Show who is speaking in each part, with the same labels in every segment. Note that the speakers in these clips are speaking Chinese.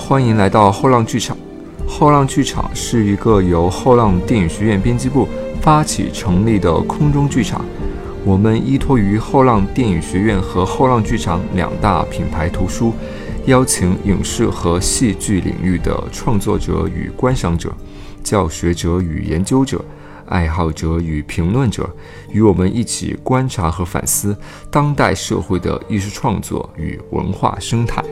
Speaker 1: 欢迎来到后浪剧场。后浪剧场是一个由后浪电影学院编辑部发起成立的空中剧场。我们依托于后浪电影学院和后浪剧场两大品牌图书，邀请影视和戏剧领域的创作者与观赏者、教学者与研究者、爱好者与评论者，与我们一起观察和反思当代社会的艺术创作与文化生态。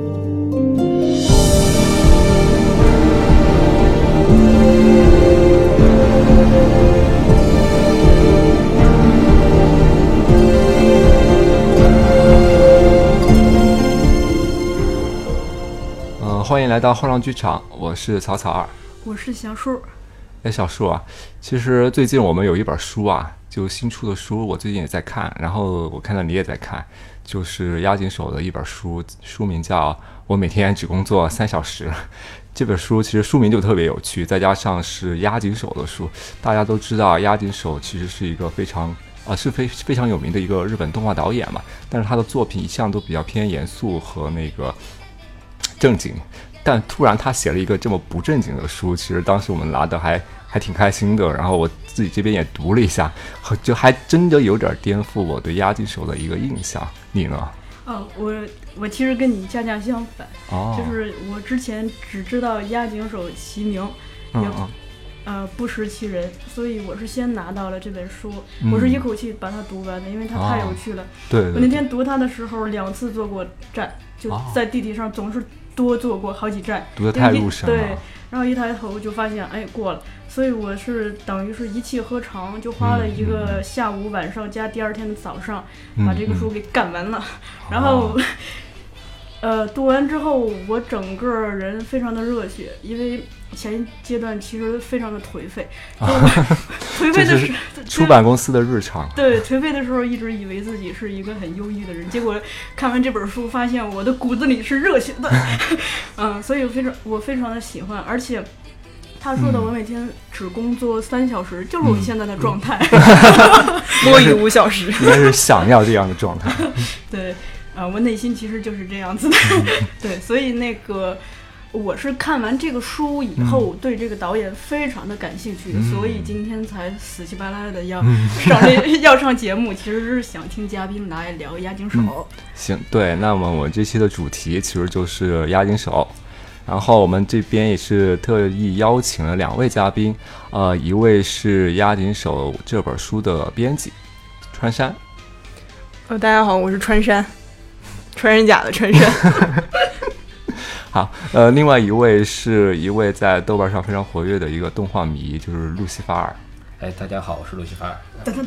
Speaker 1: 欢迎来到后浪剧场，我是草草二，
Speaker 2: 我是小树。
Speaker 1: 小树啊，其实最近我们有一本书啊，就新出的书，我最近也在看，然后我看到你也在看，就是押井守的一本书，书名叫《我每天只工作3小时》。这本书其实书名就特别有趣，再加上是押井守的书，大家都知道押井守其实是一个非常有名的一个日本动画导演嘛，但是他的作品一向都比较偏严肃和那个正经，但突然他写了一个这么不正经的书，其实当时我们拿的还挺开心的，然后我自己这边也读了一下，就还真的有点颠覆我对押井守的一个印象。你呢？
Speaker 2: 我其实跟你恰恰相反，就是我之前只知道押井守其名，不识其人，所以我是先拿到了这本书，我是一口气把它读完的，因为它太有趣了。
Speaker 1: 对，
Speaker 2: 我那天读它的时候2次坐过站，就在地铁上总是多坐过好几站，
Speaker 1: 读得太入神了。
Speaker 2: 对，然后一抬头就发现过了，所以我是等于是一气呵成，就花了一个下午晚上加第二天的早上把这个书给干完了。然后读完之后我整个人非常的热血，因为前阶段其实非常的颓废，颓废的是
Speaker 1: 出版公司的日常。
Speaker 2: 对，颓废的时候一直以为自己是一个很忧郁的人，结果看完这本书发现我的骨子里是热血的。所以我非常的喜欢，而且他说的我每天只工作3小时，就是我现在的状态，摸鱼5小时，
Speaker 1: 应该是想要这样的状态。
Speaker 2: 对，我内心其实就是这样子的。对，所以那个我是看完这个书以后对这个导演非常的感兴趣，所以今天才死乞白赖的要上节目，其实是想听嘉宾来聊押井守。
Speaker 1: 行，对，那么我这期的主题其实就是押井守，然后我们这边也是特意邀请了2位嘉宾，一位是押井守这本书的编辑川山。
Speaker 3: 大家好，我是川山，穿山甲的川山。
Speaker 1: 好，另外一位是一位在豆瓣上非常活跃的一个动画迷，就是路西法尔。
Speaker 4: 大家好，我是路西法尔。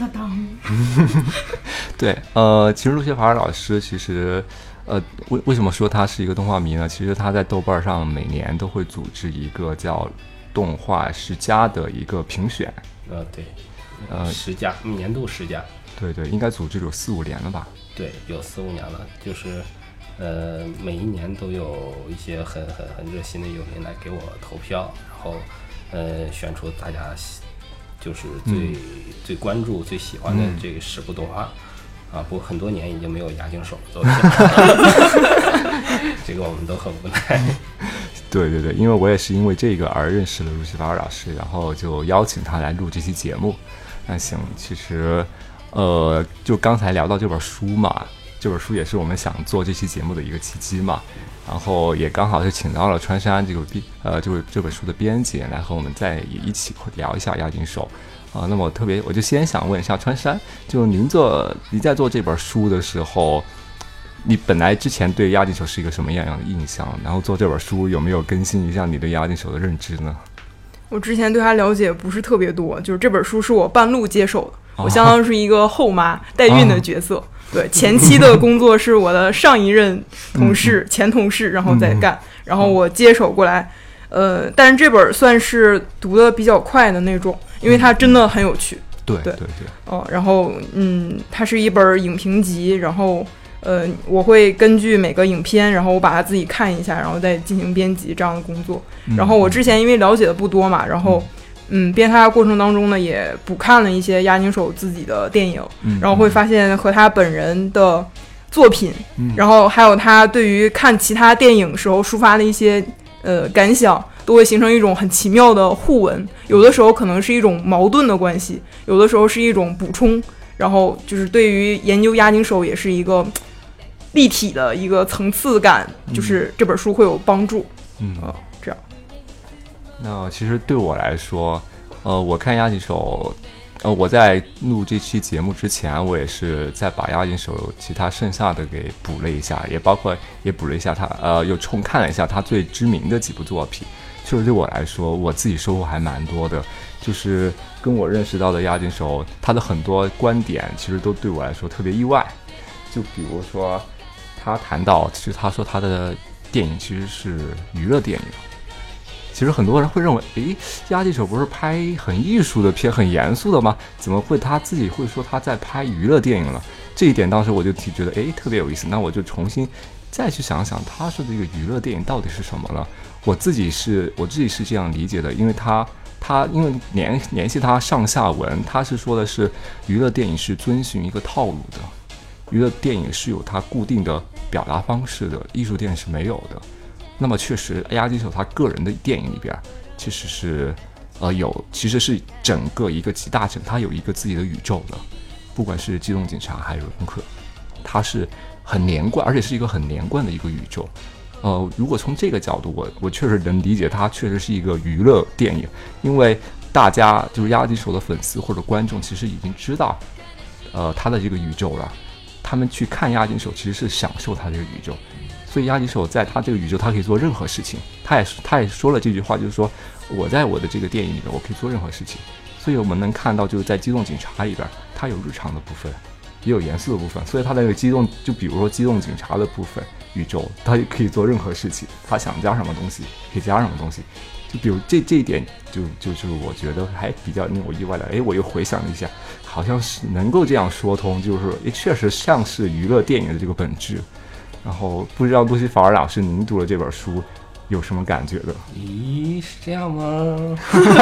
Speaker 1: 对，其实路西法尔老师其实，为什么说他是一个动画迷呢？其实他在豆瓣上每年都会组织一个叫动画10佳的一个评选。
Speaker 4: 对，10佳，年度10佳。
Speaker 1: 对，应该组织有4-5年了吧？对，
Speaker 4: 有4-5年了，就是每一年都有一些很热心的友人来给我投票，然后选出大家就是最关注、最喜欢的这个10部动画。不过很多年已经没有押井守作品了，这个我们都很无奈。
Speaker 1: 对，因为我也是因为这个而认识了路西法尔老师，然后就邀请他来录这期节目。那行，其实就刚才聊到这本书嘛，这本书也是我们想做这期节目的一个契机嘛，然后也刚好是请到了川山就是这本书的编辑来和我们再一起聊一下押井守。那么我就先想问一下川山，就您在做这本书的时候，你本来之前对押井守是一个什么样的印象？然后做这本书有没有更新一下你对押井守的认知呢？
Speaker 3: 我之前对他了解不是特别多，就是这本书是我半路接手的，我相当是一个后妈代孕的角色。对，前期的工作是我的上一任同事、前同事，然后再干，然后我接手过来。但是这本算是读的比较快的那种，因为它真的很有趣。
Speaker 1: 对。
Speaker 3: 然后它是一本影评集，然后我会根据每个影片，然后我把它自己看一下，然后再进行编辑这样的工作。然后我之前因为了解的不多嘛，然后编它的过程当中呢，也补看了一些押井守自己的电影，然后会发现和他本人的作品，然后还有他对于看其他电影时候抒发的一些感想，都会形成一种很奇妙的互文。有的时候可能是一种矛盾的关系，有的时候是一种补充。然后就是对于研究押井守也是一个立体的一个层次感，就是这本书会有帮助。这样。
Speaker 1: 那其实对我来说，我看押井守，我在录这期节目之前，我也是在把押井守其他剩下的给补了一下，也包括也补了一下他，又重看了一下他最知名的几部作品。确实对我来说，我自己收获还蛮多的。就是跟我认识到的押井守，他的很多观点其实都对我来说特别意外。就比如说，他谈到，其实他说他的电影其实是娱乐电影。其实很多人会认为，押井守不是拍很艺术的片、很严肃的吗？怎么会他自己会说他在拍娱乐电影了？这一点当时我就觉得，特别有意思。那我就重新再去想想，他说的这个娱乐电影到底是什么了？我自己是这样理解的，因为他因为联系他上下文，他是说的是娱乐电影是遵循一个套路的，娱乐电影是有它固定的表达方式的，艺术电影是没有的。那么确实，押井守他个人的电影里边，其实是其实是整个一个集大成，他有一个自己的宇宙的，不管是机动警察还是龙客，他是很连贯，而且是一个很连贯的一个宇宙。如果从这个角度，我确实能理解它确实是一个娱乐电影，因为大家就是押井守的粉丝或者观众其实已经知道，他的这个宇宙了，他们去看押井守其实是享受他这个宇宙，所以押井守在他这个宇宙，他可以做任何事情，他也说了这句话，就是说我在我的这个电影里边，我可以做任何事情，所以我们能看到就是在机动警察里边，他有日常的部分，也有严肃的部分，所以他那个就比如说机动警察的部分。宇宙，他可以做任何事情，他想加什么东西可以加什么东西。就比如这一点，就是我觉得还比较令我意外的。我又回想了一下，好像是能够这样说通，就是确实像是娱乐电影的这个本质。然后不知道路西法尔老师，您读了这本书有什么感觉的？
Speaker 4: 咦，是这样吗？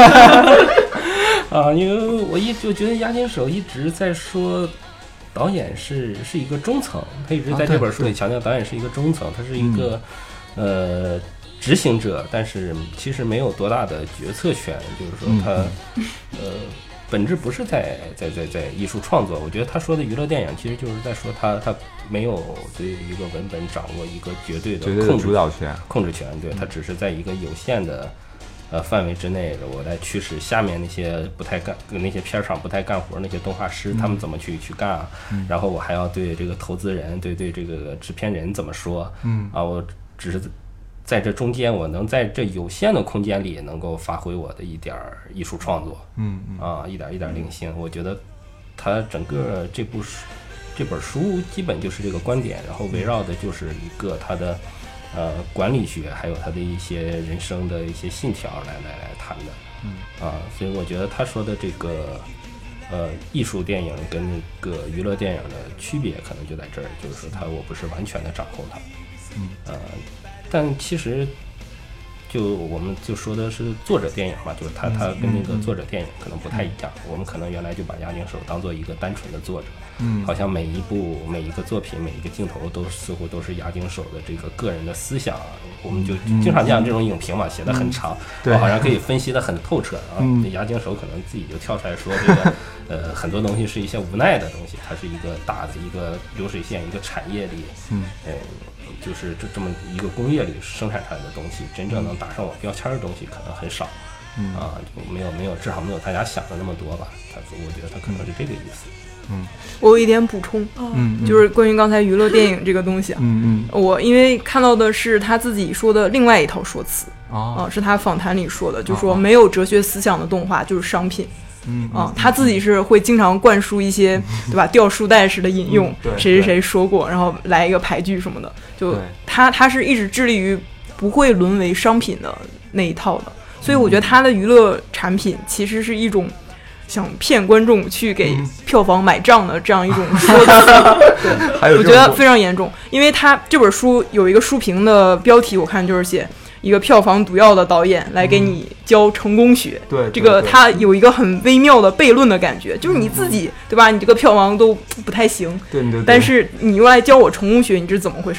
Speaker 4: 因为我就觉得押井守一直在说。导演是一个中层，他一直在这本书里强调导演是一个中层，他是一个执行者，但是其实没有多大的决策权，就是说他本质不是在艺术创作。我觉得他说的娱乐电影其实就是在说他没有对一个文本掌握一个绝对的控制权，对，他只是在一个有限的范围之内，我来驱使下面那些那些片场不太干活那些动画师他们怎么去干啊，然后我还要对这个投资人对这个制片人怎么说，我只是在这中间，我能在这有限的空间里能够发挥我的一点艺术创作，一点灵性。我觉得他整个这本书基本就是这个观点，然后围绕的就是一个他的管理学，还有他的一些人生的一些信条来谈的，所以我觉得他说的这个艺术电影跟那个娱乐电影的区别可能就在这儿，就是说我不是完全的掌控它，但其实我们就说的是作者电影嘛，就是他跟那个作者电影可能不太一样，我们可能原来就把押井守当做一个单纯的作者，好像每一个作品每一个镜头都似乎都是押井守的这个个人的思想，我们就经常讲这种影评嘛，写得很长，我好像可以分析得很透彻啊。押井守可能自己就跳出来说这个很多东西是一些无奈的东西，它是一个大的一个流水线一个产业里，就是这么一个工业里生产出来的东西，真正能打上我标签的东西可能很少，就没有至少没有大家想的那么多吧。我觉得他可能是这个意思。
Speaker 3: 我有一点补充，就是关于刚才娱乐电影这个东西，我因为看到的是他自己说的另外一套说辞，是他访谈里说的，就说没有哲学思想的动画就是商品。他自己是会经常灌输一些对吧掉书袋式的引用，谁谁谁说过，然后来一个排句什么的，就他是一直致力于不会沦为商品的那一套的，所以我觉得他的娱乐产品其实是一种想骗观众去给票房买账的这样一种说辞，对，我觉得非常严重，因为他这本书有一个书评的标题，我看就是写一个票房毒药的导演来给你教成功学，
Speaker 1: 对，
Speaker 3: 这个他有一个很微妙的悖论的感觉，就是你自己对吧，你这个票房都不太行，
Speaker 1: 对，
Speaker 3: 但是你又来教我成功学，你这是怎么回事呢？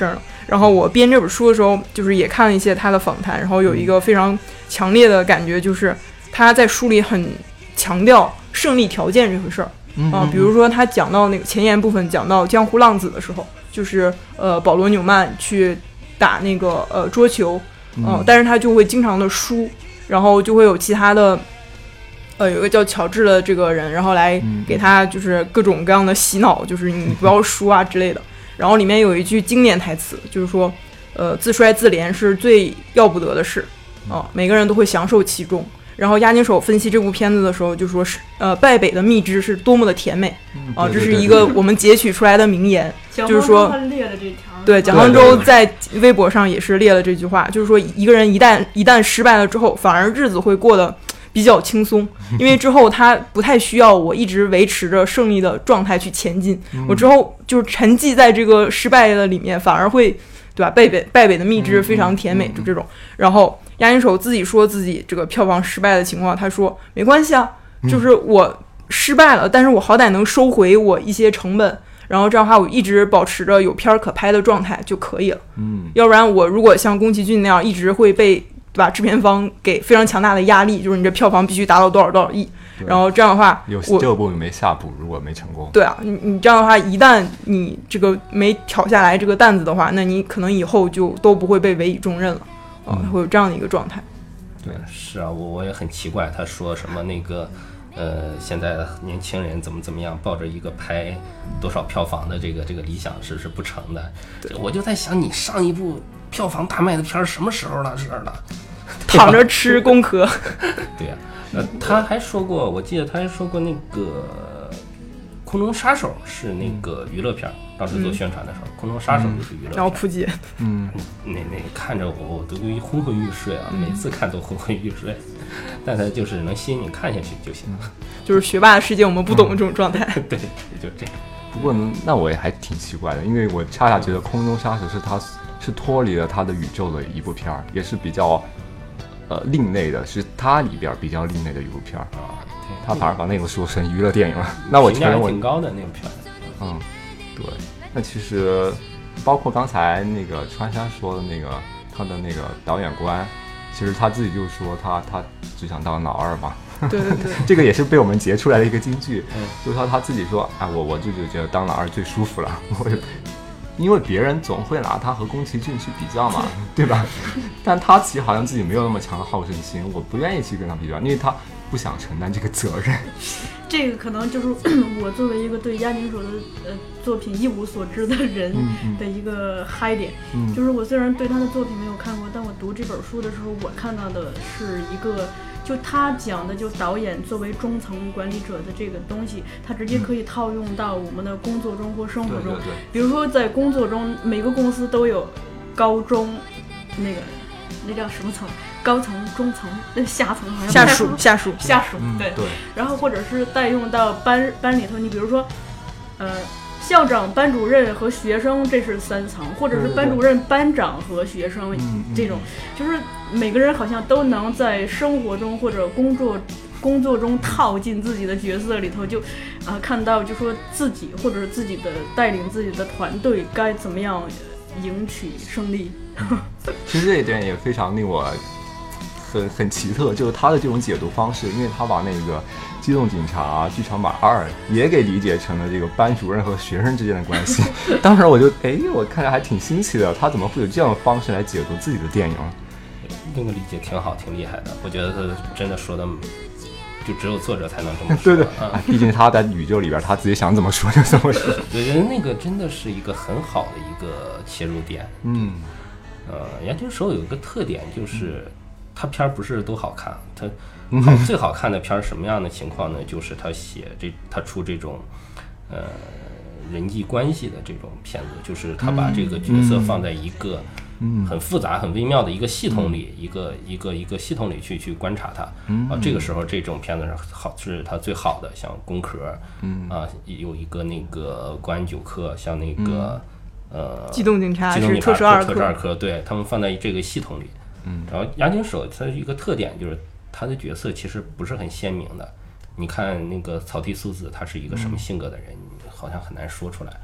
Speaker 3: 然后我编这本书的时候，就是也看了一些他的访谈，然后有一个非常强烈的感觉，就是他在书里很强调胜利条件这回事儿比如说他讲到那个前言部分，讲到江湖浪子的时候，就是保罗纽曼去打那个桌球，但是他就会经常的输，然后就会有其他的。有一个叫乔治的这个人，然后来给他就是各种各样的洗脑，就是你不要输啊之类的。然后里面有一句经典台词，就是说，自衰自怜是最要不得的事，每个人都会享受其中。然后押井守分析这部片子的时候就说是，败北的蜜汁是多么的甜美这是一个我们截取出来的名言，就是说，对，蒋方舟在微博上也是列了这句话，就是说一个人一旦失败了之后，反而日子会过得比较轻松，因为之后他不太需要我一直维持着胜利的状态去前进，我之后就是沉寂在这个失败的里面，反而会，对吧？败北的蜜汁非常甜美，就这种。然后押井守自己说自己这个票房失败的情况，他说没关系啊，就是我失败了，但是我好歹能收回我一些成本，然后这样的话我一直保持着有片可拍的状态就可以了。要不然我如果像宫崎骏那样一直会被。对吧？制片方给非常强大的压力，就是你这票房必须达到多少亿，然后这样的话，
Speaker 1: 这部没下补，如果没成功，
Speaker 3: 对啊，你这样的话，一旦你这个没挑下来这个担子的话，那你可能以后就都不会被委以重任了，会有这样的一个状态。
Speaker 4: 对，是啊，我也很奇怪，他说什么那个现在年轻人怎么样，抱着一个拍多少票房的这个理想是不成的。我就在想，你上一部票房大卖的片儿什么时候的事儿了？
Speaker 3: 躺着吃工壳。
Speaker 4: 对呀、他还说过，我记得他还说过那个《空中杀手》是那个娱乐片，当时做宣传的时候，空中杀手》就是娱乐片。
Speaker 3: 然后扑街，
Speaker 4: 那看着我都昏昏欲睡啊，每次看都昏昏欲睡，但他就是能吸引你看下去就行了。
Speaker 3: 就是学霸的世界我们不懂的这种状态。
Speaker 4: 对，就这样。
Speaker 1: 不过那我也还挺奇怪的，因为我恰恰觉得《空中杀手》是脱离了他的宇宙的一部片儿，也是比较另类的，是他里边比较另类的一部片儿他反而把那个说成娱乐电影了。那我觉得
Speaker 4: 挺高的那部片。
Speaker 1: 对。那其实包括刚才那个川山说的那个他的那个导演观，其实他自己就说他只想当老二嘛。
Speaker 3: 对，
Speaker 1: 这个也是被我们截出来的一个金句，就是他自己说我就觉得当老二最舒服了。因为别人总会拿他和宫崎骏去比较嘛，对吧？但他其实好像自己没有那么强的好胜心，我不愿意去跟他比较，因为他不想承担这个责任。
Speaker 2: 这个可能就是我作为一个对押井守的作品一无所知的人的一个嗨点，就是我虽然对他的作品没有看过，但我读这本书的时候，我看到的是一个。就他讲的，就导演作为中层管理者的这个东西，他直接可以套用到我们的工作中或生活中。
Speaker 1: 对。
Speaker 2: 比如说在工作中，每个公司都有高中，那叫什么层？高层、中层、下层，好像
Speaker 3: 下属。
Speaker 2: 对。然后或者是带用到班里头，你比如说，校长、班主任和学生，这是3层，或者是班主任、班长和学生，这种就是每个人好像都能在生活中或者工作中套进自己的角色里头，就看到就说自己或者是自己的带领自己的团队该怎么样赢取胜利。
Speaker 1: 其实这一点也非常令我很奇特，就是他的这种解读方式，因为他把那个机动警察剧场版2也给理解成了这个班主任和学生之间的关系。当时我就我看着还挺新奇的，他怎么会有这样的方式来解读自己的电影？
Speaker 4: 那个理解挺好，挺厉害的。我觉得他真的说的，就只有作者才能这么说。
Speaker 1: 对，毕竟他在宇宙里边，他自己想怎么说就怎么说。
Speaker 4: 我觉得那个真的是一个很好的一个切入点。押井守有一个特点就是。他片儿不是都好看，最好看的片儿什么样的情况呢？就是他出这种人际关系的这种片子，就是他把这个角色放在一个很复杂、很微妙的一个系统里，一个系统里去观察它。这个时候这种片子是他最好的，像《攻壳》，有一个那个《国安9课》，像那个
Speaker 3: 机动警察是特殊
Speaker 4: 二科，对他们放在这个系统里。然后押井守他一个特点就是他的角色其实不是很鲜明的。你看那个草剃素子，他是一个什么性格的人，好像很难说出来。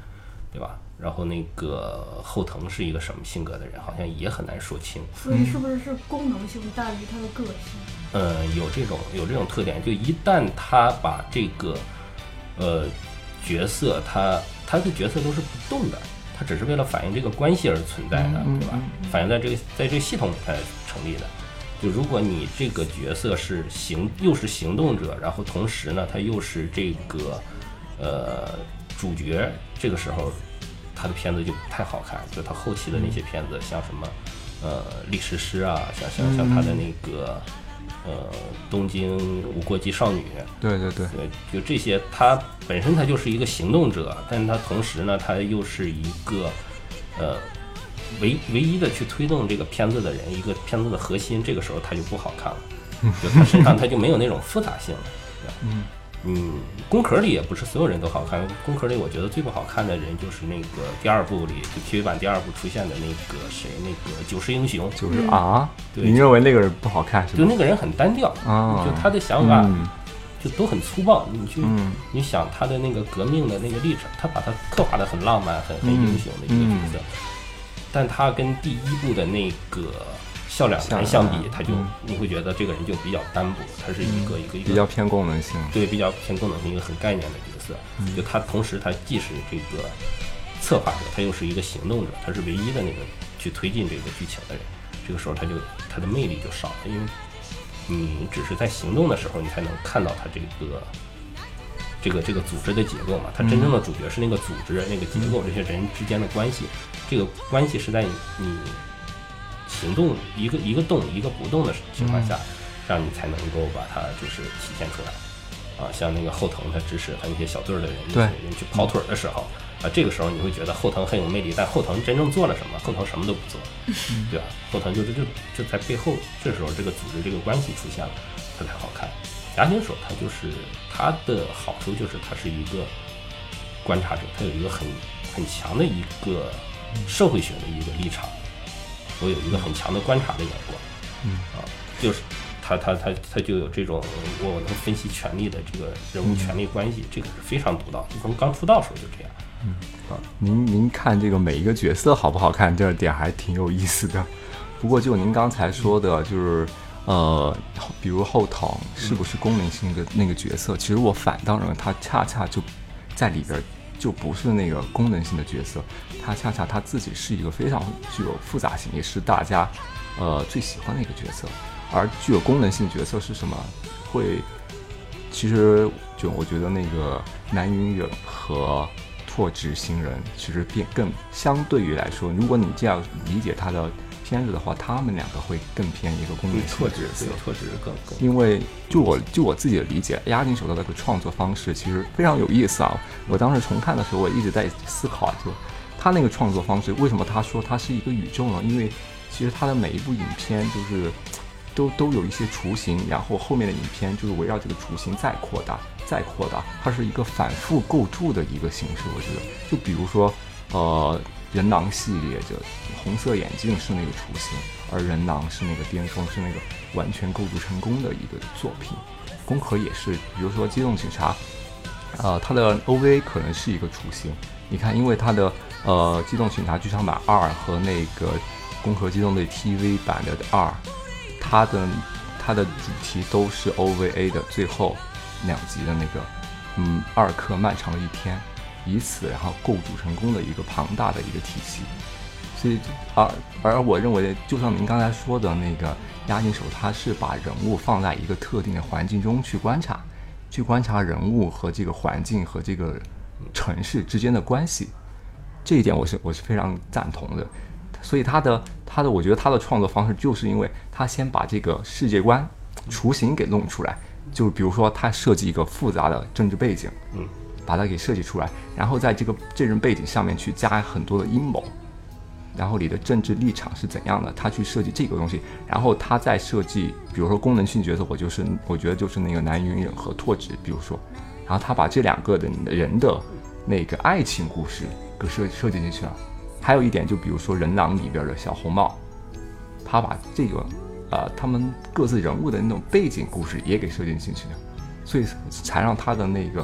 Speaker 4: 对吧？然后那个后藤是一个什么性格的人，好像也很难说清。
Speaker 2: 所以是不是功能性大于他的个性？
Speaker 4: 有这种特点，就一旦他把这个角色，他的角色都是不动的，他只是为了反映这个关系而存在的，对吧？反映在这个系统里才成立的。就如果你这个角色是又是行动者，然后同时呢，他又是这个主角，这个时候他的片子就不太好看。就他后期的那些片子，像什么历史诗啊，像他的那个东京无国籍少女，
Speaker 1: 对，
Speaker 4: 就这些，他本身他就是一个行动者，但是他同时呢，他又是一个唯一的去推动这个片子的人，一个片子的核心，这个时候他就不好看了，就他身上他就没有那种复杂性了。宫壳里也不是所有人都好看，宫壳里我觉得最不好看的人就是那个第二部里，就 TV 版第二部出现的那个谁，那个九世英雄，
Speaker 1: 就是
Speaker 4: 对，
Speaker 1: 你认为那个人不好看是吧？
Speaker 4: 就那个人很单调就他的想法就都很粗暴。你想他的那个革命的那个历程，他把他刻画的很浪漫、很英雄的一个角色，但他跟第一部的那个笑两男相比，他就你会觉得这个人就比较单薄，他是一个
Speaker 1: 比较偏功能性，
Speaker 4: 对，比较偏功能性，一个很概念的角色。就他同时他既是这个策划者，他又是一个行动者，他是唯一的那个去推进这个剧情的人。这个时候他的魅力就少了，因为你只是在行动的时候，你才能看到他这个组织的结构嘛。他真正的主角是那个组织、那个结构，这些人之间的关系。这个关系是在你行动一个动一个不动的情况下，让你才能够把它就是体现出来。像那个后藤，他指使他那些小队的人去跑腿的时候，这个时候你会觉得后藤很有魅力，但后藤真正做了什么？后藤什么都不做，对吧？后藤就在背后，这时候这个组织这个关系出现了，它才好看。押井守他就是他的好处就是他是一个观察者，他有一个很强的一个社会学的一个立场，我有一个很强的观察的眼光，就是他就有这种我能分析权力的这个人物权力关系，这个是非常独到，就从刚出道时候就这样。
Speaker 1: 您看这个每一个角色好不好看，这点还挺有意思的。不过就您刚才说的，就是比如后藤是不是功能性的那个角色，其实我反倒认为他恰恰就在里边就不是那个功能性的角色，他恰恰他自己是一个非常具有复杂性，也是大家最喜欢的一个角色。而具有功能性角色是什么？其实就我觉得那个南云忍和拓殖星人其实更相对于来说，如果你这样理解他的片子的话，他们两个会更偏一个功能性的角色。
Speaker 4: 拓殖更
Speaker 1: 因为就我自己的理解，押井守的那个创作方式其实非常有意思啊。我当时重看的时候，我一直在思考，就他那个创作方式，为什么他说他是一个宇宙呢？因为其实他的每一部影片就是都有一些雏形，然后后面的影片就是围绕这个雏形再扩大，它是一个反复构筑的一个形式。我觉得，就比如说人狼系列，就红色眼镜是那个雏形，而人狼是那个巅峰，是那个完全构筑成功的一个作品。宫壳也是，比如说机动警察，它的 OVA 可能是一个雏形。你看，因为它的机动警察剧场版2和那个攻壳机动队 TV 版的2，它的主题都是 OVA 的最后2集的那个2克漫长的一天，以此然后构筑成功的一个庞大的一个体系。所以而我认为，就像您刚才说的那个押井守，他是把人物放在一个特定的环境中去观察人物和这个环境和这个城市之间的关系，这一点我是非常赞同的。所以他的我觉得他的创作方式就是因为他先把这个世界观雏形给弄出来，就是比如说他设计一个复杂的政治背景，把它给设计出来，然后在这个政治背景上面去加很多的阴谋，然后你的政治立场是怎样的，他去设计这个东西，然后他再设计，比如说功能性角色，我觉得就是那个南云忍和拓殖，比如说，然后他把这2个的人的那个爱情故事给设计进去了。还有一点，就比如说人狼里边的小红帽，他把这个他们各自人物的那种背景故事也给设计进去了，所以才让他的那个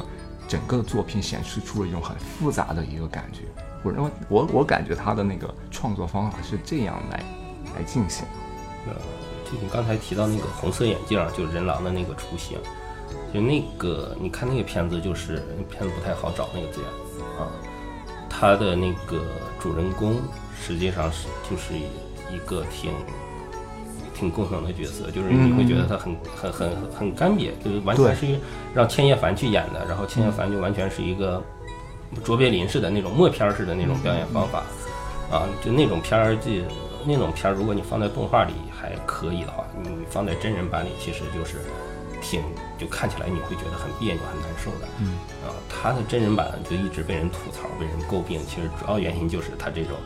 Speaker 1: 整个作品显示出了一种很复杂的一个感觉。我认为我感觉他的那个创作方法是这样来进行。
Speaker 4: 就你刚才提到那个红色眼镜，就是人狼的那个雏形，就那个你看那个片子，就是片子不太好找那个资源啊。他的那个主人公实际上就是一个挺共同的角色，就是你会觉得他很干瘪，就是完全是让千叶凡去演的，然后千叶凡就完全是一个卓别林式的那种默片式的那种表演方法啊，就那种片儿如果你放在动画里还可以的话，你放在真人版里其实就是就看起来你会觉得很别扭很难受的。他的真人版就一直被人吐槽被人诟病，其实主要原因就是他这种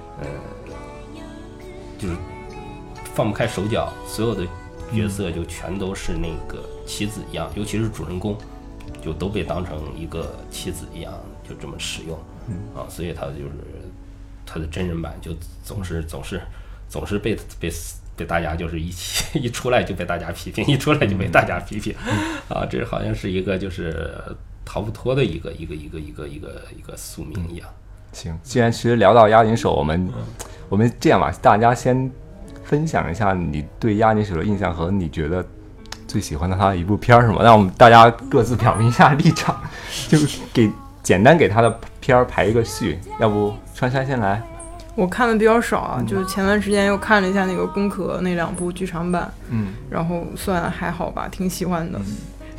Speaker 4: 就是放不开手脚，所有的角色就全都是那个棋子一样，尤其是主人公就都被当成一个棋子一样就这么使用所以他的真人版就总是被大家就是一出来就被大家批评，一出来就被大家批评这好像是一个就是逃不脱的一个宿命一样。
Speaker 1: 行，既然其实聊到押井守，我们这样吧，大家先分享一下你对押井守的印象和你觉得最喜欢的他的一部片什么，让我们大家各自表明一下立场，就简单给他的片排一个序。要不川山先来。
Speaker 3: 我看的比较少啊，就前段时间又看了一下那个攻壳那2部剧场版，然后算还好吧，挺喜欢的，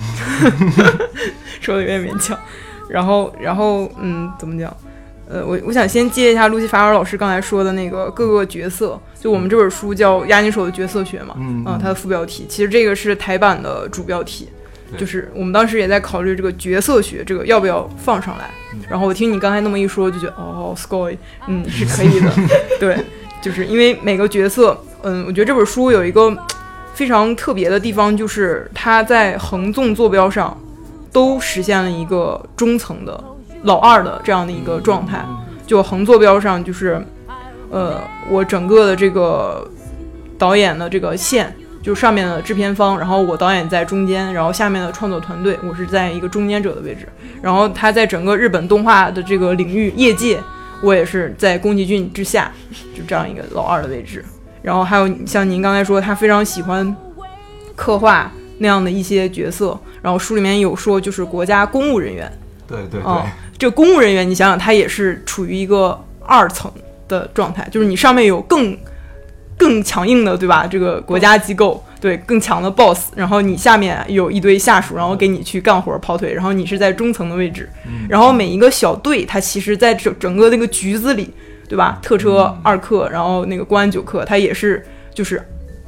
Speaker 3: 说的有点勉强。然后怎么讲？我想先接一下路西法尔老师刚才说的那个各个角色，就我们这本书叫押井守的角色学嘛，它的副标题，其实这个是台版的主标题。就是我们当时也在考虑这个角色学这个要不要放上来，然后我听你刚才那么一说就觉得scoy 是可以的对，就是因为每个角色我觉得这本书有一个非常特别的地方，就是它在横纵坐标上都实现了一个中层的老二的这样的一个状态。就横坐标上就是我整个的这个导演的这个线就上面的制片方，然后我导演在中间，然后下面的创作团队我是在一个中间者的位置，然后他在整个日本动画的这个领域业界我也是在宫崎骏之下，就这样一个老二的位置。然后还有像您刚才说他非常喜欢刻画那样的一些角色，然后书里面有说就是国家公务人员，
Speaker 1: 对，
Speaker 3: 这公务人员你想想他也是处于一个2层的状态，就是你上面有更强硬的，对吧？这个国家机构，对，更强的 boss， 然后你下面有一堆下属，然后给你去干活跑腿，然后你是在中层的位置，然后每一个小队，它其实在整个那个局子里，对吧？特车2课，然后那个公安9课，它也是就是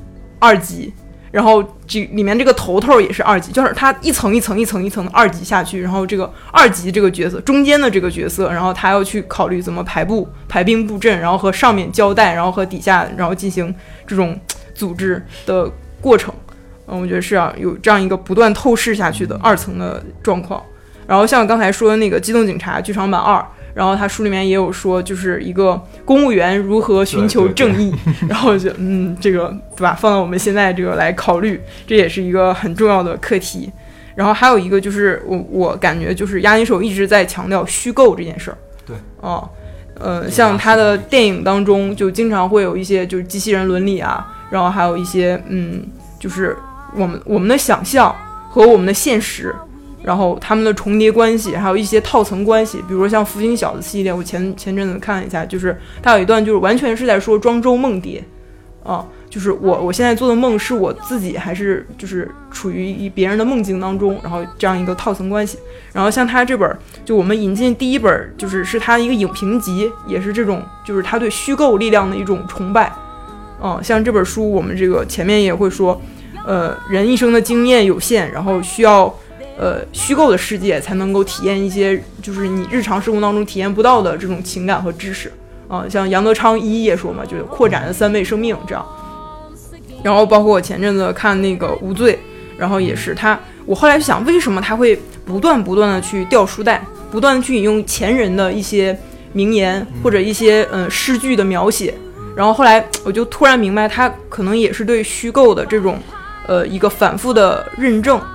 Speaker 3: 2级，然后这里面这个头也是2级，就是它一层一层的2级下去，然后这个2级这个角色中间的这个角色，然后他要去考虑怎么排兵布阵，然后和上面交代，然后和底下然后进行这种组织的过程。我觉得是有这样一个不断透视下去的2层的状况。然后像刚才说的那个机动警察剧场版2，然后他书里面也有说就是一个公务员如何寻求正义，然后就这个对吧，放到我们现在这个来考虑，这也是一个很重要的课题。然后还有一个就是我感觉就是押井守一直在强调虚构这件事儿。
Speaker 1: 对
Speaker 3: 像他的电影当中就经常会有一些就是机器人伦理啊，然后还有一些就是我们的想象和我们的现实，然后他们的重叠关系，还有一些套层关系。比如说像福星小子系列，我前阵子看了一下，就是他有一段就是完全是在说庄周梦蝶就是我现在做的梦是我自己还是就是处于别人的梦境当中，然后这样一个套层关系。然后像他这本就我们引进第1本是他一个影评集，也是这种就是他对虚构力量的一种崇拜。像这本书我们这个前面也会说人一生的经验有限，然后需要虚构的世界才能够体验一些就是你日常生活当中体验不到的这种情感和知识像杨德昌也说嘛，就是扩展的3倍生命这样。然后包括我前阵子看那个无罪，然后也是我后来想为什么他会不断的去掉书袋，不断的去引用前人的一些名言或者一些诗句的描写，然后后来我就突然明白他可能也是对虚构的这种一个反复的认证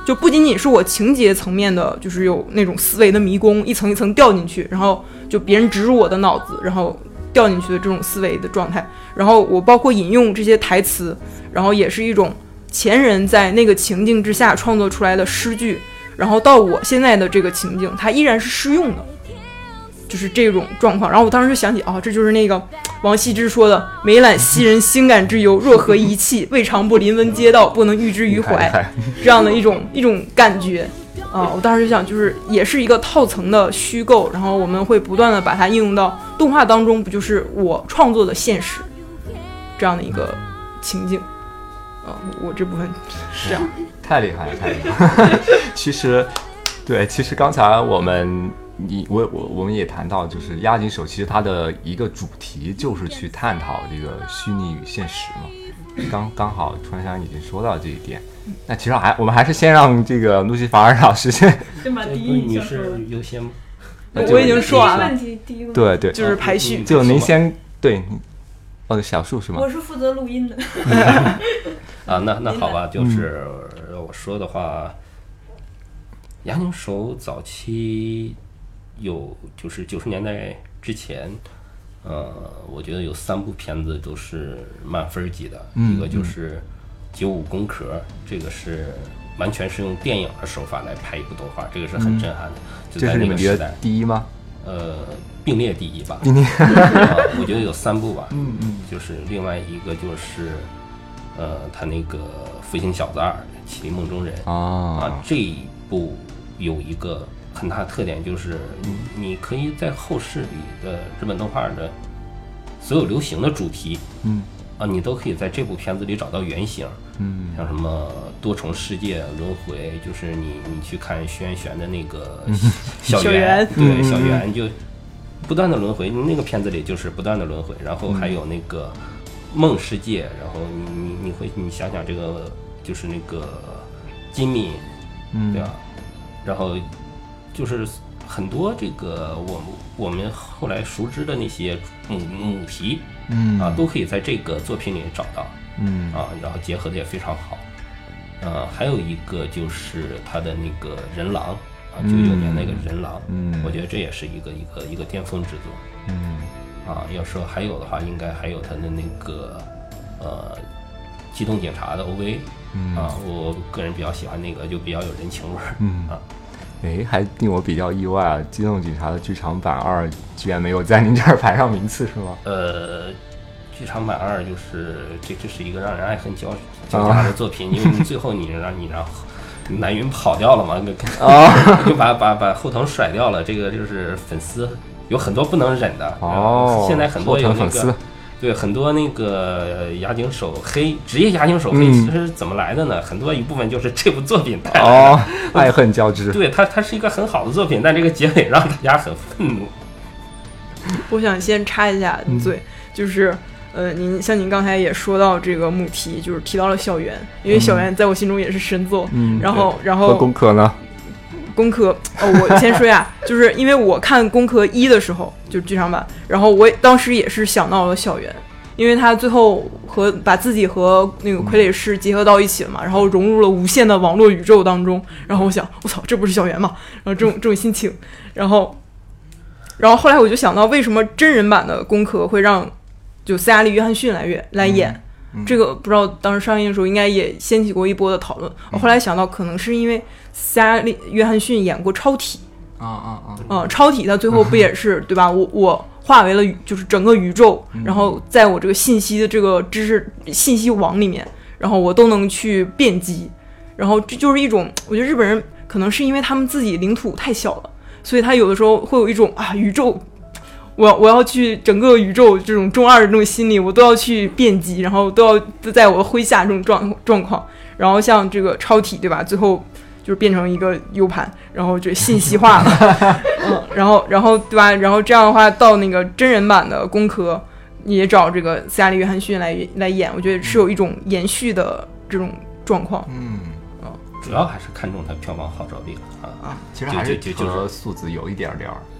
Speaker 3: 就不仅仅是我情节层面的，就是有那种思维的迷宫，一层一层掉进去，然后就别人植入我的脑子，然后掉进去的这种思维的状态。然后我包括引用这些台词，然后也是一种前人在那个情境之下创作出来的诗句，然后到我现在的这个情境，它依然是适用的，就是这种状况。然后我当时就想起，这就是那个王羲之说的“每览昔人心感之由，若何遗弃？未尝不临文街道，不能喻之于怀”这样的一种感觉。我当时就想，就是也是一个套层的虚构，然后我们会不断的把它应用到动画当中，不就是我创作的现实这样的一个情境。我这部分是这样。
Speaker 1: 太厉害了，太厉害了。其实刚才我们也谈到，就是押井守其实它的一个主题就是去探讨这个虚拟与现实嘛。刚好川山已经说到这一点，那其实我们还是先让这个陆西法尔老师先
Speaker 2: 把第一
Speaker 4: 女士优先。
Speaker 3: 我已经说完了。
Speaker 1: 对，
Speaker 3: 就是排序。
Speaker 1: 就您先对。小树是吗？
Speaker 2: 我是负责录音的。
Speaker 4: 那好吧，就是我说的话，押井守早期就是90年代之前，我觉得有3部片子都是满分级的，一个就是《95宫壳》，这个是完全是用电影的手法来拍一部动画，这个是很震撼的。就在那个时代，这是你们的第一吗？并列第一吧。我觉得有3部吧。就是另外一个就是他那个《复兴小子2：麒麟梦中人》这一部有一个很大的特点，就是你可以在后世里的日本动画的所有流行的主题，你都可以在这部片子里找到原型。像什么多重世界轮回，就是你去看徐元玄的那个小圆，对，小圆就不断的轮回，那个片子里就是不断的轮回。然后还有那个梦世界，然后你想想这个就是那个金密，对吧？然后就是很多这个我们后来熟知的那些母题，都可以在这个作品里找到，然后结合的也非常好。还有一个就是他的那个人狼，99年那个人狼，我觉得这也是一个巅峰之作。要说还有的话，应该还有他的那个机动警察的 OVA，我个人比较喜欢那个，就比较有人情味
Speaker 1: 还令我比较意外啊！机动警察的剧场版2居然没有在您这儿排上名次，是吗？
Speaker 4: 剧场版2就是这是一个让人爱恨交加的作品，因为最后你让南云跑掉了嘛，就把后藤甩掉了，这个就是粉丝有很多不能忍的。现在很多有那个对很多那个押井守黑职业押井守黑其实怎么来的呢？很多一部分就是这部作品带来的
Speaker 1: 爱恨交织。
Speaker 4: 对，它是一个很好的作品，但这个结尾让大家很愤怒。
Speaker 3: 我想先插一下嘴，就是您刚才也说到这个母题，就是提到了小圆，因为小圆在我心中也是神作。然后
Speaker 1: 攻壳呢？
Speaker 3: 攻壳我先说呀，就是因为我看攻壳1的时候，就是剧场版，然后我当时也是想到了小圆，因为他最后把自己和那个傀儡师结合到一起了嘛，然后融入了无限的网络宇宙当中，然后我想，我操，这不是小圆吗？然后这种心情，然后后来我就想到，为什么真人版的攻壳会让就斯嘉丽·约翰逊来演？这个不知道当时上映的时候应该也掀起过一波的讨论。我后来想到，可能是因为斯嘉丽·约翰逊演过超体超体他最后不也是对吧？我化为了就是整个宇宙，然后在我这个信息的这个知识信息网里面，然后我都能去遍及，然后这就是一种，我觉得日本人可能是因为他们自己领土太小了，所以他有的时候会有一种宇宙。我要去整个宇宙这种中二的这种心理，我都要去遍及，然后都要在我的麾下这种状况。然后像这个超体，对吧？最后就是变成一个 U 盘，然后就信息化了，然后对吧？然后这样的话，到那个真人版的攻壳，也找这个斯嘉丽·约翰逊来演，我觉得是有一种延续的这种状况。
Speaker 4: 主要还是看重它票房号召力了
Speaker 1: 其实还是和素子有一点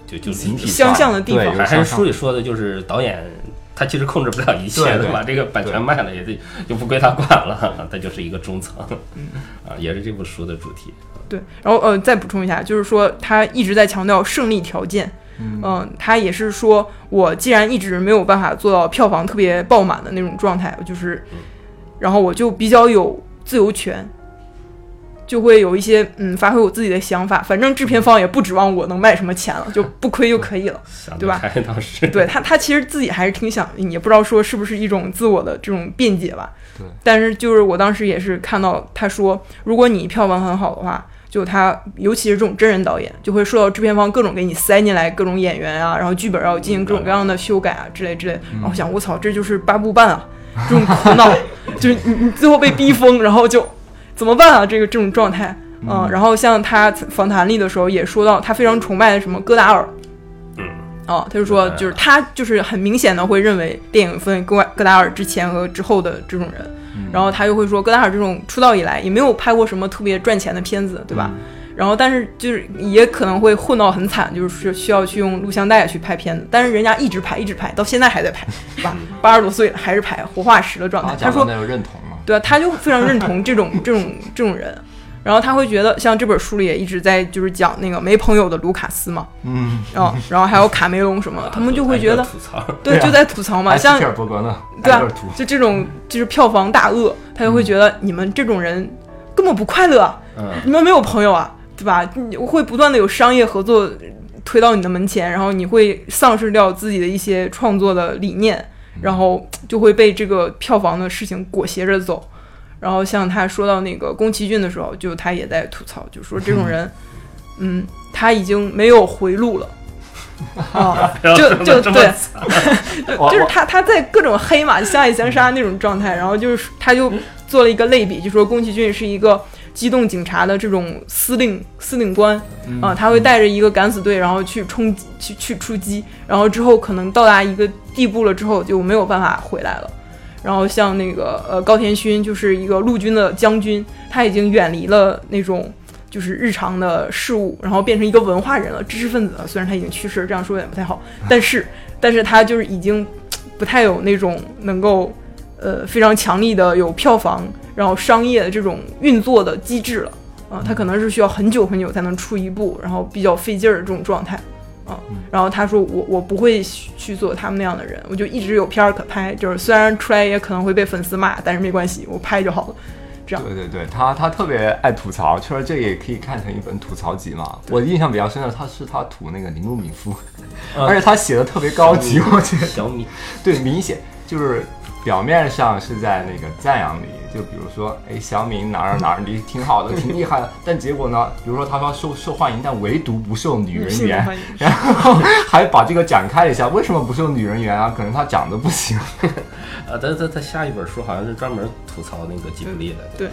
Speaker 4: 就是
Speaker 3: 相像的地方。
Speaker 4: 还是书里说的，就是导演他其实控制不了一切的，把这个版权卖了也就不归他管了，他就是一个中层，也是这部书的主题。
Speaker 3: 对，然后再补充一下，就是说他一直在强调胜利条件。他也是说，我既然一直没有办法做到票房特别爆满的那种状态，就是然后我就比较有自由权，就会有一些发挥我自己的想法，反正制片方也不指望我能卖什么钱了，就不亏就可以了，对吧？对他其实自己还是挺想，也不知道说是不是一种自我的这种辩解吧。
Speaker 1: 对，
Speaker 3: 但是就是我当时也是看到他说，如果你票房很好的话，就他尤其是这种真人导演，就会受到制片方各种给你塞进来各种演员啊，然后剧本要进行各种各样的修改啊之类。然后想我操，这就是八部半啊，这种苦恼，就是你最后被逼疯，然后就怎么办啊？这种状态，然后像他访谈里的时候也说到，他非常崇拜的什么戈达尔，他就说就是他就是很明显的会认为电影分戈达尔之前和之后的这种人。然后他又会说，戈达尔这种出道以来也没有拍过什么特别赚钱的片子，对吧？然后但是就是也可能会混到很惨，就是需要去用录像带去拍片子，但是人家一直拍，到现在还在拍，是吧？80多岁还是拍，活化石的状态。他说
Speaker 1: 那就认同了，
Speaker 3: 对啊，他就非常认同这种人。然后他会觉得，像这本书里也一直在就是讲那个没朋友的卢卡斯嘛，然后还有卡梅隆什么的，他们就会觉得，对，就在吐槽嘛，像
Speaker 1: 皮尔伯格呢，
Speaker 3: 对啊，就这种就是票房大鳄，他就会觉得你们这种人根本不快乐啊，你们没有朋友啊，对吧？你会不断的有商业合作推到你的门前，然后你会丧失掉自己的一些创作的理念，然后就会被这个票房的事情裹挟着走。然后像他说到那个宫崎骏的时候，就他也在吐槽，就说这种人，他已经没有回路了，就对，就是他在各种黑嘛，相爱相杀那种状态。然后就是他就做了一个类比，就说宫崎骏是一个机动警察的这种司令官他会带着一个敢死队，然后去冲击去出击，然后之后可能到达一个地步了之后就没有办法回来了。然后像那个高田勋就是一个陆军的将军，他已经远离了那种就是日常的事物，然后变成一个文化人了，知识分子了。虽然他已经去世了，这样说有点不太好，但是他就是已经不太有那种能够非常强力的有票房然后商业的这种运作的机制了他可能是需要很久很久才能出一部，然后比较费劲儿的这种状态。然后他说我不会去做他们那样的人，我就一直有片儿可拍，就是虽然出来也可能会被粉丝骂，但是没关系，我拍就好了。这样
Speaker 1: 对，他特别爱吐槽，确实这也可以看成一本吐槽集嘛。我印象比较深的，他吐那个铃木敏夫，而且他写的特别高级，我觉得
Speaker 4: 小米
Speaker 1: 对明显就是表面上是在那个赞扬你，就比如说小敏哪儿你挺好的挺厉害的，但结果呢，比如说他说受欢迎，但唯独不受女人缘，然后还把这个展开一下，为什么不受女人缘啊？可能他长得不行。
Speaker 4: 他下一本书好像是专门吐槽那个吉卜力的。
Speaker 3: 对，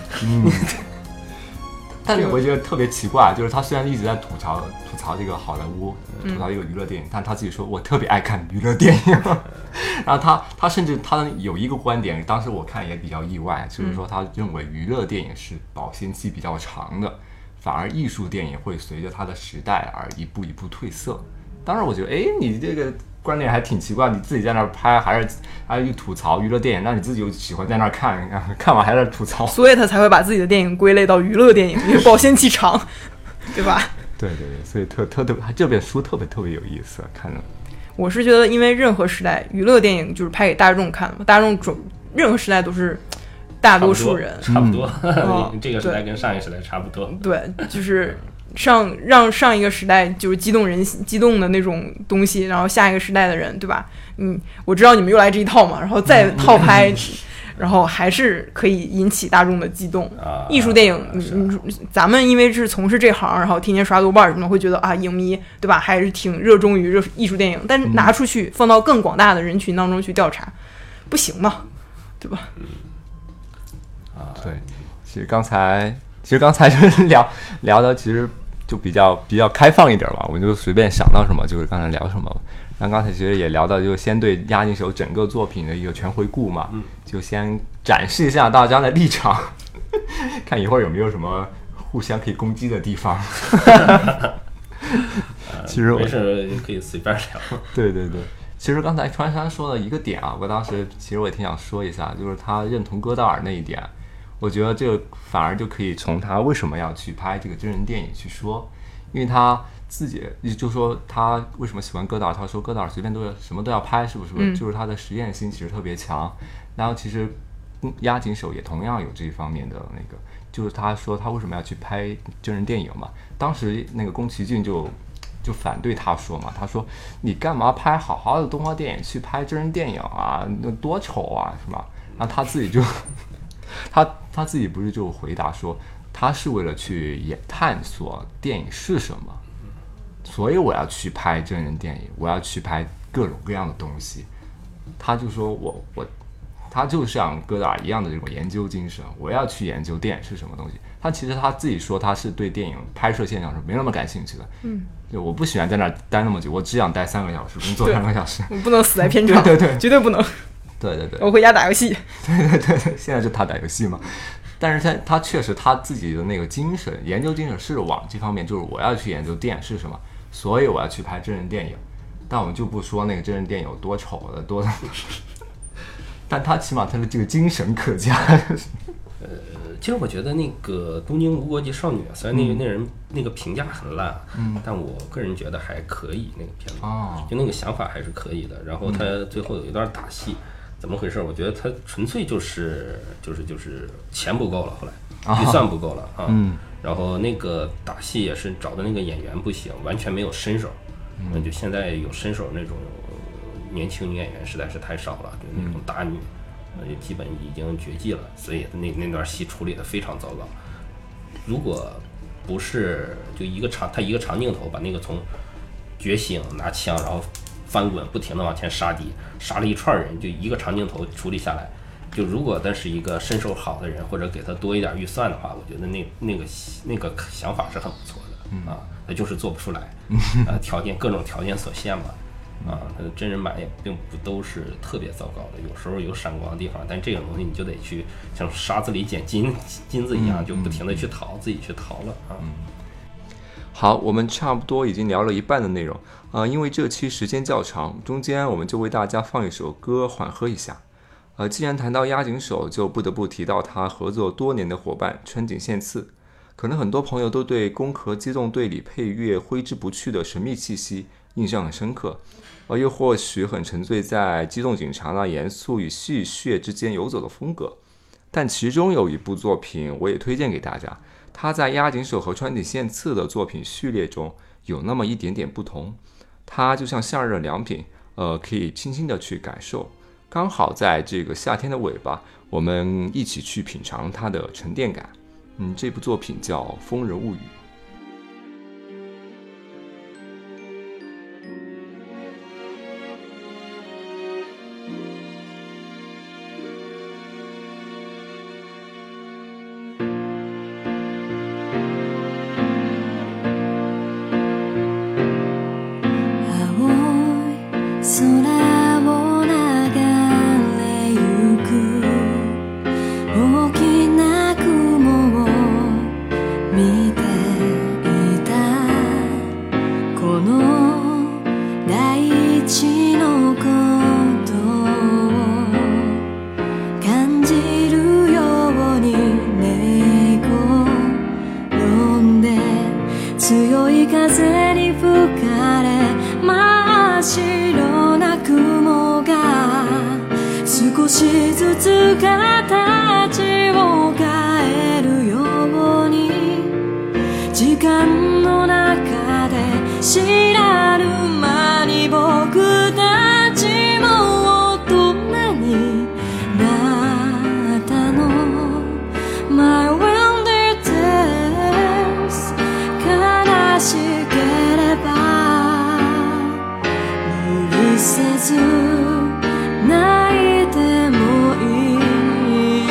Speaker 1: 但是我觉得特别奇怪，就是他虽然一直在吐槽这个好莱坞，吐槽这个娱乐电影，但他自己说我特别爱看娱乐电影。然后他甚至他有一个观点，当时我看也比较意外，就是说他认为娱乐电影是保鲜期比较长的，反而艺术电影会随着它的时代而一步一步褪色。当然我觉得你这个观点还挺奇怪，你自己在那儿拍还是吐槽娱乐电影，那你自己又喜欢在那儿看完还在吐槽，
Speaker 3: 所以他才会把自己的电影归类到娱乐电影，因为保鲜期长，对吧？
Speaker 1: 对，所以这本书特别有意思，看着。
Speaker 3: 我是觉得，因为任何时代娱乐电影就是拍给大众看的嘛，大众任何时代都是大多数人，
Speaker 4: 差不多，这个时代跟上一个时代差不多。
Speaker 3: 对，就是让上一个时代就是激动的那种东西，然后下一个时代的人，对吧？我知道你们又来这一套嘛，然后再套拍。然后还是可以引起大众的激动。艺术电影，咱们因为是从事这行，然后天天刷豆瓣什么的，会觉得影迷对吧，还是挺热衷于艺术电影。但是拿出去放到更广大的人群当中去调查，不行嘛，对吧？
Speaker 1: 对，其实刚才就是聊的，其实就比较开放一点吧，我就随便想到什么就是刚才聊什么。那刚才其实也聊到，就先对押井守整个作品的一个全回顾嘛，就先展示一下大家的立场，看一会儿有没有什么互相可以攻击的地方。 其实
Speaker 4: 没事可以随便聊。
Speaker 1: 对对对，其实刚才川山说的一个点啊，我当时其实我也挺想说一下，就是他认同戈达尔那一点，我觉得这个反而就可以从他为什么要去拍这个真人电影去说，因为他自己就说他为什么喜欢戈达尔，他说戈达尔随便什么都要拍，是不是？就是他的实验心其实特别强，然后其实押井守也同样有这一方面的那个，就是他说他为什么要去拍真人电影嘛，当时那个宫崎骏就反对他说嘛，他说你干嘛拍好好的动画电影去拍真人电影啊，那多丑啊，是吧？然后他自己就他自己不是就回答说，他是为了去探索电影是什么，所以我要去拍真人电影，我要去拍各种各样的东西。他就说他就像戈达尔一样的这种研究精神，我要去研究电影是什么东西。其实他自己说他是对电影拍摄现场是没那么感兴趣的，对，我不喜欢在那儿待那么久，我只想待3个小时，工作3个小时，
Speaker 3: 我不能死在片场，
Speaker 1: 对对对，
Speaker 3: 绝对不能。
Speaker 1: 对对对，
Speaker 3: 我回家打游戏。
Speaker 1: 对，现在就他打游戏嘛。但是他确实他自己的那个精神，研究精神是往这方面，就是我要去研究电影是什么，所以我要去拍真人电影。但我们就不说那个真人电影有多丑的多，但他起码他的这个精神可嘉。
Speaker 4: 其实我觉得那个《东京无国籍少女》虽然那人那个评价很烂，但我个人觉得还可以，那个片子，就那个想法还是可以的。然后他最后有一段打戏，怎么回事？我觉得他纯粹就是钱不够了，后来预算不够了啊。然后那个打戏也是找的那个演员不行，完全没有身手。就现在有身手那种年轻女演员实在是太少了，就那种大女。就基本已经绝迹了，所以那段戏处理的非常糟糕。如果不是就他一个长镜头把那个从觉醒拿枪然后翻滚不停的往前杀敌，杀了一串人，就一个长镜头处理下来，就如果他是一个身手好的人，或者给他多一点预算的话，我觉得那个想法是很不错的啊，他就是做不出来，各种条件所限嘛。它的真人版也并不都是特别糟糕的，有时候有闪光的地方，但这种东西你就得去像沙子里捡金子一样，就不停的去淘，自己去淘了啊。
Speaker 1: 好，我们差不多已经聊了一半的内容因为这期时间较长，中间我们就为大家放一首歌缓和一下。既然谈到押井守，就不得不提到他合作多年的伙伴川井宪次。可能很多朋友都对《攻壳机动队》里配乐挥之不去的神秘气息印象很深刻，又或许很沉醉在机动警察那严肃与戏谑之间游走的风格。但其中有一部作品我也推荐给大家，它在押井守和川井宪次的作品序列中有那么一点点不同，它就像夏日良品，可以轻轻的去感受。刚好在这个夏天的尾巴，我们一起去品尝它的沉淀感。这部作品叫《疯人物语》。
Speaker 5: 泣いてもいい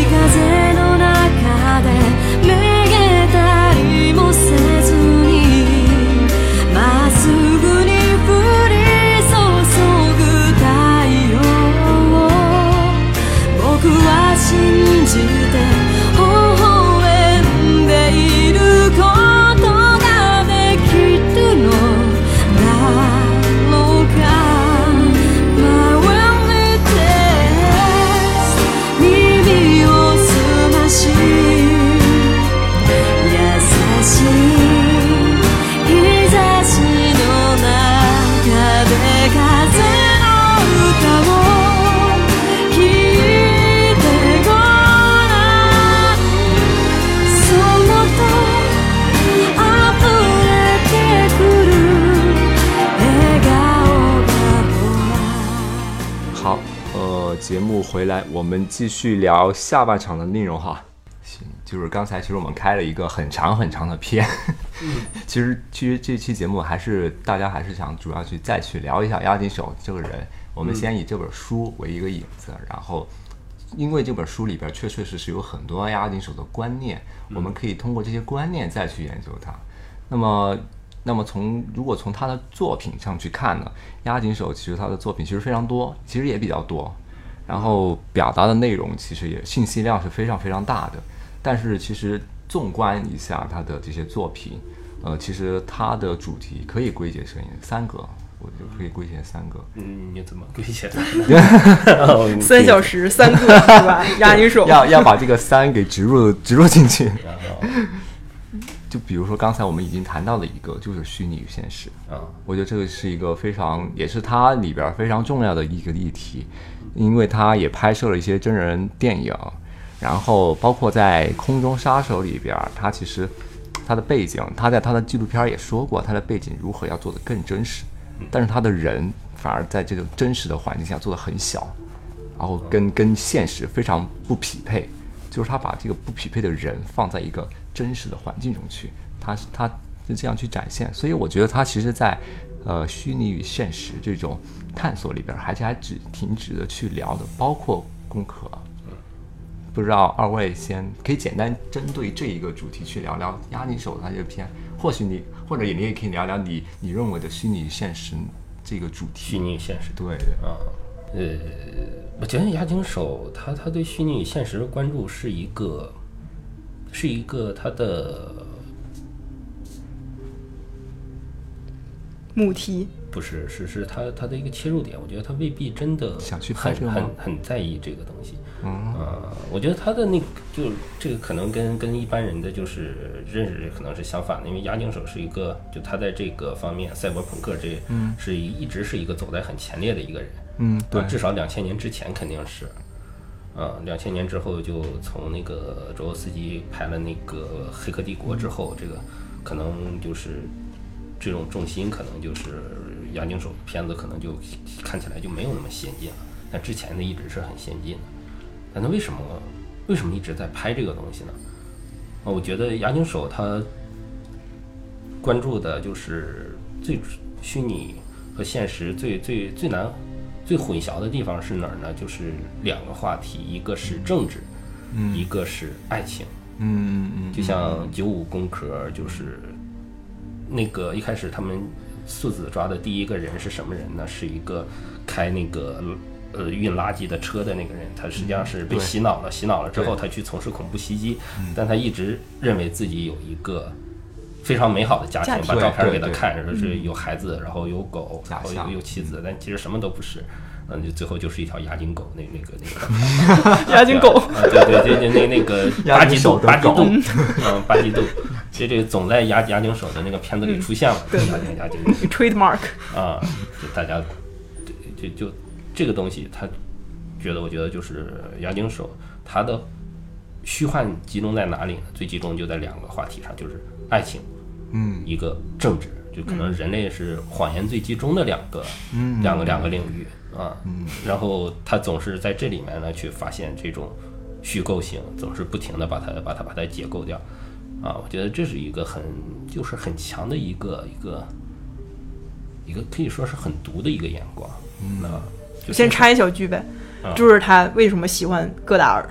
Speaker 5: 風の中でめげたりもせずにまっすぐに降り注ぐ太陽を僕は信じて微笑んでいることができるのだろうか。My only test 耳を澄まし優しい日差しの中で風の歌を聞いてごらん。そっと溢れてくる笑顔がほら。
Speaker 1: 好，节目回来，我们继续聊下半场的内容哈。行，就是刚才其实我们开了一个很长很长的篇，其实这期节目大家还是想主要再去聊一下押井守这个人。我们先以这本书为一个引子，然后因为这本书里边确实是有很多押井守的观念，我们可以通过这些观念再去研究它。那么如果从他的作品上去看呢，押井守其实他的作品其实非常多，其实也比较多，然后表达的内容其实也信息量是非常非常大的。但是其实纵观一下他的这些作品，其实他的主题可以归结成3个，我就可以归结3个。
Speaker 4: 你怎么归结
Speaker 3: ？3小时3个是吧？押井守
Speaker 1: 要把这个3给植入进去。就比如说刚才我们已经谈到的一个，就是虚拟与现实。我觉得这个是一个也是它里边非常重要的一个议题，因为它也拍摄了一些真人电影，然后包括在《空中杀手》里边，它其实它的背景，他在他的纪录片也说过，他的背景如何要做得更真实，但是他的人反而在这种真实的环境下做得很小，然后跟现实非常不匹配。就是他把这个不匹配的人放在一个真实的环境中去，他就这样去展现。所以我觉得他其实在虚拟与现实这种探索里边，还挺值得去聊的，包括攻壳。不知道二位先可以简单针对这一个主题去聊聊押井守他这篇，或者你也可以聊聊你认为的虚拟与现实这个主题。
Speaker 4: 虚拟与现实，
Speaker 1: 对
Speaker 4: 我觉得押井守他对虚拟与现实的关注是一个他的
Speaker 3: 母题，
Speaker 4: 不是他的一个切入点。我觉得他未必真的
Speaker 1: 想去拍这个
Speaker 4: 很在意这个东西。我觉得他的就这个可能跟一般人的就是认识可能是相反的，因为押井守是一个，就他在这个方面赛博朋克一直是一个走在很前列的一个人。对，至少2000年之前肯定是。2000年之后就从那个卓沃斯基拍了那个《黑客帝国》之后，这个可能就是这种重心可能就是押井守的片子可能就看起来就没有那么先进了，但之前的一直是很先进的。但他为什么一直在拍这个东西呢？我觉得押井守他关注的就是最虚拟和现实最难最混淆的地方是哪儿呢？就是2个话题，一个是政治，一个是爱情。就像95攻壳，就是那个一开始他们素子抓的第一个人是什么人呢？是一个开那个运垃圾的车的那个人，他实际上是被洗脑了，洗脑了之后他去从事恐怖袭击，但他一直认为自己有一个非常美好的家庭，把照片给他看，说是有孩子，然后有狗，然后有妻子，但其实什么都不是。就最后就是一条押井狗，那个
Speaker 3: 押井狗，
Speaker 4: 对，那个八季度，八季度，这个总在押井守的那个片子里出现了，押井
Speaker 3: trademark
Speaker 4: 就大家就这个东西，我觉得就是押井守他的虚幻集中在哪里呢？最集中就在2个话题上，就是爱情，一个政治，就可能人类是谎言最集中的两个领域。然后他总是在这里面呢去发现这种虚构性，总是不停的把它解构掉。我觉得这是一个很强的一个可以说是很毒的一个眼光。
Speaker 3: 先插一小句呗，就是他为什么喜欢戈达尔？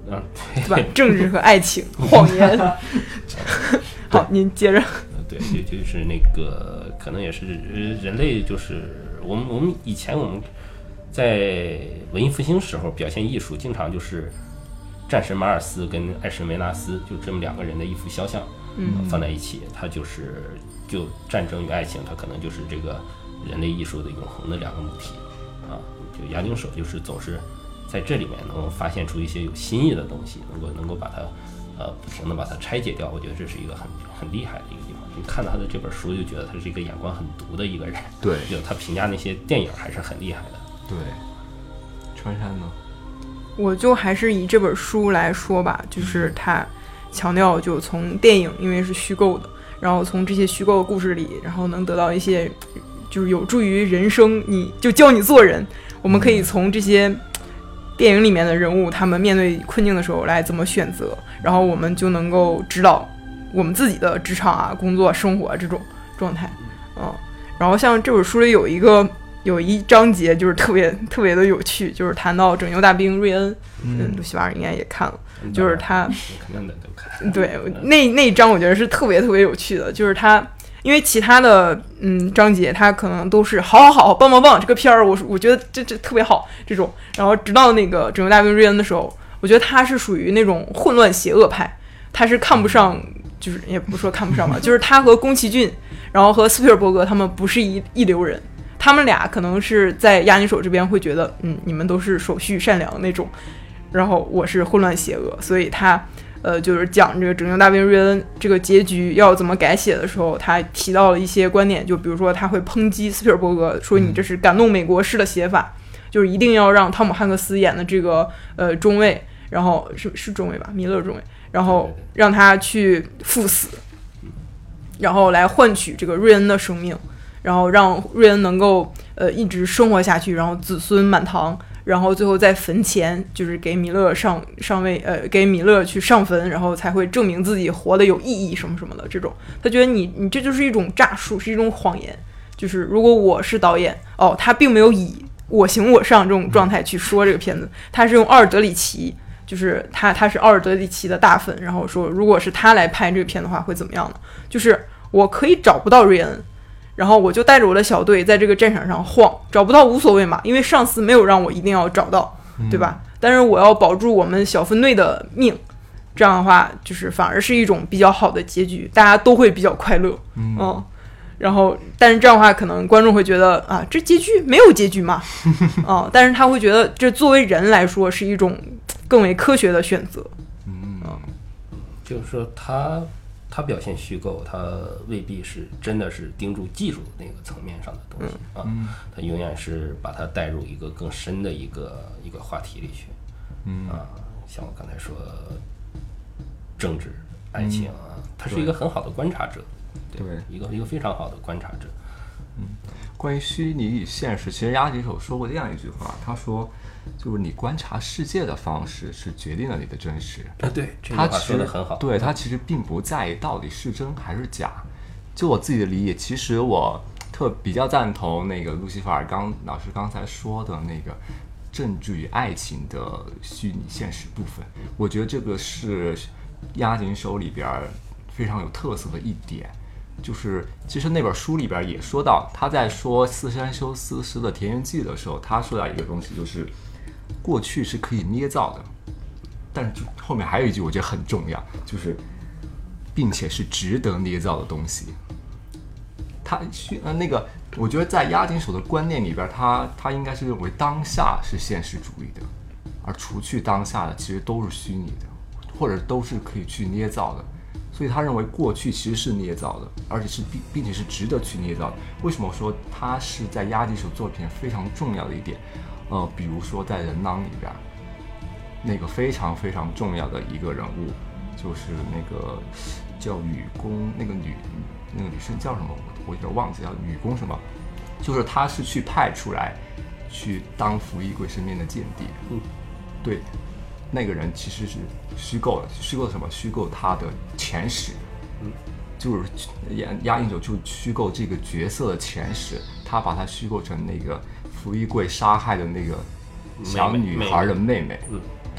Speaker 3: 对吧？政治和爱情，谎言。好，您接着。
Speaker 4: 对，就是那个，可能也是人类，就是我们以前我们在文艺复兴时候表现艺术，经常就是战神马尔斯跟爱神维纳斯就这么2个人的一幅肖像，放在一起，它就战争与爱情，它可能就是这个人类艺术的永恒的2个母题啊。就押井守就是总是在这里面能够发现出一些有新意的东西，能够把它不停的把它拆解掉，我觉得这是一个很厉害的一个地方。你看到他的这本书，就觉得他是一个眼光很毒的一个人。
Speaker 1: 对，
Speaker 4: 就他评价那些电影还是很厉害的。
Speaker 1: 对，川山呢？
Speaker 3: 我就还是以这本书来说吧，就是他强调就从电影，因为是虚构的，然后从这些虚构的故事里，然后能得到一些就是有助于人生，你就教你做人。我们可以从这些电影里面的人物，他们面对困境的时候来怎么选择，然后我们就能够指导我们自己的职场啊、工作、生活啊这种状态。然后像这本书里有一章节就是特别的有趣，就是谈到拯救大兵瑞恩，陆西瓦应该也看了，就是他
Speaker 4: 肯定的都看。
Speaker 3: 对，那一章我觉得是特别有趣的，就是他。因为其他的章节他可能都是好棒这个片儿我觉得这特别好这种，然后直到那个拯救大兵瑞恩的时候，我觉得他是属于那种混乱邪恶派，他是看不上，就是也不说看不上吧，就是他和宫崎骏然后和斯皮尔伯格他们不是一流人，他们俩可能是在押井守这边会觉得你们都是守序善良那种，然后我是混乱邪恶，所以他就是讲这个拯救大兵瑞恩这个结局要怎么改写的时候，他提到了一些观点，就比如说他会抨击斯皮尔伯格，说你这是感动美国式的写法，就是一定要让汤姆汉克斯演的这个中尉，然后是中尉吧，米勒中尉，然后让他去赴死，然后来换取这个瑞恩的生命，然后让瑞恩能够一直生活下去，然后子孙满堂。然后最后在坟前就是给米勒上位，给米勒去上坟，然后才会证明自己活得有意义什么什么的这种。他觉得你这就是一种诈术，是一种谎言。就是如果我是导演，他并没有以我行我上这种状态去说这个片子，他是用奥尔德里奇，就是他是奥尔德里奇的大粉，然后说如果是他来拍这个片的话会怎么样呢？就是我可以找不到瑞恩。然后我就带着我的小队在这个战场上晃，找不到无所谓嘛，因为上司没有让我一定要找到，对吧？但是我要保住我们小分队的命，这样的话就是反而是一种比较好的结局，大家都会比较快乐。然后但是这样的话可能观众会觉得啊，这结局没有结局嘛，但是他会觉得这作为人来说是一种更为科学的选择。
Speaker 4: 就是说他表现虚构，他未必是真的是盯住技术那个层面上的东西他永远是把它带入一个更深的一个话题里去。像我刚才说政治爱情他是一个很好的观察者，对，一个非常好的观察者。
Speaker 1: 关于虚拟与现实，其实押井守说过这样一句话，他说就是你观察世界的方式是决定了你的真实。
Speaker 4: 对，这句话说得很好。
Speaker 1: 对，他其实并不在意到底是真还是假。就我自己的理解，其实我比较赞同那个路西法尔老师刚才说的那个政治与爱情的虚拟现实部分。我觉得这个是押井守里边非常有特色的一点。就是其实那本书里边也说到，他在说四山修斯诗的田园记的时候，他说到一个东西，就是过去是可以捏造的，但是后面还有一句我觉得很重要，就是并且是值得捏造的东西。他那个我觉得在押井守的观念里边，他应该是认为当下是现实主义的，而除去当下的其实都是虚拟的，或者都是可以去捏造的。所以他认为过去其实是捏造的，而且并且是值得去捏造的。为什么说他是在押井守作品非常重要的一点？比如说在人狼里边，那个非常非常重要的一个人物，就是那个叫雨宫，那个女生叫什么？我有点忘记，叫雨宫什么？就是他是去派出来去当福衣贵身边的间谍。对。那个人其实是虚构的什么？虚构他的前史，就是押井守就虚构这个角色的前史，他把他虚构成那个福衣贵杀害的那个小女孩的妹妹。对，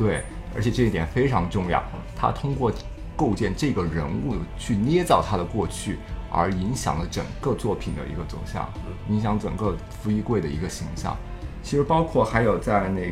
Speaker 1: 而且这一点非常重要，他通过构建这个人物去捏造他的过去，而影响了整个作品的一个走向，影响整个福一贵的一个形象。其实包括还有在那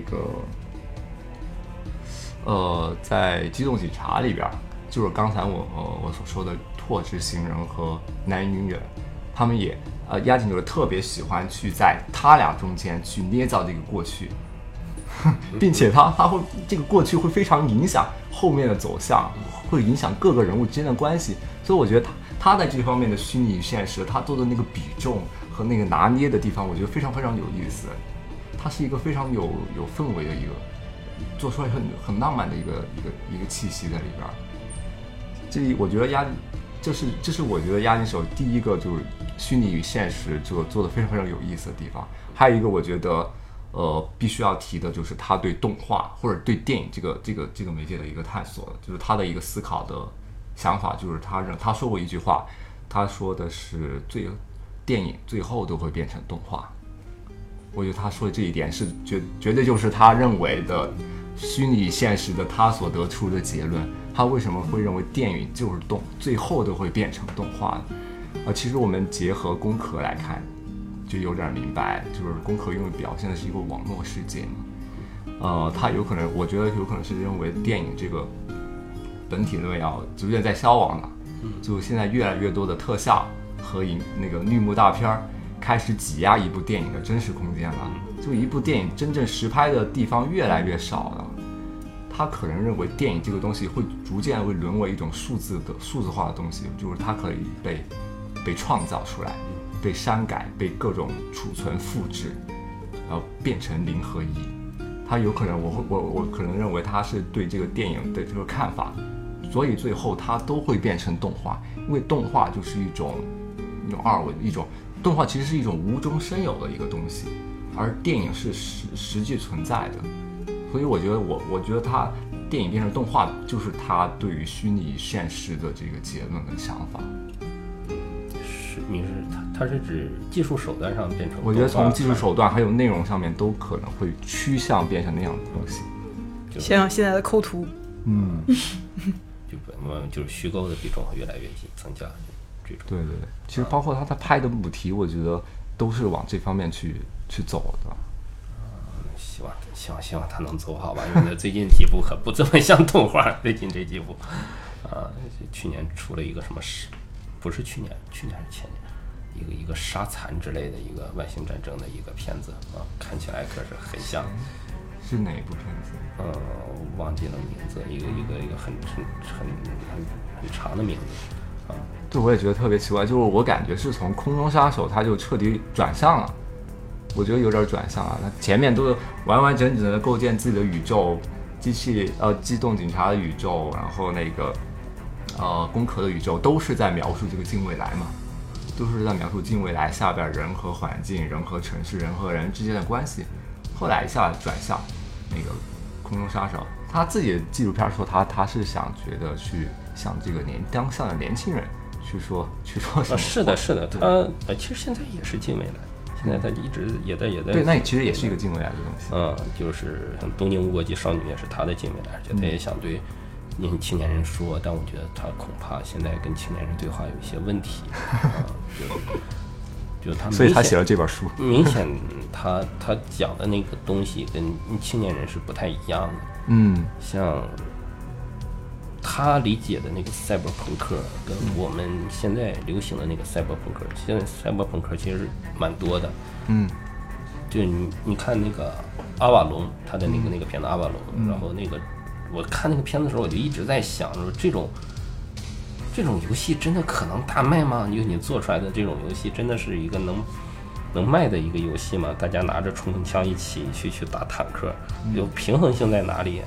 Speaker 1: 个在《机动警察》里边，就是刚才我所说的拓殖行人和南云人，他们也押井守特别喜欢去在他俩中间去捏造这个过去，并且他会这个过去会非常影响后面的走向，会影响各个人物之间的关系。所以我觉得他在这方面的虚拟与现实，他做的那个比重和那个拿捏的地方，我觉得非常非常有意思。它是一个非常有氛围的一个，做出来很浪漫的一个气息在里边。这我觉得这是我觉得押井守第一个就是虚拟与现实做的非常非常有意思的地方。还有一个我觉得必须要提的就是他对动画或者对电影这个媒介的一个探索，就是他的一个思考的想法，就是他说过一句话，他说的是电影最后都会变成动画。我觉得他说的这一点是绝对就是他认为的虚拟现实的他所得出的结论。他为什么会认为电影就是最后都会变成动画的？其实我们结合攻壳来看，就有点明白，就是攻壳因为表现的是一个网络世界嘛，他有可能，我觉得有可能是认为电影这个本体论要逐渐在消亡了，就现在越来越多的特效和那个绿幕大片开始挤压一部电影的真实空间了，就一部电影真正实拍的地方越来越少了。他可能认为电影这个东西会逐渐会沦为一种数字化的东西，就是它可以被创造出来，被删改，被各种储存复制，然后变成零和一。他有可能我可能认为他是对这个电影的这个看法，所以最后它都会变成动画，因为动画就是一种二维，一种动画其实是一种无中生有的一个东西，而电影是实际存在的。所以我觉得他电影变成动画，就是他对于虚拟现实的这个结论跟想法。
Speaker 4: 你是它是指技术手段上变成动画？
Speaker 1: 我觉得从技术手段还有内容上面都可能会趋向变成那样的东西。
Speaker 3: 像现在的抠图，
Speaker 4: 就是虚构的比重越来越增加。这种
Speaker 1: 对，其实包括他拍的母题，我觉得都是往这方面去走的。
Speaker 4: 希望他能走好吧，因为最近几部可不这么像动画。最近这几部，去年出了一个什么不是去年还是前年，一个沙残之类的一个外星战争的一个片子啊，看起来可是很像。
Speaker 1: 是哪一部片子？
Speaker 4: 忘记了名字，一个很长的名字啊。
Speaker 1: 对，我也觉得特别奇怪，就是我感觉是从空中杀手他就彻底转向了。我觉得有点转向啊，他前面都是完整的构建自己的宇宙，机动警察的宇宙，然后那个攻壳的宇宙，都是在描述这个近未来嘛，都是在描述近未来下边人和环境、人和城市、人和人之间的关系。后来一下转向那个空中杀手，他自己的纪录片说他是想觉得去向这个当下的年轻人去说什么？
Speaker 4: 是的，他其实现在也是近未来。现在他一直也在
Speaker 1: 对，那其实也是一个近未来的东西。
Speaker 4: 就是像东京无国际少女也是他的近未来，而且他也想对青年人说，但我觉得他恐怕现在跟青年人对话有一些问题，就他，
Speaker 1: 所以他写了这本书。
Speaker 4: 明显他讲的那个东西跟青年人是不太一样的。像他理解的那个赛博朋克跟我们现在流行的那个赛博朋克，现在赛博朋克其实蛮多的。就你看那个阿瓦隆，他的那个片子阿瓦隆，然后那个我看那个片子的时候，我就一直在想说，这种游戏真的可能大卖吗？你做出来的这种游戏真的是一个能卖的一个游戏吗？大家拿着冲锋枪一起去打坦克，有平衡性在哪里？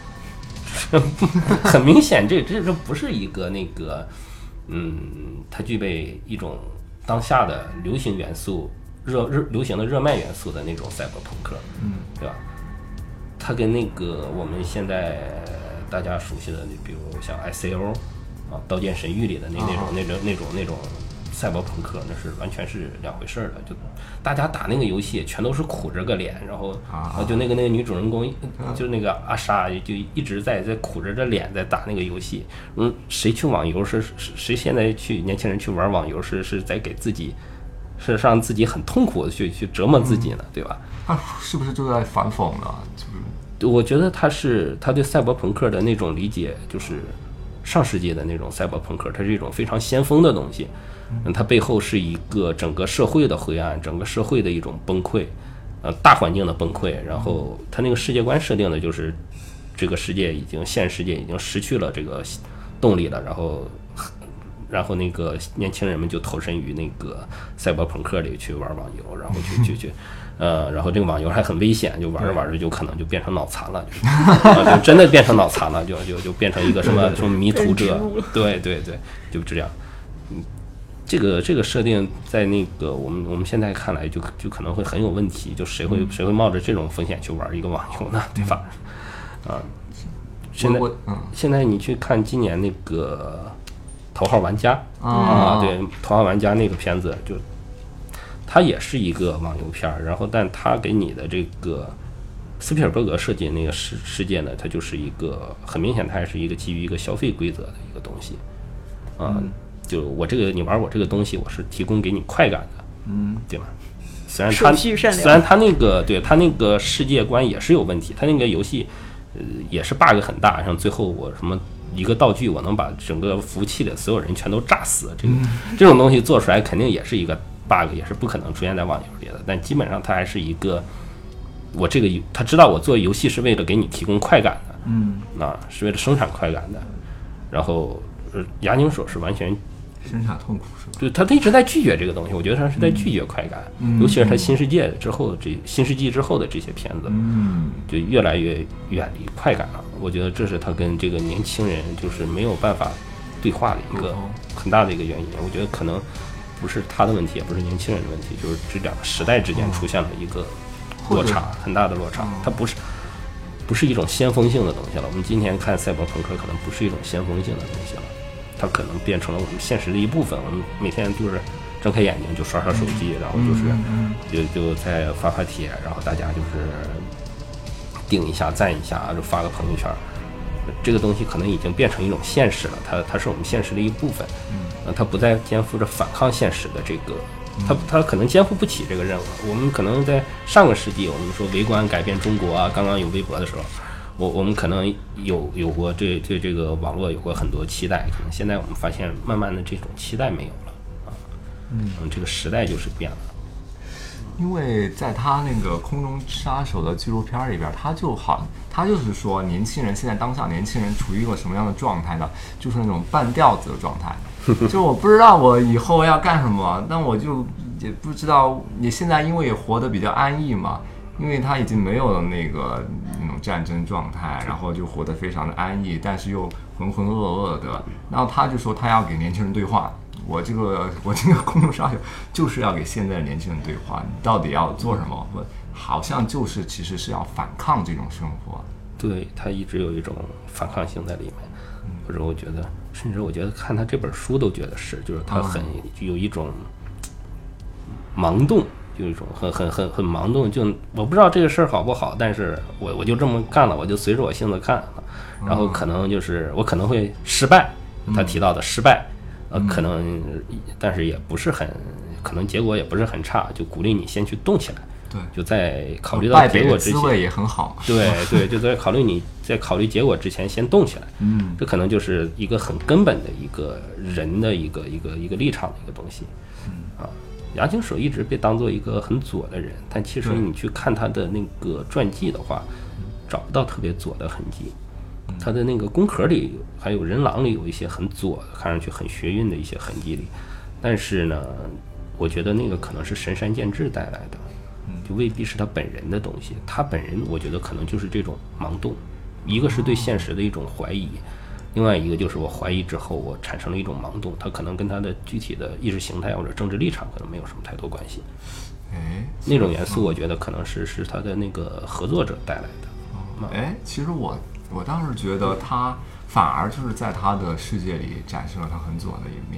Speaker 4: 很明显，这不是一个那个，它具备一种当下的流行元素、流行的热卖元素的那种赛博朋克，对吧？它跟那个我们现在大家熟悉的，比如像 ICO 啊，《刀剑神域》里的那种赛博朋克那是完全是两回事儿的。就大家打那个游戏全都是苦着个脸，然后就那个女主人公就那个阿莎就一直在苦着脸在打那个游戏。谁去网游谁现在年轻人去玩网游是在给自己是让自己很痛苦的去折磨自己呢，对吧？
Speaker 1: 他是不是就在反讽呢？
Speaker 4: 我觉得他对赛博朋克的那种理解，就是上世纪的那种赛博朋克，它是一种非常先锋的东西。它背后是一个整个社会的灰暗，整个社会的一种崩溃，大环境的崩溃。然后它那个世界观设定的就是这个现实世界已经失去了这个动力了，然后那个年轻人们就投身于那个赛博朋克里去玩网游，然后去然后这个网游还很危险，就玩着玩着就可能就变成脑残了，就真的变成脑残了，就变成一个什么迷途者，对，就这样。这个设定在那个我们现在看来就可能会很有问题，就谁会冒着这种风险去玩一个网游呢？对吧？现在你去看今年那个《头号玩家》对，《头号玩家》那个片子就。它也是一个网游片，然后但它给你的这个斯皮尔伯格设计那个世界呢，它就是一个很明显，它还是一个基于一个消费规则的一个东西，就你玩我这个东西，我是提供给你快感的，对吧？虽然它那个对它那个世界观也是有问题，它那个游戏也是 bug 很大，像最后我什么一个道具我能把整个服务器里的所有人全都炸死，这种东西做出来肯定也是一个bug， 也是不可能出现在网游里的，但基本上它还是一个，他知道我做游戏是为了给你提供快感的，是为了生产快感的，然后押井守是完全
Speaker 1: 生产痛苦是吧？
Speaker 4: 就他一直在拒绝这个东西，我觉得他是在拒绝快感，尤其是他新世纪之后的这些片子，就越来越远离快感了。我觉得这是他跟这个年轻人就是没有办法对话的一个很大的一个原因。我觉得可能不是他的问题，也不是年轻人的问题，就是这两个时代之间出现了一个落差，很大的落差。它不是一种先锋性的东西了。我们今天看赛博朋克可能不是一种先锋性的东西了，它可能变成了我们现实的一部分。我们每天就是睁开眼睛就刷手机，然后就在发帖，然后大家就是顶一下赞一下，就发个朋友圈。这个东西可能已经变成一种现实了，它是我们现实的一部分。它不再肩负着反抗现实的这个，它可能肩负不起这个任务。我们可能在上个世纪，我们说微观改变中国啊，刚刚有微博的时候，我们可能有过对这个网络有过很多期待，可能现在我们发现慢慢的这种期待没有了啊。这个时代就是变了。
Speaker 1: 因为在他那个《空中杀手》的纪录片里边，他就是说现在当下年轻人处于一个什么样的状态呢？就是那种半吊子的状态，就我不知道我以后要干什么，但我就也不知道。你现在因为也活得比较安逸嘛，因为他已经没有了那种战争状态，然后就活得非常的安逸，但是又浑浑噩噩的。然后他就说他要给年轻人对话。我这个空中杀手就是要给现在的年轻人对话，你到底要做什么？我好像其实是要反抗这种生活。
Speaker 4: 对，他一直有一种反抗性在里面，或者甚至我觉得看他这本书都觉得就是他很有一种盲动，有一种很盲动，就我不知道这个事儿好不好，但是我就这么干了，我就随着我性子干了，然后可能就是我可能会失败，他提到的失败。可能，但是也不是可能结果也不是很差，就鼓励你先去动起来。
Speaker 1: 对，
Speaker 4: 就在考虑到结果之前，
Speaker 1: 滋味也很好。
Speaker 4: 对，就在考虑结果之前先动起来。这可能就是一个很根本的一个人的一个立场的一个东西。押井守一直被当做一个很左的人，但其实你去看他的那个传记的话，找不到特别左的痕迹。他的那个宫壳里还有人狼里有一些很左的，看上去很学运的一些痕迹里，但是呢，我觉得那个可能是神山健治带来的，就未必是他本人的东西。他本人我觉得可能就是这种盲动，一个是对现实的一种怀疑，另外一个就是我怀疑之后我产生了一种盲动，他可能跟他的具体的意识形态或者政治立场可能没有什么太多关系。那种元素我觉得可能是他的那个合作者带来的。
Speaker 1: 其实我倒是觉得他反而就是在他的世界里展示了他很左的一面。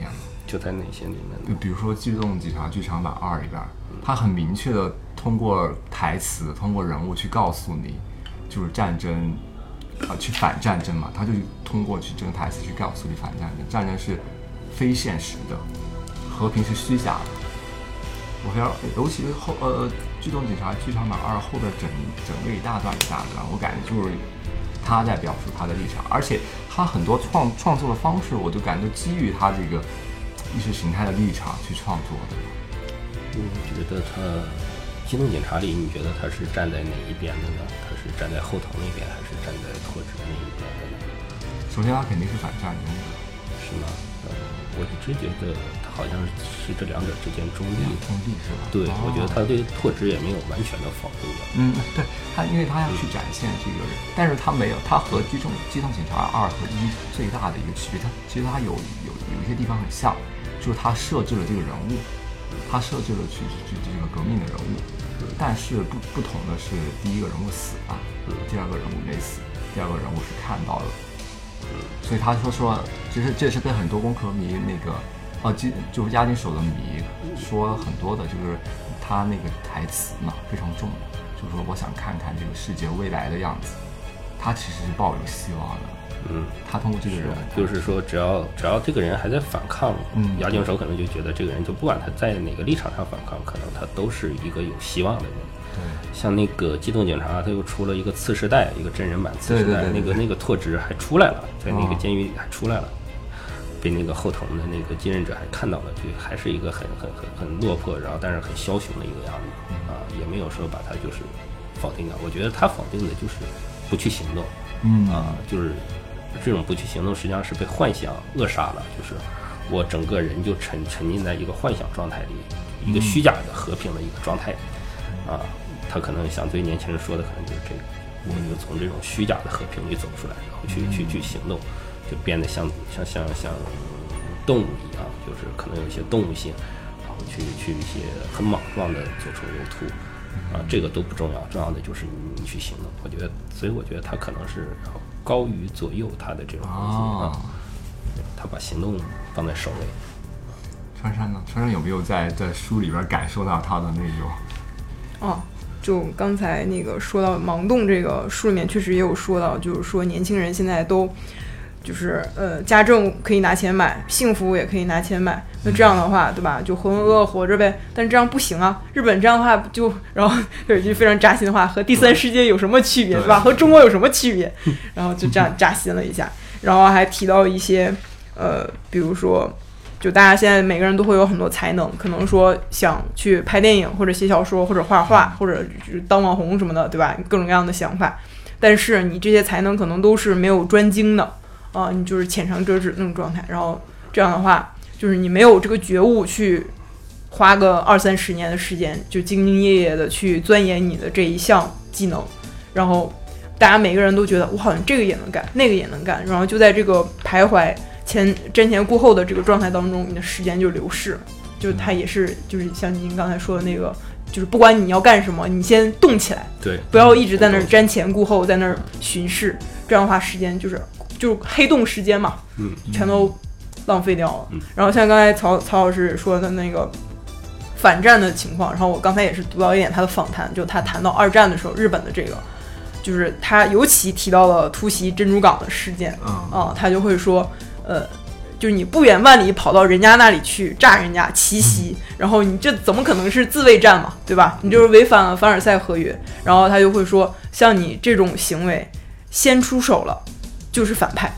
Speaker 4: 就在哪些里面？
Speaker 1: 比如说《机动警察剧场版2》里边，它很明确的通过台词、通过人物去告诉你，就是战争，去反战争嘛，他就通过去这个台词去告诉你反战争，战争是非现实的，和平是虚假的。我非常，尤其是机动警察剧场版2后边整个一大段，我感觉就是他在表述他的立场，而且他很多创作的方式，我就感觉基于他这个意识形态的立场去创作的。
Speaker 4: 我觉得他机动警察里，你觉得他是站在哪一边的呢？他是站在后藤那边，还是站在拓殖那一边的呢？
Speaker 1: 首先，他肯定是反战争的，
Speaker 4: 是吗？我一直觉得他好像是这两者之间中立
Speaker 1: 是吧？
Speaker 4: 对，我觉得他对拓殖也没有完全的否定的。
Speaker 1: 对他，因为他要去展现这个人，但是他没有，他和机动警察2和1最大的一个区别，其实他有一些地方很像，就是他设置了这个人物，他设置了去这个革命的人物，但是不同的是，第一个人物死了，第二个人物没死，第二个人物是看到了。所以他说，其实这是跟很多工科迷那个，就是押井守的迷说很多的，就是他那个台词嘛非常重的，就是说我想看看这个世界未来的样子，他其实是抱有希望的。他通过这个人，
Speaker 4: 就是说只要这个人还在反抗，押井守可能就觉得这个人就不管他在哪个立场上反抗，可能他都是一个有希望的人。像那个机动警察，他又出了一个次世代，一个真人版次世代，那个拓殖还出来了，在那个监狱里还出来了，被那个后藤的那个继任者还看到了，就还是一个很落魄，然后但是很枭雄的一个样子也没有说把他就是否定掉。我觉得他否定的就是不去行动，就是这种不去行动实际上是被幻想扼杀了，就是我整个人就沉浸在一个幻想状态里，一个虚假的和平的一个状态他可能想对年轻人说的可能就是这个，我就从这种虚假的和平里走出来，然后去行动，就变得像动物一样，就是可能有一些动物性，然后去一些很莽撞的左冲右突这个都不重要，重要的就是你去行动。所以我觉得他可能是高于左右他的这种东西他把行动放在首位。
Speaker 1: 川山呢？川山有没有在书里边感受到他的那种？
Speaker 3: 就刚才那个说到盲动，这个书里面确实也有说到，就是说年轻人现在都就是家政可以拿钱买，幸福也可以拿钱买，那这样的话对吧，就浑浑噩噩活着呗。但是这样不行啊，日本这样的话就，然后有一句非常扎心的话，和第三世界有什么区别对吧，和中国有什么区别，然后就这样扎心了一下。然后还提到一些比如说就大家现在每个人都会有很多才能，可能说想去拍电影或者写小说或者画画或者当网红什么的对吧，各种各样的想法，但是你这些才能可能都是没有专精的你就是浅尝辄止那种状态，然后这样的话就是你没有这个觉悟去花个20-30年的时间就兢兢业业的去钻研你的这一项技能，然后大家每个人都觉得我好像这个也能干那个也能干，然后就在这个徘徊瞻前顾后的这个状态当中，你的时间就流逝了。就它也是就是像您刚才说的那个，就是不管你要干什么，你先动起来，
Speaker 4: 对，
Speaker 3: 不要一直在那儿瞻前顾后，在那儿巡视，这样的话时间就是黑洞时间嘛，全都浪费掉了。然后像刚才曹老师说的那个反战的情况，然后我刚才也是读到一点他的访谈，就他谈到2战的时候，日本的这个。就是他尤其提到了突袭珍珠港的事件他就会说就是你不远万里跑到人家那里去炸人家奇袭，然后你这怎么可能是自卫战嘛，对吧？你就是违反了凡尔赛合约。然后他就会说，像你这种行为先出手了就是反派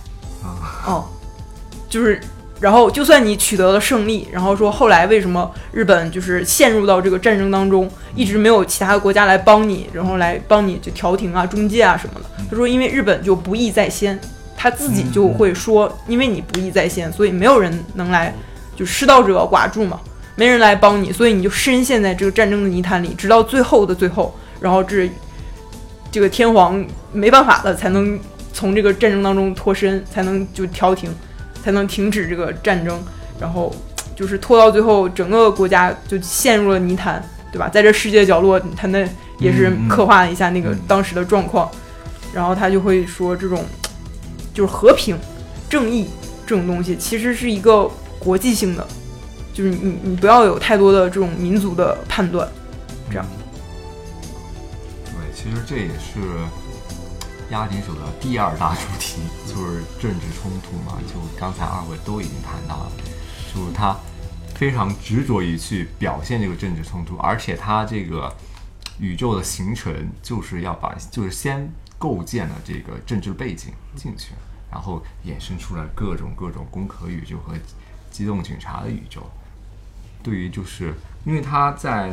Speaker 3: 就是然后就算你取得了胜利，然后说后来为什么日本就是陷入到这个战争当中，一直没有其他的国家来帮你，然后来帮你就调停中介什么的。他说因为日本就不义在先，他自己就会说因为你不义在先，所以没有人能来，就失道者寡助嘛，没人来帮你，所以你就深陷在这个战争的泥潭里，直到最后的最后，然后这个天皇没办法了才能从这个战争当中脱身，才能就调停，才能停止这个战争，然后就是拖到最后整个国家就陷入了泥潭，对吧？在这世界角落他那也是刻画了一下那个当时的状况，然后他就会说这种就是和平正义这种东西其实是一个国际性的就是你不要有太多的这种民族的判断，这样。
Speaker 1: 对，其实这也是押井守的第2大主题，就是政治冲突嘛。就刚才2位都已经谈到了，就是他非常执着于去表现这个政治冲突，而且他这个宇宙的形成就是先构建了这个政治背景进去，然后衍生出来各种攻壳宇宙和机动警察的宇宙。对于就是因为他在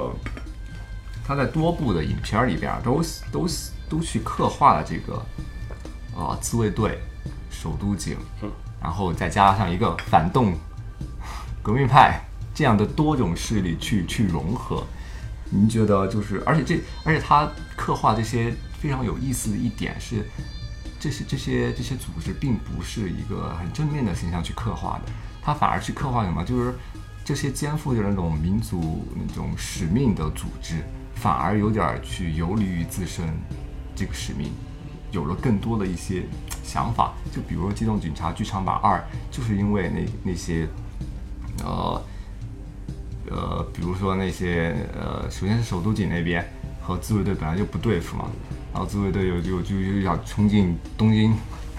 Speaker 1: 多部的影片里边都去刻画了这个自卫队、首都警，然后再加上一个反动革命派这样的多种势力去融合。您觉得就是，而且他刻画这些非常有意思的一点是，这些组织并不是一个很正面的形象去刻画的，他反而去刻画什么？就是这些肩负着那种民族那种使命的组织，反而有点去游离于自身这个使命，有了更多的一些想法。就比如说《机动警察剧场版2》，就是因为那些比如说那些首先是首都警那边和自卫队本来就不对付嘛，然后自卫队就想冲进东京，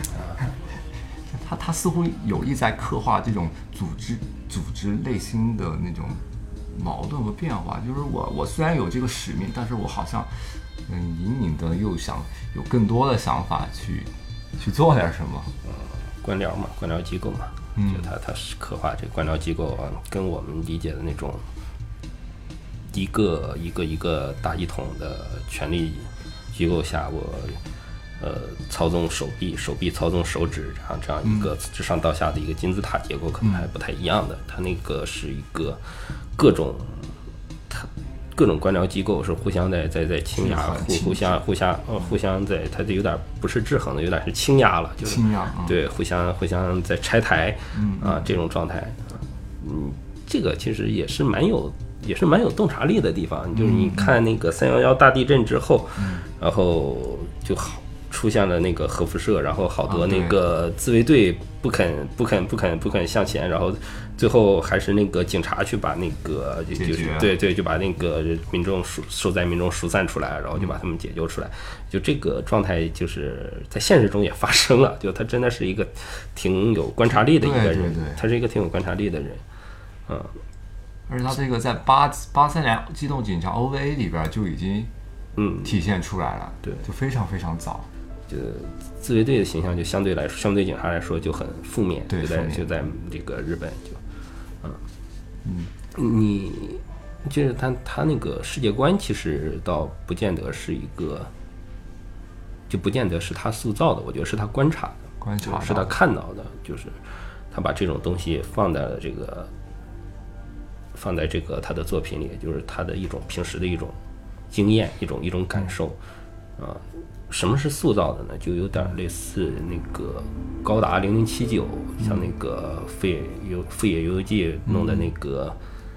Speaker 1: 他似乎有意在刻画这种组织内心的那种矛盾和变化。就是我虽然有这个使命，但是我好像隐隐的又想有更多的想法去做点什么。
Speaker 4: 官僚嘛，官僚机构嘛。就他是刻画这个官僚机构跟我们理解的那种一个大一统的权力机构下，我操纵手臂操纵手指，这样一个自上到下的一个金字塔结构可能还不太一样的。它那个是一个各种官僚机构是互相在倾轧，互相在，它有点不是制衡的，有点是倾轧了，就是
Speaker 1: 倾轧，
Speaker 4: 对，互相在拆台这种状态。这个其实也是蛮有洞察力的地方。就是你看那个311大地震之后，然后就好出现了那个核辐射，然后好多那个自卫队不肯向前，然后最后还是那个警察去把那个就把那个受灾民众疏散出来，然后就把他们解救出来。就这个状态就是在现实中也发生了，就他真的是一个挺有观察力的一个人，他是一个挺有观察力的人，
Speaker 1: 而且他这个在83年机动警察 OVA 里边就已经体现出来了，
Speaker 4: 对，
Speaker 1: 就非常非常早。
Speaker 4: 就自卫队的形象就相对警察来说就很负面，
Speaker 1: 对，
Speaker 4: 就在这个日本你就是他那个世界观其实倒不见得是一个，就不见得是他塑造的，我觉得是他观察的，是他看到的，就是他把这种东西放在这个他的作品里，就是他的一种平时的一种经验，一种感受什么是塑造的呢？就有点类似那个高达0079，像那个富野由悠季弄的那个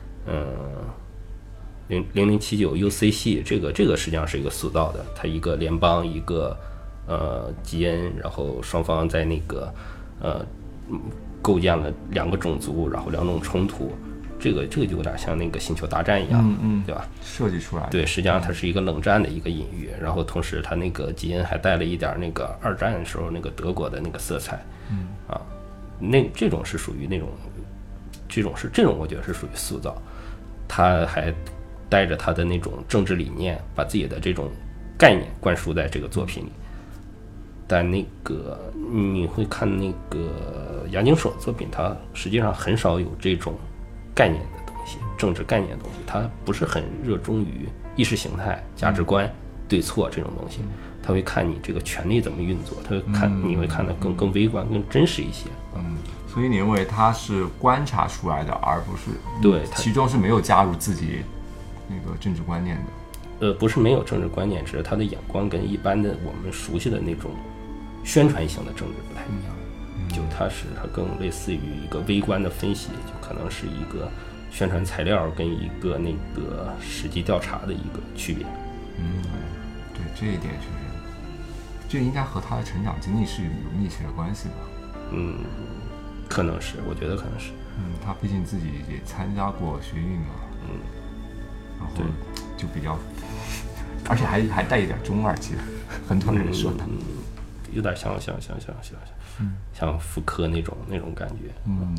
Speaker 4: 0079 UC 系，这个实际上是一个塑造的，它一个联邦，一个基恩，然后双方在那个构建了2个种族，然后2种冲突。这个就有点像那个星球大战一样，对吧？
Speaker 1: 设计出来的。对，
Speaker 4: 实际上它是一个冷战的一个隐喻，然后同时它那个基因还带了一点那个2战的时候那个德国的那个色彩，这种是属于那种，这种我觉得是属于塑造，他还带着他的那种政治理念，把自己的这种概念灌输在这个作品里。但那个你会看那个押井守作品，他实际上很少有这种概念的东西，政治概念的东西，他不是很热衷于意识形态、价值观、对错这种东西，他会看你这个权力怎么运作，他会你会看得更微观、更真实一些。
Speaker 1: 所以你认为他是观察出来的，而不是
Speaker 4: 对，
Speaker 1: 其中是没有加入自己那个政治观念的。
Speaker 4: 不是没有政治观念，只是他的眼光跟一般的我们熟悉的那种宣传性的政治不太一样。就它更类似于一个微观的分析，就可能是一个宣传材料跟一个那个实际调查的一个区别。
Speaker 1: 对，这一点确实，这应该和他的成长经历是有密切的关系吧？
Speaker 4: 可能是，我觉得可能是。
Speaker 1: 他毕竟自己也参加过学运嘛，然后就比较，而且还带一点中二，其实很多人说他，
Speaker 4: 有点像福柯那种感觉。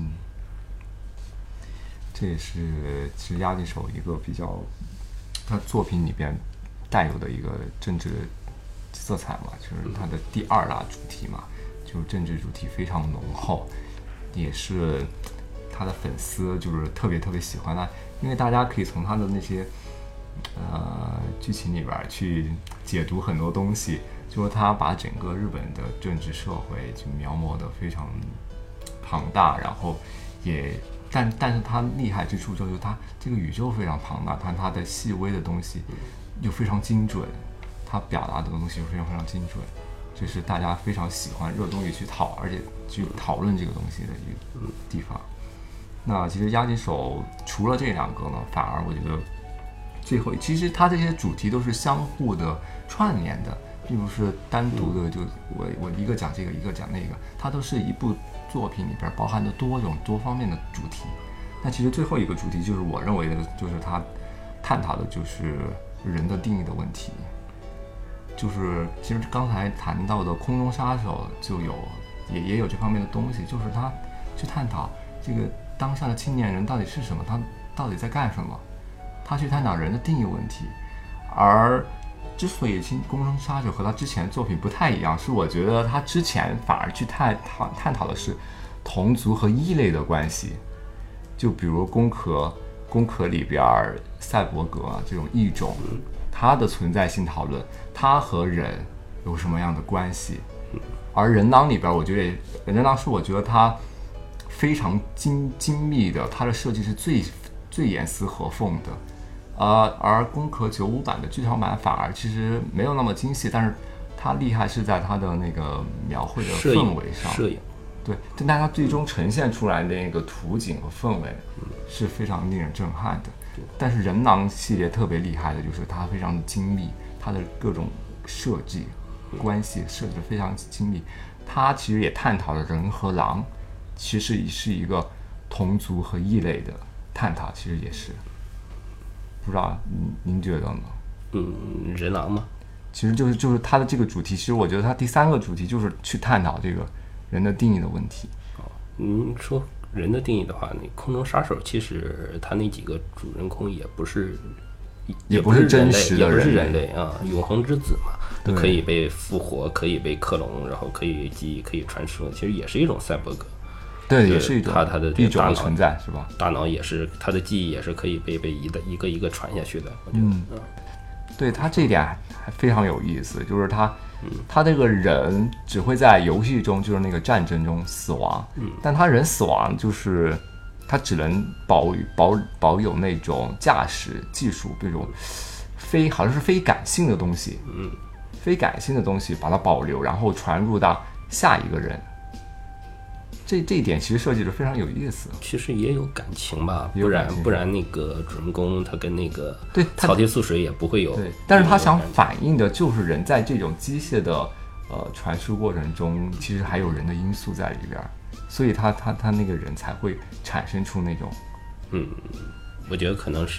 Speaker 1: 这也是其实押井守一个比较，他作品里边带有的一个政治色彩嘛，就是他的第2大主题嘛，就是政治主题非常浓厚，也是他的粉丝就是特别喜欢他，因为大家可以从他的那些剧情里边去解读很多东西，就是他把整个日本的政治社会就描摹得非常庞大，然后也但是他厉害之处就是他这个宇宙非常庞大，但他的细微的东西又非常精准，他表达的东西又非常精准，这是大家非常喜欢热衷于去而且去讨论这个东西的一个地方。那其实押井守除了这2个呢，反而我觉得最后其实他这些主题都是相互的串联的，并不是单独的就我一个讲这个一个讲那个，它都是一部作品里边包含的多方面的主题。那其实最后一个主题就是我认为的，就是他探讨的就是人的定义的问题。就是其实刚才谈到的空中杀手就也有这方面的东西，就是他去探讨这个当下的青年人到底是什么，他到底在干什么，他去探讨人的定义问题。而之所以空中杀手和他之前的作品不太一样，是我觉得他之前反而去探讨的是同族和异类的关系，就比如攻壳里边赛博格这种异种，它的存在性讨论，它和人有什么样的关系。而人狼里边，我觉得人狼是我觉得它非常精密的，它的设计是最严丝合缝的。而攻壳95版的剧场版反而其实没有那么精细，但是它厉害是在它的那个描绘的氛围上，
Speaker 4: 摄影，
Speaker 1: 对，但它最终呈现出来的那个图景和氛围是非常令人震撼的。但是人狼系列特别厉害的就是它非常的精密，它的各种设计关系设计的非常精密。它其实也探讨了人和狼其实是一个同族和异类的探讨，其实也是。不知道您觉得呢？
Speaker 4: 人狼嘛，
Speaker 1: 其实就是它的这个主题，其实我觉得它第3个主题就是去探讨这个人的定义的问题。
Speaker 4: 您说人的定义的话，那空中杀手其实他那几个主人公也不是
Speaker 1: 真实的人类，
Speaker 4: 也不是人类啊，永恒之子嘛，可以被复活，可以被克隆，然后可以记忆，可以传输，其实也是一种赛博格。
Speaker 1: 对，也是一种
Speaker 4: 他的
Speaker 1: 一种的存在，是吧？
Speaker 4: 大脑也是，他的记忆也是可以被一个一个传下去的。我觉得，
Speaker 1: 对，他这一点还非常有意思，就是他这个人只会在游戏中，就是那个战争中死亡，但他人死亡就是他只能保有那种驾驶技术，这种好像是非感性的东西，非感性的东西把它保留，然后传入到下一个人。这一点其实设计的非常有意思。
Speaker 4: 其实也有感情吧，不然那个主人公他跟那个草地素水也不会有。
Speaker 1: 对，但是他想反映的就是人在这种机械的传输过程中，其实还有人的因素在里边，所以他那个人才会产生出那种。
Speaker 4: 我觉得可能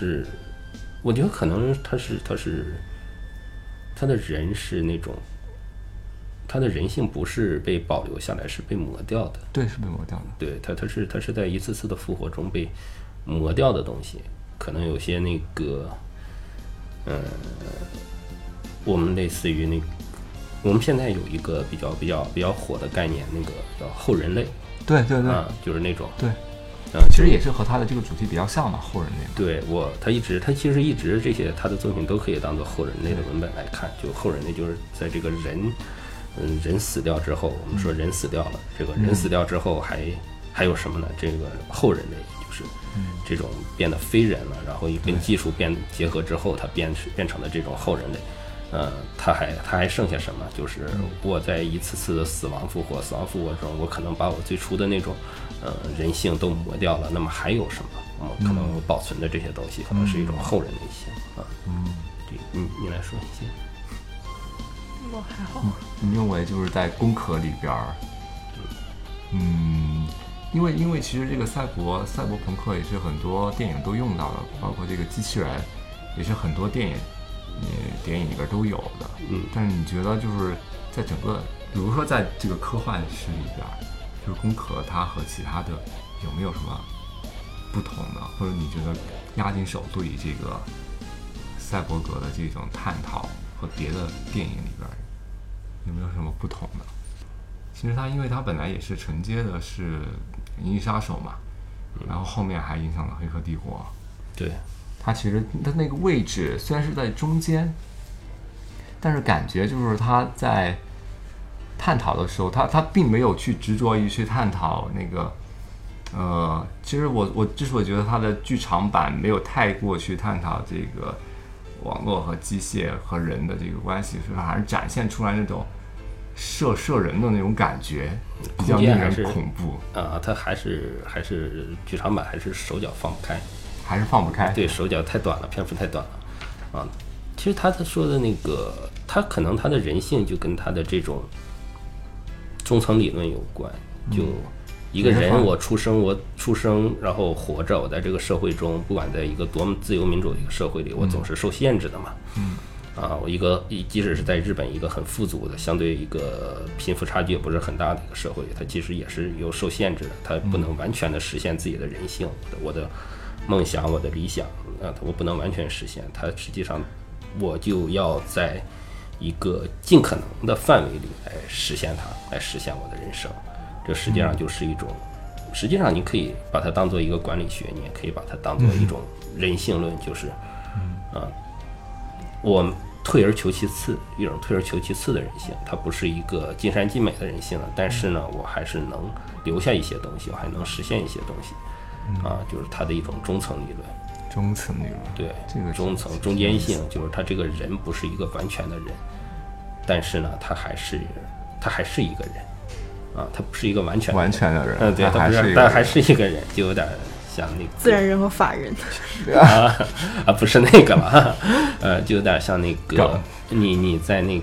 Speaker 4: 他的人是那种。他的人性不是被保留下来，是被磨掉的。
Speaker 1: 对，是被磨掉的。
Speaker 4: 对，他是在一次次的复活中被磨掉的东西。可能有些那个，我们类似于我们现在有一个比较火的概念，那个叫后人类。
Speaker 1: 对，
Speaker 4: 就是那种。
Speaker 1: 对。其实也是和他的这个主题比较像嘛，后人类。
Speaker 4: 对，他其实一直这些他的作品都可以当做后人类的文本来看。就后人类就是在这个人死掉之后，我们说人死掉了，这个人死掉之后还有什么呢？这个后人类就是这种变得非人了，然后跟技术结合之后，它变成了这种后人类。它还剩下什么？就是我在一次次的死亡复活中，我可能把我最初的那种人性都磨掉了。那么还有什么？可能我保存的这些东西，可能是一种后人类性啊。你来说一些。
Speaker 2: 我还好。
Speaker 1: 你认为就是在攻壳里边， 因为其实这个赛博朋克也是很多电影都用到的，包括这个机器人也是很多电影里边都有的。但是你觉得就是在整个，比如说在这个科幻史里边，就是攻壳它和其他的有没有什么不同的，或者你觉得押井守对于这个赛博格的这种探讨和别的电影里边有没有什么不同的？其实因为它本来也是承接的是《银翼杀手》嘛，然后后面还影响了《黑客帝国》。
Speaker 4: 对，
Speaker 1: 它其实它那个位置虽然是在中间，但是感觉就是他在探讨的时候，他并没有去执着于去探讨那个其实我之所以觉得他的剧场版没有太过去探讨这个网络和机械和人的这个关系，是还是展现出来那种射人的那种感觉，比较令人恐怖
Speaker 4: 啊。他还是剧场版还是手脚放不开，
Speaker 1: 还是放不开。
Speaker 4: 对，手脚太短了，篇幅太短了啊。其实他说的那个，他可能他的人性就跟他的这种中层理论有关。就一个人，我出生，然后活着，我在这个社会中，不管在一个多么自由民主的一个社会里，我总是受限制的嘛。我即使是在日本一个很富足的，相对一个贫富差距也不是很大的一个社会里，它其实也是有受限制的，它不能完全的实现自己的人性，我的梦想，我的理想我不能完全实现。它实际上我就要在一个尽可能的范围里来实现它，来实现我的人生。这实际上就是一种，实际上你可以把它当做一个管理学，你也可以把它当做一种人性论，就是我退而求其次，一种退而求其次的人性，它不是一个尽善尽美的人性了，但是呢，我还是能留下一些东西，我还能实现一些东西，就是它的一种中层理论。
Speaker 1: 中层理论，
Speaker 4: 对，
Speaker 1: 这个
Speaker 4: 中层中间性，就是他这个人不是一个完全的人，但是呢，他还是一个人，他不是一个完全
Speaker 1: 的人，
Speaker 4: 对，他不是，但还是一个人，就有点像那个
Speaker 3: 自然人和法人
Speaker 4: 不是那个了，就有点像那个你在那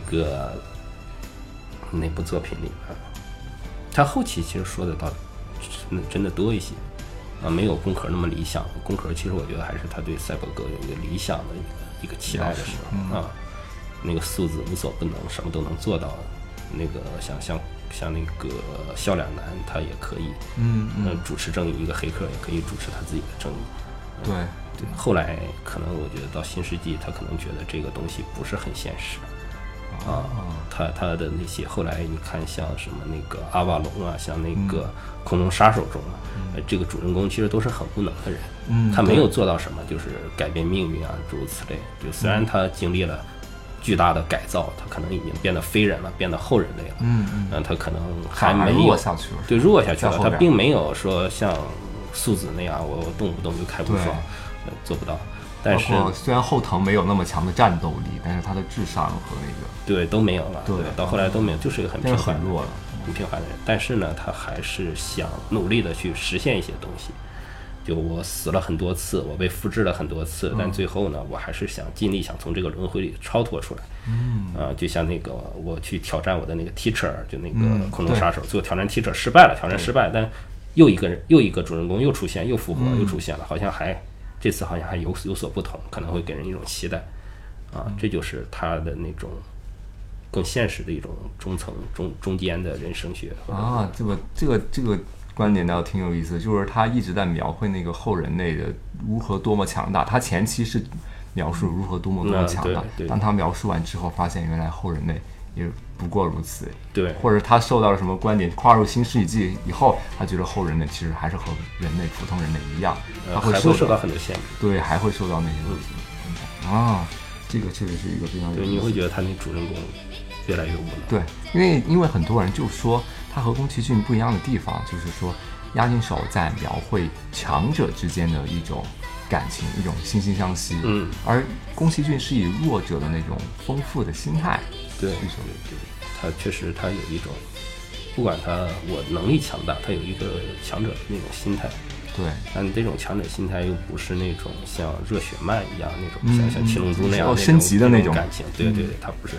Speaker 4: 部作品里面，他后期其实说的倒真的多一些没有宫壳那么理想。宫壳其实我觉得还是他对赛博格有一个理想的一个期待的时候那个素子无所不能，什么都能做到，那个像那个笑脸男，他也可以主持正义，一个黑客也可以主持他自己的正义。
Speaker 1: 对，
Speaker 4: 后来可能我觉得到新世纪，他可能觉得这个东西不是很现实他的那些后来你看像什么那个阿瓦隆像那个空中杀手中这个主人公其实都是很无能的人，他没有做到什么就是改变命运诸如此类。就虽然他经历了巨大的改造，他可能已经变得非人了，变得后人类了，他可能还没有
Speaker 1: 弱下去了，
Speaker 4: 对，弱下去了，他并没有说像素子那样我动不动就开无双，做不到。但是
Speaker 1: 虽然后藤没有那么强的战斗力，但是他的智商和那个
Speaker 4: 对都没有了，对，到后来都没有，就是一个很平凡
Speaker 1: 弱了，
Speaker 4: 很平凡的人。但是呢，他还是想努力的去实现一些东西。就我死了很多次，我被复制了很多次，但最后呢，我还是想尽力想从这个轮回里超脱出来。就像那个我去挑战我的那个 teacher， 就那个空中杀手，最后挑战 teacher 失败了，挑战失败，但又一个主人公又出现，又复活，又出现了，好像这次好像还有所不同，可能会给人一种期待这就是他的那种更现实的一种中间的人生学
Speaker 1: 这个观点倒挺有意思，就是他一直在描绘那个后人类的如何多么强大，他前期是描述如何多么强大，当他描述完之后发现原来后人类也不过如此，
Speaker 4: 对，
Speaker 1: 或者他受到了什么观点，跨入新世纪以后，他觉得后人类其实还是和普通人类一样，他
Speaker 4: 还会受到很多限制，
Speaker 1: 对，还会受到那些东西这个确实是一个非常有意思的，
Speaker 4: 对，你会觉得他那主人公越来越无能，
Speaker 1: 对，因为很多人就说他和宫崎骏不一样的地方，就是说押井守在描绘强者之间的一种感情，一种惺惺相惜，而宫崎骏是以弱者的那种丰富的心态，
Speaker 4: 对，他确实他有一种，不管我能力强大，他有一个强者的那种心态，
Speaker 1: 对，
Speaker 4: 但这种强者心态又不是那种像热血漫一样那种像七龙珠那样
Speaker 1: 升级的那种
Speaker 4: 感情，对，他不是，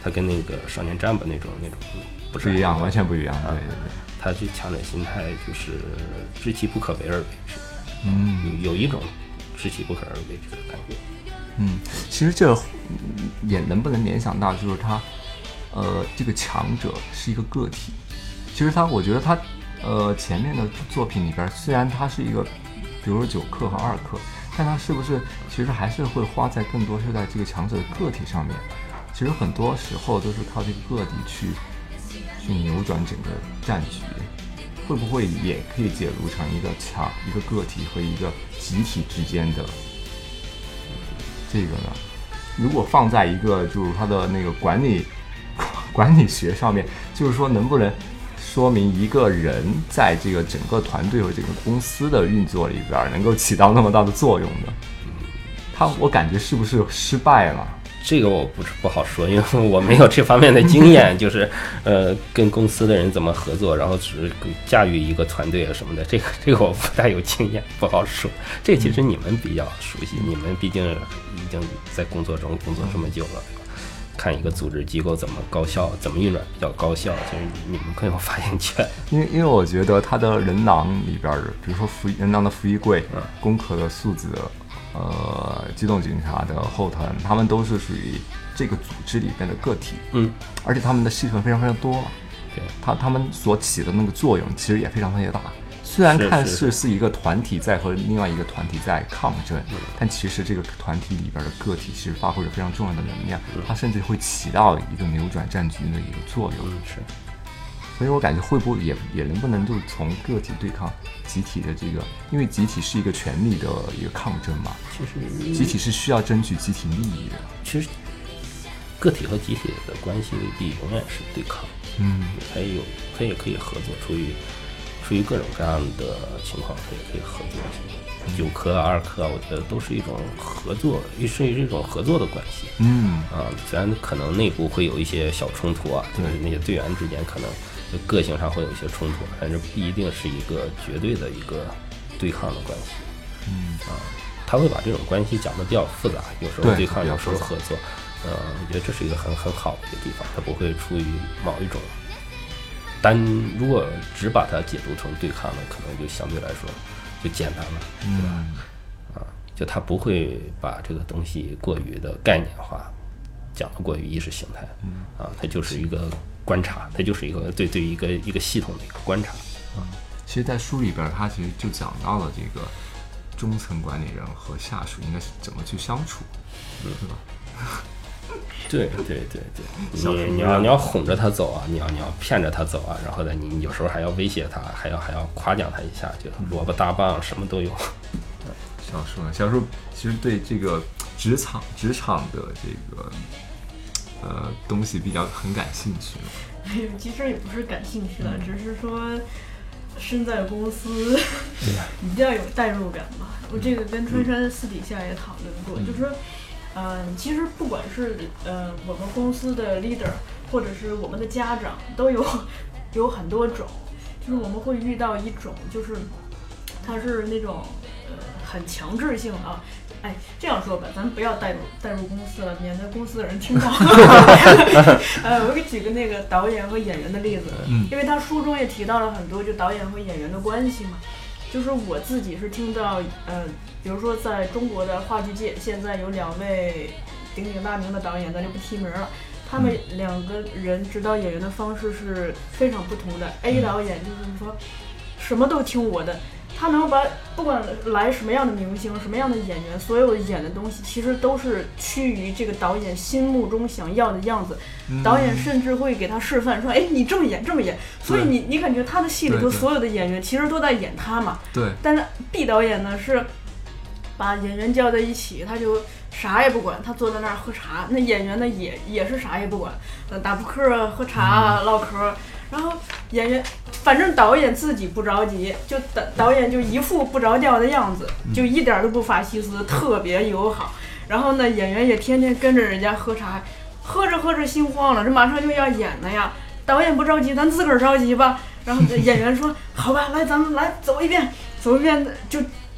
Speaker 4: 他跟那个少年战吧那种不是
Speaker 1: 不一样，完全不一样。对对对，
Speaker 4: 他这强者心态就是知其不可为而为之，有一种知其不可而为之的感觉。
Speaker 1: 其实这也能不能联想到，就是他这个强者是一个个体。其实我觉得他前面的作品里边，虽然他是一个，比如说9课和2课，但他是不是其实还是会花在更多是在这个强者的个体上面？其实很多时候都是靠这个个体去扭转整个战局，会不会也可以解读成一个个体和一个集体之间的这个呢？如果放在一个就是他的那个管理学上面，就是说能不能说明一个人在这个整个团队和整个公司的运作里边能够起到那么大的作用呢？我感觉是不是失败了？
Speaker 4: 这个我不好说，因为我没有这方面的经验，就是跟公司的人怎么合作，然后只是驾驭一个团队啊什么的，这个我不太有经验，不好说。这其实你们比较熟悉，你们毕竟已经在工作中工作这么久了，看一个组织机构怎么高效，怎么运转比较高效，其实你们更有发言权。
Speaker 1: 因为我觉得他的人囊里边的，比如说人囊的扶衣柜、攻壳的素子。机动警察的后藤，他们都是属于这个组织里边的个体，而且他们的戏份非常非常多，
Speaker 4: 对，
Speaker 1: 他们所起的那个作用其实也非常非常大。虽然看似是一个团体在和另外一个团体在抗争，但其实这个团体里边的个体其实发挥着非常重要的能量，它甚至会起到一个扭转战局的一个作用。
Speaker 4: 是。
Speaker 1: 所以我感觉会不会也能不能就从个体对抗集体的这个，因为集体是一个权力的一个抗争嘛，
Speaker 4: 其实
Speaker 1: 集体是需要争取集体利益的。
Speaker 4: 其实个体和集体的关系未必永远是对抗，它也可以合作，出于各种各样的情况，它也可以合作。9课2课，我觉得都是一种合作，是一种合作的关系。虽然可能内部会有一些小冲突啊，就是那些队员之间可能个性上会有一些冲突，但是不一定是一个绝对的一个对抗的关系。他会把这种关系讲得比较复杂，有时候对抗，有时候合作。我觉得这是一个很好的一个地方，它不会出于某一种如果只把它解读成对抗呢，可能就相对来说就简单了，对吧？就他不会把这个东西过于的概念化，讲得过于意识形态，它就是一个观察，它就是一个对一个系统的一个观察。
Speaker 1: 其实，在书里边，他其实就讲到了这个中层管理人和下属应该是怎么去相处，对吧？
Speaker 4: 对，你要哄着他走啊，你要骗着他走啊，然后呢，你有时候还要威胁他，还要夸奖他一下，就萝卜大棒什么都有。
Speaker 1: 小叔其实对这个职场的这个东西很感兴趣。
Speaker 2: 其实也不是感兴趣的，只是说身在公司一定要有代入感吧。我这个跟春山私底下也讨论过，就是说其实不管是我们公司的 leader 或者是我们的家长，都有很多种，就是我们会遇到一种，就是他是那种很强制性啊。这样说吧，咱们不要带入公司了，免得公司的人听到。我给举个那个导演和演员的例子，因为他书中也提到了很多就导演和演员的关系嘛。就是我自己是听到，比如说在中国的话剧界，现在有2位鼎鼎大名的导演，咱就不提名了。他们2个人指导演员的方式是非常不同的。A 导演就是说，什么都听我的。他能把不管来什么样的明星、什么样的演员，所有演的东西其实都是趋于这个导演心目中想要的样子。导演甚至会给他示范说：“你这么演，这么演。”所以你感觉他的戏里头所有的演员其实都在演他嘛。
Speaker 1: 对。
Speaker 2: 但是 B 导演呢是把演员叫在一起，他就啥也不管，他坐在那儿喝茶。那演员呢也是啥也不管，打扑克、喝茶、唠嗑。然后演员，反正导演自己不着急，就导演就一副不着调的样子，就一点都不法西斯，特别友好。然后呢，演员也天天跟着人家喝茶，喝着心慌了，这马上就要演了呀。导演不着急，咱自个儿着急吧。然后演员说：“好吧，来，咱们来走一遍，就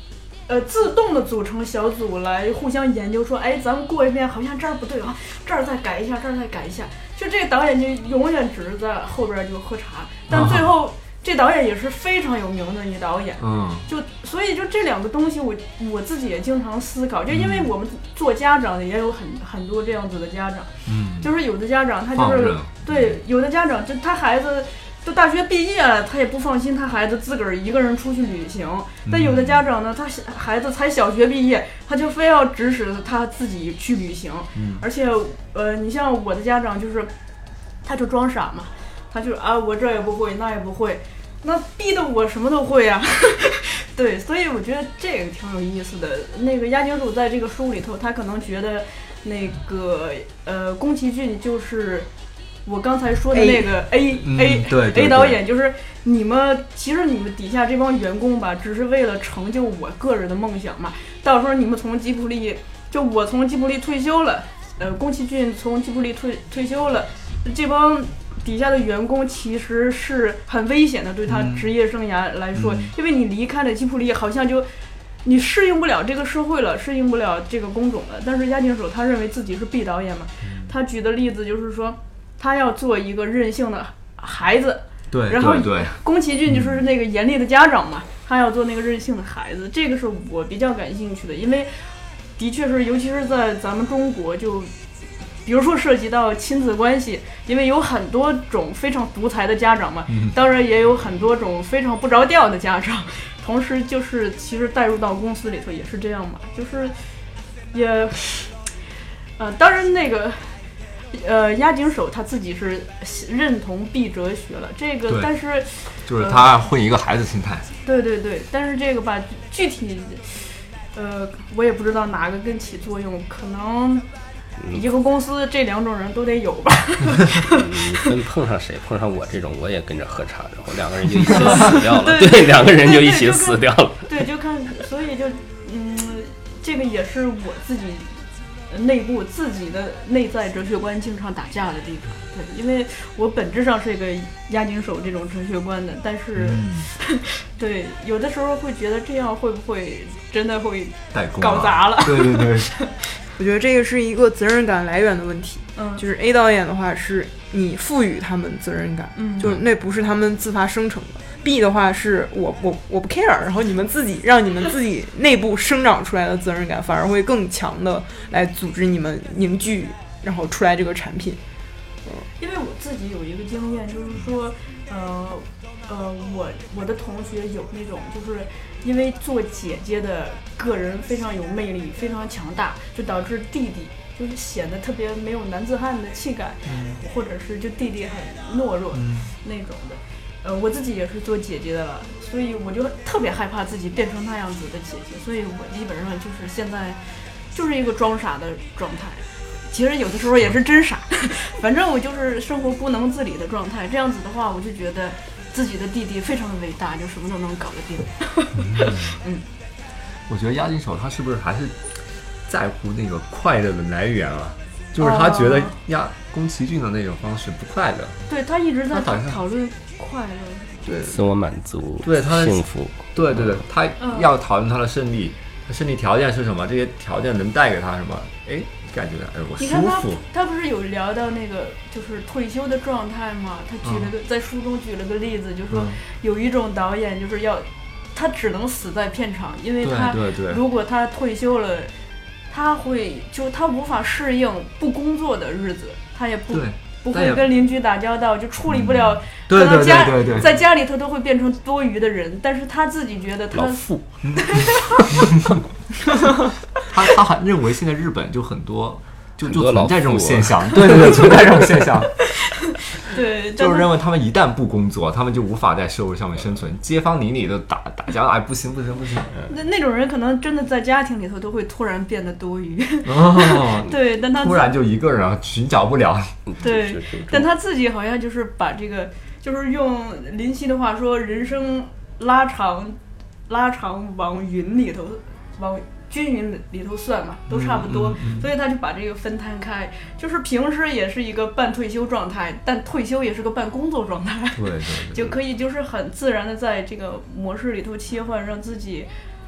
Speaker 2: 自动的组成小组来互相研究，说，哎，咱们过一遍，好像这儿不对啊，这儿再改一下，这儿再改一下。就这个导演就永远只是在后边就喝茶，但最后这导演也是非常有名的女导演。所以就这两个东西我自己也经常思考，就因为我们做家长的也有很多这样子的家长，就是有的家长他就是对，有的家长就他孩子都大学毕业了，他也不放心他孩子自个儿一个人出去旅行。但有的家长呢，他孩子才小学毕业，他就非要指使他自己去旅行。而且你像我的家长，就是他就装傻嘛，他就我这也不会那也不会，那逼得我什么都会啊。对，所以我觉得这个挺有意思的。那个押井守在这个书里头，他可能觉得那个宫崎骏就是我刚才说的那个 A 导演，就是其实你们底下这帮员工吧，只是为了成就我个人的梦想嘛。到时候你们从吉卜力，就我从吉卜力退休了，宫崎骏从吉卜力退休了，这帮底下的员工其实是很危险的，对他职业生涯来说，因为你离开了吉卜力，好像就你适应不了这个社会了，适应不了这个工种了。但是押井守他认为自己是 B 导演嘛，他举的例子就是说，他要做一个任性的孩子，
Speaker 1: 对，
Speaker 2: 然后宫崎骏就是那个严厉的家长嘛，他要做那个任性的孩子，这个是我比较感兴趣的，因为的确是，尤其是在咱们中国，就比如说涉及到亲子关系，因为有很多种非常独裁的家长嘛，当然也有很多种非常不着调的家长，同时就是其实带入到公司里头也是这样嘛，就是也当然那个押井守他自己是认同 B 哲学了，这个但是
Speaker 1: 就是他混一个孩子心态。
Speaker 2: 对，但是这个吧，具体我也不知道哪个更起作用，可能一个公司这两种人都得有吧。
Speaker 4: 你碰上谁，碰上我这种，我也跟着喝茶，然后两个人就一起死掉了。对，两个人就一起死掉了。
Speaker 2: 对，就看，所以就这个也是我自己内部自己的内在哲学观经常打架的地方。对，因为我本质上是一个押井守这种哲学观的，但是对，有的时候会觉得这样会不会真的会搞砸了？
Speaker 1: 对。
Speaker 3: 我觉得这个是一个责任感来源的问题。就是 A 导演的话是你赋予他们责任感，就是那不是他们自发生成的。B 的话是我不 care， 然后你们自己让你们自己内部生长出来的责任感，反而会更强的来组织你们凝聚，然后出来这个产品。
Speaker 2: 因为我自己有一个经验，就是说，我的同学有那种，就是因为做姐姐的个人非常有魅力，非常强大，就导致弟弟就是显得特别没有男子汉的气概，或者是就弟弟很懦弱那种的。我自己也是做姐姐的了，所以我就特别害怕自己变成那样子的姐姐，所以我基本上就是现在就是一个装傻的状态。其实有的时候也是真傻，反正我就是生活不能自理的状态。这样子的话，我就觉得自己的弟弟非常的伟大，就什么都能搞得定。
Speaker 1: 我觉得押井守他是不是还是在乎那个快乐的来源啊？就是他觉得宫崎骏的那种方式不快乐。
Speaker 2: 对，他一直在讨论快乐，
Speaker 1: 对，
Speaker 4: 自我满足，
Speaker 1: 对他的
Speaker 4: 幸福，
Speaker 1: 对，他要讨论他的胜利，胜利条件是什么？这些条件能带给他什么？哎。感觉我舒服。
Speaker 2: 他不是有聊到那个就是退休的状态吗？他在书中举了个例子，就是说有一种导演就是他只能死在片场，因为他如果他退休了，他无法适应不工作的日子，他也不会跟邻居打交道，就处理不了。
Speaker 1: 对，
Speaker 2: 在家里头都会变成多余的人，但是他自己觉得他
Speaker 4: 老妇。
Speaker 1: 他还认为现在日本就很多就存在这种现象，对，存在这种现象。
Speaker 2: 对，
Speaker 1: 就是认为他们一旦不工作，他们就无法在社会上面生存，街坊邻里都打架，哎，不行。
Speaker 2: 那种人可能真的在家庭里头都会突然变得多余。对，但他
Speaker 1: 突然就一个人寻找不了。
Speaker 2: 对，但他自己好像就是把这个，就是用林夕的话说，人生拉长往云里头，往均匀里头算嘛，都差不多，所以他就把这个分摊开，就是平时也是一个半退休状态，但退休也是个半工作状态，
Speaker 1: 对，
Speaker 2: 就可以就是很自然的在这个模式里头切换，让自己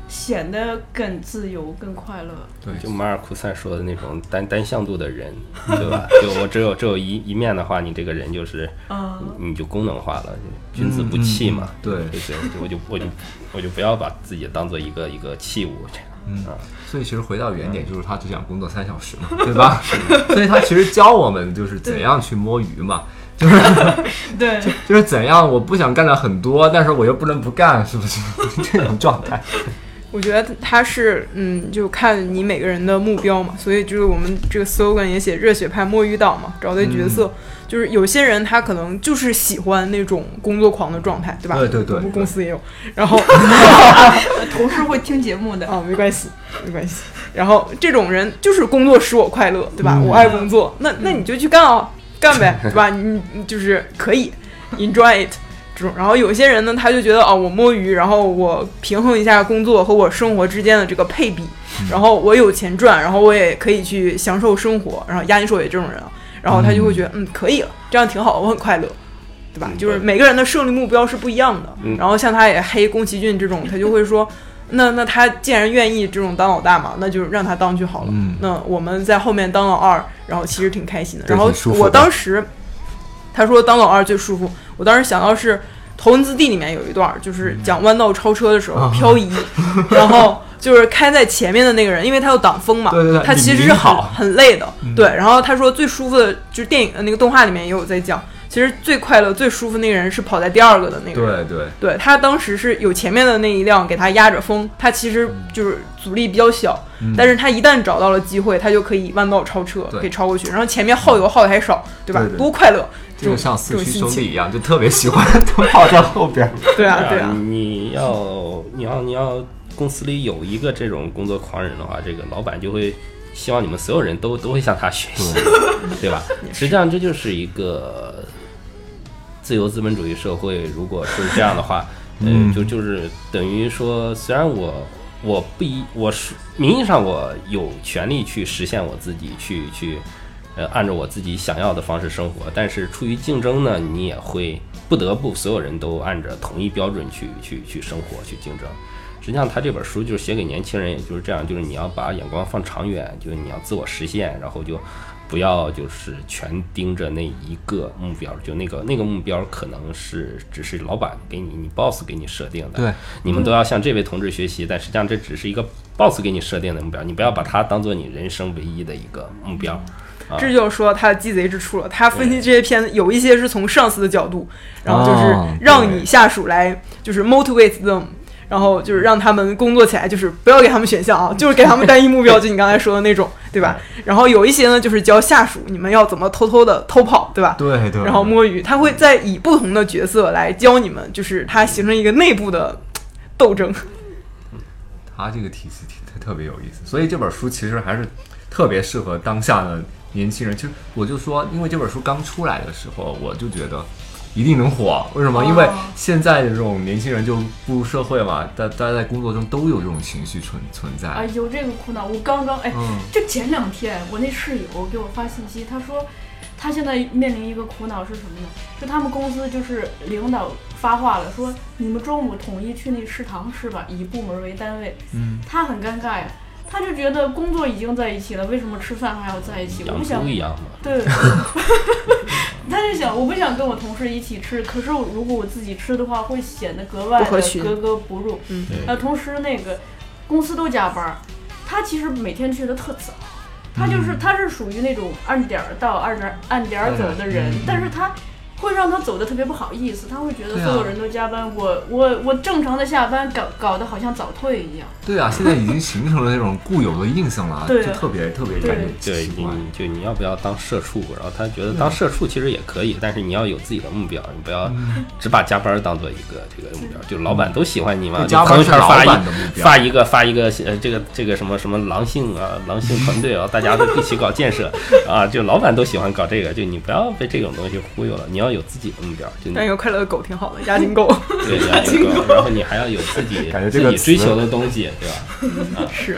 Speaker 2: 显得更自由、更快乐。
Speaker 1: 对，
Speaker 4: 就马尔库塞说的那种单向度的人，对吧？就我只有一面的话，你这个人就是，你就功能化了，君子不器嘛。
Speaker 1: 对，
Speaker 4: 我就不要把自己当做一个器物这样。
Speaker 1: 所以其实回到原点，就是他只想工作3小时嘛，对吧？所以他其实教我们就是怎样去摸鱼嘛。就是
Speaker 2: 对，
Speaker 1: 就是怎样，我不想干的很多，但是我又不能不干，是不是这种状态？
Speaker 3: 我觉得他是就看你每个人的目标嘛，所以就是我们这个 slogan 也写热血派摸鱼党嘛，找对角色。就是有些人他可能就是喜欢那种工作狂的状态，对吧？
Speaker 1: 对，
Speaker 3: 我们公司也有，然后
Speaker 2: 同事会听节目的
Speaker 3: 没关系。然后这种人就是工作使我快乐，对吧？我爱工作，那你就去干呗，对吧？你就是可以 enjoy it 这种。然后有些人呢，他就觉得我摸鱼，然后我平衡一下工作和我生活之间的这个配比，然后我有钱赚，然后我也可以去享受生活。然后押金手也这种人啊，然后他就会觉得可以了，这样挺好，我很快乐，对吧？就是每个人的胜利目标是不一样的。然后像他也黑宫崎骏这种，他就会说。那他既然愿意这种当老大嘛，那就让他当就好了。那我们在后面当老二，然后其实挺开心的。然后我当时他说当老二最舒服，我当时想到是《头文字 D》里面有一段，就是讲弯道超车的时候漂移，然后就是开在前面的那个人，因为他有挡风嘛，
Speaker 1: 对，
Speaker 3: 他其实是很累的。对，然后他说最舒服的就是电影那个动画里面也有在讲。其实最快乐、最舒服那个人是跑在第二个的那个人。对，他当时是有前面的那一辆给他压着风，他其实就是阻力比较小，但是他一旦找到了机会，他就可以弯道超车，可以超过去，然后前面耗油耗的还少，对吧？多快乐！
Speaker 1: 就像四驱兄弟一样，就特别喜欢都跑在后边。
Speaker 3: 对啊，
Speaker 4: 你要公司里有一个这种工作狂人的话，这个老板就会希望你们所有人都会向他学习，对吧？实际上这就是一个。自由资本主义社会，如果是这样的话，就是等于说，虽然我是名义上我有权利去实现我自己，去按照我自己想要的方式生活，但是出于竞争呢，你也会不得不所有人都按照同一标准去生活，去竞争。实际上，他这本书就是写给年轻人，也就是这样，就是你要把眼光放长远，就是你要自我实现，然后就。不要就是全盯着那一个目标，就那个目标可能只是老板给你 boss 给你设定的，
Speaker 1: 对，
Speaker 4: 你们都要向这位同志学习，但实际上这只是一个 boss 给你设定的目标，你不要把它当做你人生唯一的一个目标。
Speaker 3: 这就是说他的鸡贼之处了。他分析这些片子，有一些是从上司的角度，然后就是让你下属来就是 motivate them。然后就是让他们工作起来，就是不要给他们选项啊，就是给他们单一目标，就你刚才说的那种，对吧？然后有一些呢，就是教下属你们要怎么偷偷的偷跑，对吧？
Speaker 1: 对。
Speaker 3: 然后摸鱼，他会再以不同的角色来教你们，就是他形成一个内部的斗争。
Speaker 1: 他这个体系特别有意思，所以这本书其实还是特别适合当下的年轻人。其实我就说，因为这本书刚出来的时候，我就觉得。一定能火，为什么？因为现在的这种年轻人就步入社会嘛，大家在工作中都有这种情绪存在。
Speaker 2: 有这个苦恼。我刚刚就前2天我那室友给我发信息，他说他现在面临一个苦恼是什么呢？就他们公司就是领导发话了，说你们中午统一去那食堂是吧？以部门为单位。他很尴尬呀。他就觉得工作已经在一起了，为什么吃饭还要在一起？我不想
Speaker 4: 一样嘛。
Speaker 2: 对，他就想，我不想跟我同事一起吃，可是如果我自己吃的话，会显得格外的格格不入。同时那个公司都加班，他其实每天去的特早，他是属于那种按点到按点走的人，但是他。会让他走的特别不好意思，他会觉得所有人都加班，我正常的下班搞得好像早退一样。
Speaker 1: 对啊，现在已经形成了那种固有的印象了，就特别感觉奇怪。
Speaker 4: 对，你要不要当社畜？然后他觉得当社畜其实也可以，但是你要有自己的目标，你不要只把加班当做一个这个目标。就老板都喜欢你嘛，就朋友圈发一个这个什么狼性团队啊，大家都一起搞建设啊，就老板都喜欢搞这个，就你不要被这种东西忽悠了，你要有自己的目标。
Speaker 3: 但有快乐的狗挺好的，押金狗。
Speaker 4: 对，押金狗，然后你还要有自己追求的东西，对吧？
Speaker 3: 是。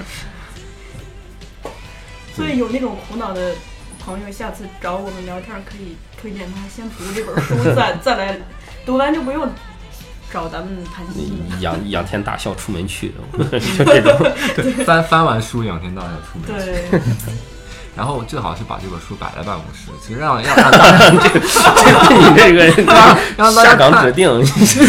Speaker 2: 所以有那种苦恼的朋友，下次找我们聊天可以推荐他先读这本书，再来读完就不用找咱们谈心。
Speaker 4: 仰天大笑出门去，就这种。
Speaker 1: 对，翻完书仰天大笑出门去。
Speaker 2: 对。
Speaker 1: 然后最好是把这本书摆在办公室，其实让大家
Speaker 4: 你这个
Speaker 1: 让大家
Speaker 4: 下岗指定，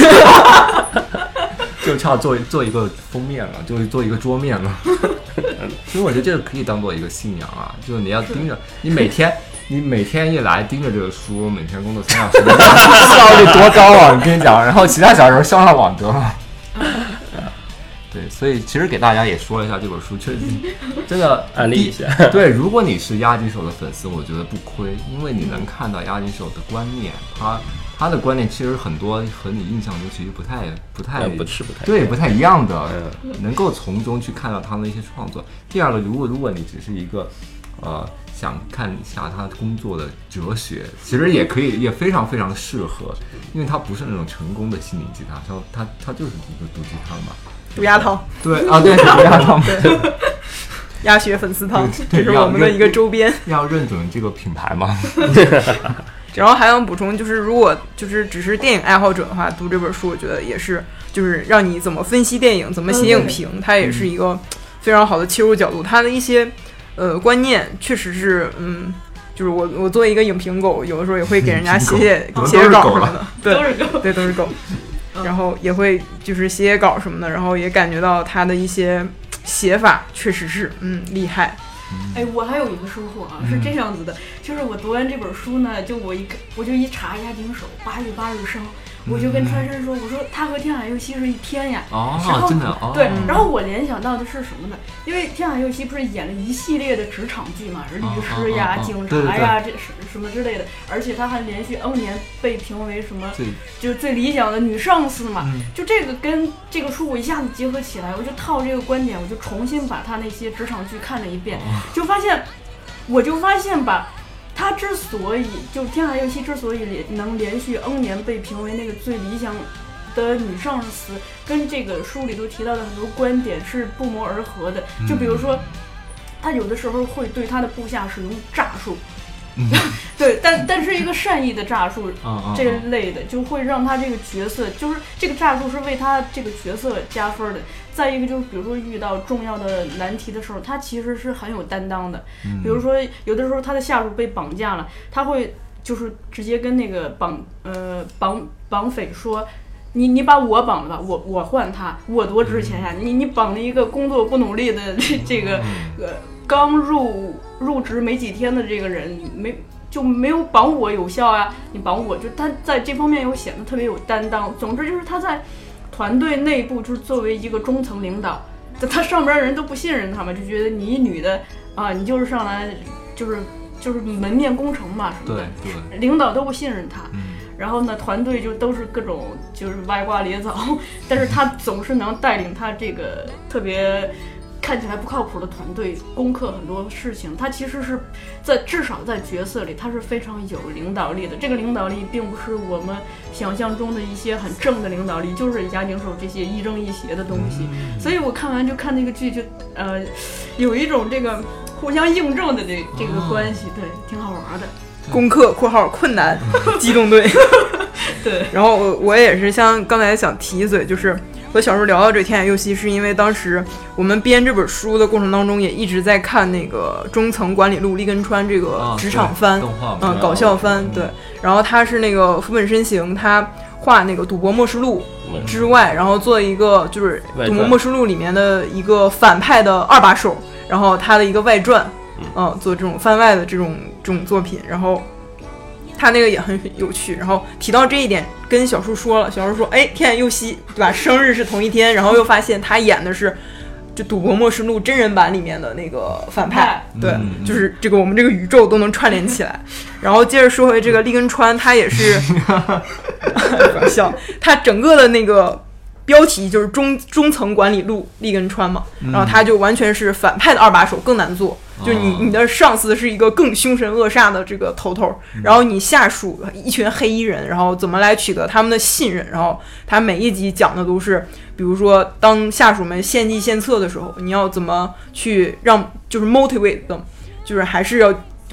Speaker 1: 就差做一个封面了，就是做一个桌面了。所以我觉得这个可以当做一个信仰啊，就是你要盯着，你每天一来盯着这个书，每天工作3小时，效率多高啊！我跟你讲，然后其他小时上上网得了。对，所以其实给大家也说了一下这本书，确实真的
Speaker 4: 安利一下。
Speaker 1: 对，如果你是押井守的粉丝，我觉得不亏，因为你能看到押井守的观念，他的观念其实很多和你印象中其实不太一样的，能够从中去看到他的一些创作。第二个，如果你只是一个想看一下他工作的哲学，其实也可以，也非常非常适合，因为他不是那种成功的心灵鸡汤，他就是一个毒鸡汤嘛。
Speaker 3: 毒鸭汤，
Speaker 1: 对啊，对，毒鸭汤，
Speaker 3: 对，鸭血粉丝汤，这是我们的一个周边。
Speaker 1: 要认准这个品牌吗？
Speaker 3: 然后还想补充，就是如果就是只是电影爱好者的话，读这本书，我觉得也是，就是让你怎么分析电影，怎么写影评，它也是一个非常好的切入角度。它的一些观念确实是，就是我作为一个影评狗，有的时候也会给人家写稿什么的，对，都是狗。然后也会就是写稿什么的，然后也感觉到他的一些写法确实是厉害。
Speaker 2: 哎，我还有一个收获啊，是这样子的，就是我读完这本书呢，我就一查押井守8月8日生，我就跟川山说，我说他和天海佑希是一天呀。
Speaker 1: 哦，真的哦。
Speaker 2: 对，然后我联想到的是什么呢？因为天海佑希不是演了一系列的职场剧嘛，律师呀、警察呀，这什么之类的，而且他还连续 N 年被评为什么，就是最理想的女上司嘛。就这个跟这个书我一下子结合起来，我就套这个观点，我就重新把他那些职场剧看了一遍，我就发现吧。他之所以就天海佑希之所以能连续 N 年被评为那个最理想的女上司，跟这个书里头提到的很多观点是不谋而合的。就比如说，他有的时候会对他的部下使用诈术，对，但是一个善意的诈术这类的，就会让他这个角色，就是这个诈术是为他这个角色加分的。再一个就是，比如说遇到重要的难题的时候，他其实是很有担当的。比如说，有的时候他的下属被绑架了，他会就是直接跟那个绑匪说，你把我绑了吧，我换他，我多值钱呀！你绑了一个工作不努力的这个刚入职没几天的这个人，就没有绑我有效啊！你绑我，就他在这方面又显得特别有担当。总之就是他在团队内部就是作为一个中层领导，他上边人都不信任他们，就觉得你一女的啊，你就是上来就是门面工程嘛什么的，对，领导都不信任他。然后呢，团队就都是各种就是歪瓜裂枣，但是他总是能带领他这个特别看起来不靠谱的团队攻克很多事情。他其实是至少在角色里他是非常有领导力的。这个领导力并不是我们想象中的一些很正的领导力，就是押井守这些亦正亦邪的东西。所以我看完就看那个剧就有一种这个互相印证的这个关系，对，挺好玩的。
Speaker 3: 攻克（括号困难）机动队。对，然后我也是像刚才想提一嘴，就是和小时候聊到这天海佑希，是因为当时我们编这本书的过程当中，也一直在看那个中层管理录立根川这个职场番，搞笑番，对。然后他是那个福本身行，他画那个赌博默示录之外，然后做一个就是赌博默示录里面的一个反派的二把手，然后他的一个外传，做这种番外的这种作品，然后他那个也很有趣。然后提到这一点，跟小树说了，小树说：“哎，天海佑希对吧？生日是同一天。”然后又发现他演的是就《赌博默示录》真人版里面的那个反派，对，就是这个我们这个宇宙都能串联起来。然后接着说回这个立根川，他也是搞笑，他整个的那个标题就是中层管理录立根川嘛，然后他就完全是反派的二把手，更难做。就你的上司是一个更凶神恶煞的这个头，然后你下属一群黑衣人，然后怎么来取得他们的信任？然后他每一集讲的都是，比如说当下属们献计献策的时候，你要怎么去让就是 motivate them，就是还是要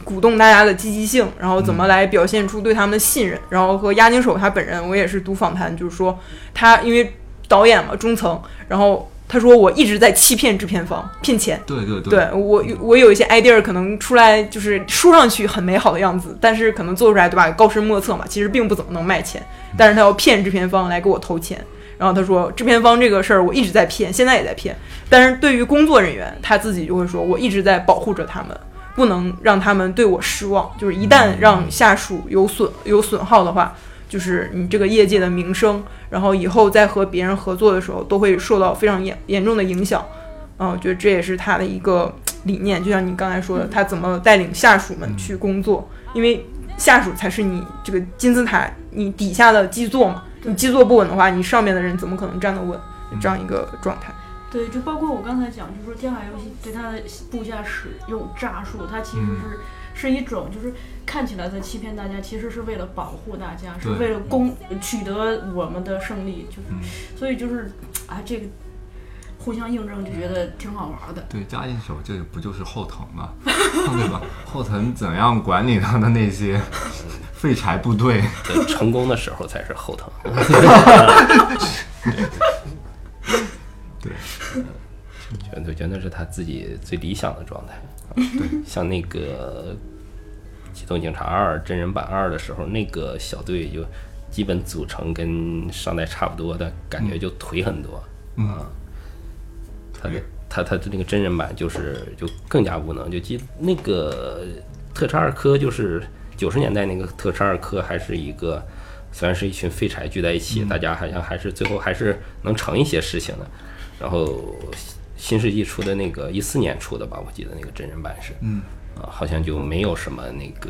Speaker 3: 鼓动大家的积极性，然后怎么来表现出对他们的信任。然后和押井守他本人，我也是读访谈，就是说他因为导演嘛，中层，然后他说我一直在欺骗制片方，骗钱。对我有一些 idea 可能出来就是说上去很美好的样子，但是可能做出来对吧高深莫测嘛，其实并不怎么能卖钱，但是他要骗制片方来给我投钱。然后他说制片方这个事儿我一直在骗，现在也在骗，但是对于工作人员他自己就会说我一直在保护着他们，不能让他们对我失望，就是一旦让下属有损耗的话，就是你这个业界的名声，然后以后再和别人合作的时候都会受到非常严重的影响。我觉得这也是他的一个理念，就像你刚才说的，他怎么带领下属们去工作，因为下属才是你这个金字塔你底下的基座嘛，你基座不稳的话，你上面的人怎么可能站得稳？这样一个状态。
Speaker 2: 对，就包括我刚才讲，就是说天海游戏对它的部下使用诈术，它其实是一种就是看起来在欺骗大家，其实是为了保护大家，是为了取得我们的胜利，就是所以就是这个互相印证，就觉得挺好玩的。
Speaker 1: 对，押井守这不就是后藤吗？对吧？后藤怎样管理他的那些废柴部队？
Speaker 4: 成功的时候才是后藤。对，觉得是他自己最理想的状态。对，像那个《机动警察2》真人版2的时候，那个小队就基本组成跟上代差不多的感觉，就颓很多。他的那个真人版就更加无能，那个特叉二科就是90年代那个特叉二科，还是一个虽然是一群废柴聚在一起，大家好像还是最后还是能成一些事情的。然后新世纪出的那个14年出的吧，我记得那个真人版是，好像就没有什么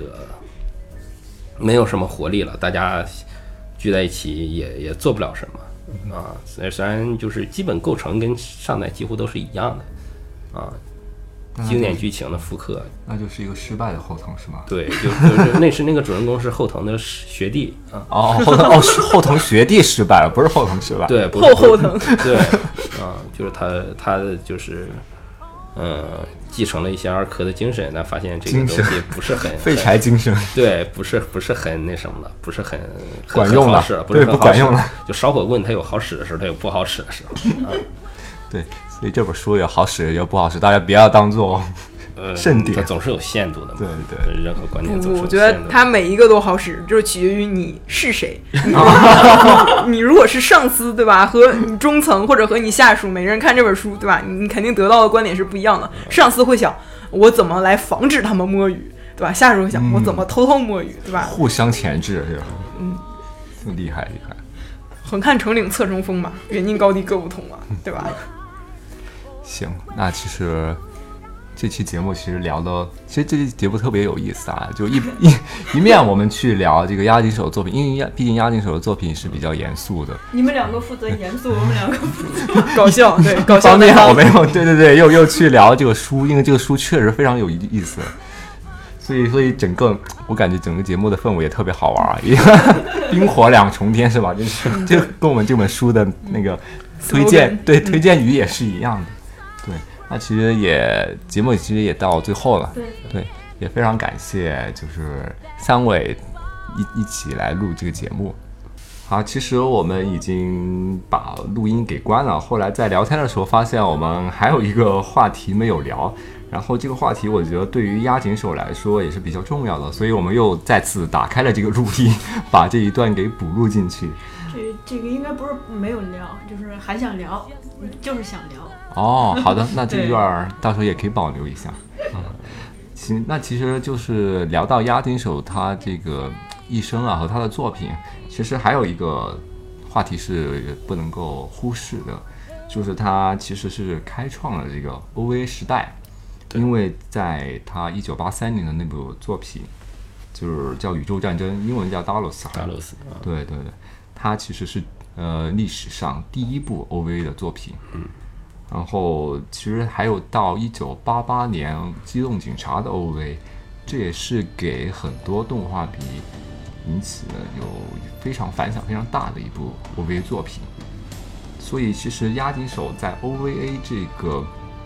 Speaker 4: 活力了，大家聚在一起也做不了什么。虽然就是基本构成跟上代几乎都是一样的经典剧情的复刻，
Speaker 1: 那就是一个失败的后藤是吗？
Speaker 4: 对，就是那个主人公是后藤的学弟
Speaker 1: 后藤学弟失败了，不是后藤失败，
Speaker 4: 对，不
Speaker 3: 是后藤，
Speaker 4: 对，就是他就是继承了一些二科的精神，但发现这个东西不是很
Speaker 1: 废柴精神，
Speaker 4: 对，不是很那什么了，不是很
Speaker 1: 管用了，
Speaker 4: 不是很
Speaker 1: 管用了。
Speaker 4: 就烧火棍它有好使的时候，它有不好使的时候。
Speaker 1: 对，所以这本书有好使也不好使，大家不要当做圣典，
Speaker 4: 它总是有限度的嘛。
Speaker 1: 对，
Speaker 4: 任何观点总是有限度的。
Speaker 3: 我觉得它每一个都好使，就是取决于你是谁。你如果是上司，对吧？和你中层或者和你下属，每个人看这本书，对吧？你肯定得到的观点是不一样的。上司会想，我怎么来防止他们摸鱼，对吧？下属会想，我怎么偷偷摸鱼，对吧？
Speaker 1: 互相钳制，是吧？厉害。
Speaker 3: 横看成岭侧成峰嘛，远近高低各不同嘛，对吧？
Speaker 1: 行，那其实这期节目其实这期节目特别有意思啊，就一面我们去聊这个押井守的作品，因为毕竟押井守的作品是比较严肃的。
Speaker 2: 你们两个负责严肃，我们两个负责
Speaker 3: 搞笑，对，搞笑。
Speaker 1: 方面我没有，对，又去聊这个书，因为这个书确实非常有意思。所以我感觉整个节目的氛围也特别好玩啊，冰火两重天是吧？就跟我们这本书的那个推荐语也是一样的。对，那其实节目其实也到最后了，对，也非常感谢就是3位一起来录这个节目。好，其实我们已经把录音给关了，后来在聊天的时候发现我们还有一个话题没有聊，然后这个话题我觉得对于押井守来说也是比较重要的，所以我们又再次打开了这个录音，把这一段给补录进去。
Speaker 2: 这个应该不是没有聊，就是还想聊，就是想聊。
Speaker 1: 好的，那这一段到时候也可以保留一下。行，那其实就是聊到押井守他这个一生啊和他的作品，其实还有一个话题是不能够忽视的，就是他其实是开创了这个 OVA 时代，因为在他1983年的那部作品就是叫《宇宙战争》，英文叫 Dalos， 对，他其实是历史上第一部 OVA 的作品。然后其实还有到1988年《机动警察》的 OVA， 这也是给很多动画迷引起了有非常反响非常大的一部 OVA 作品。所以其实押井守在 OVA 这个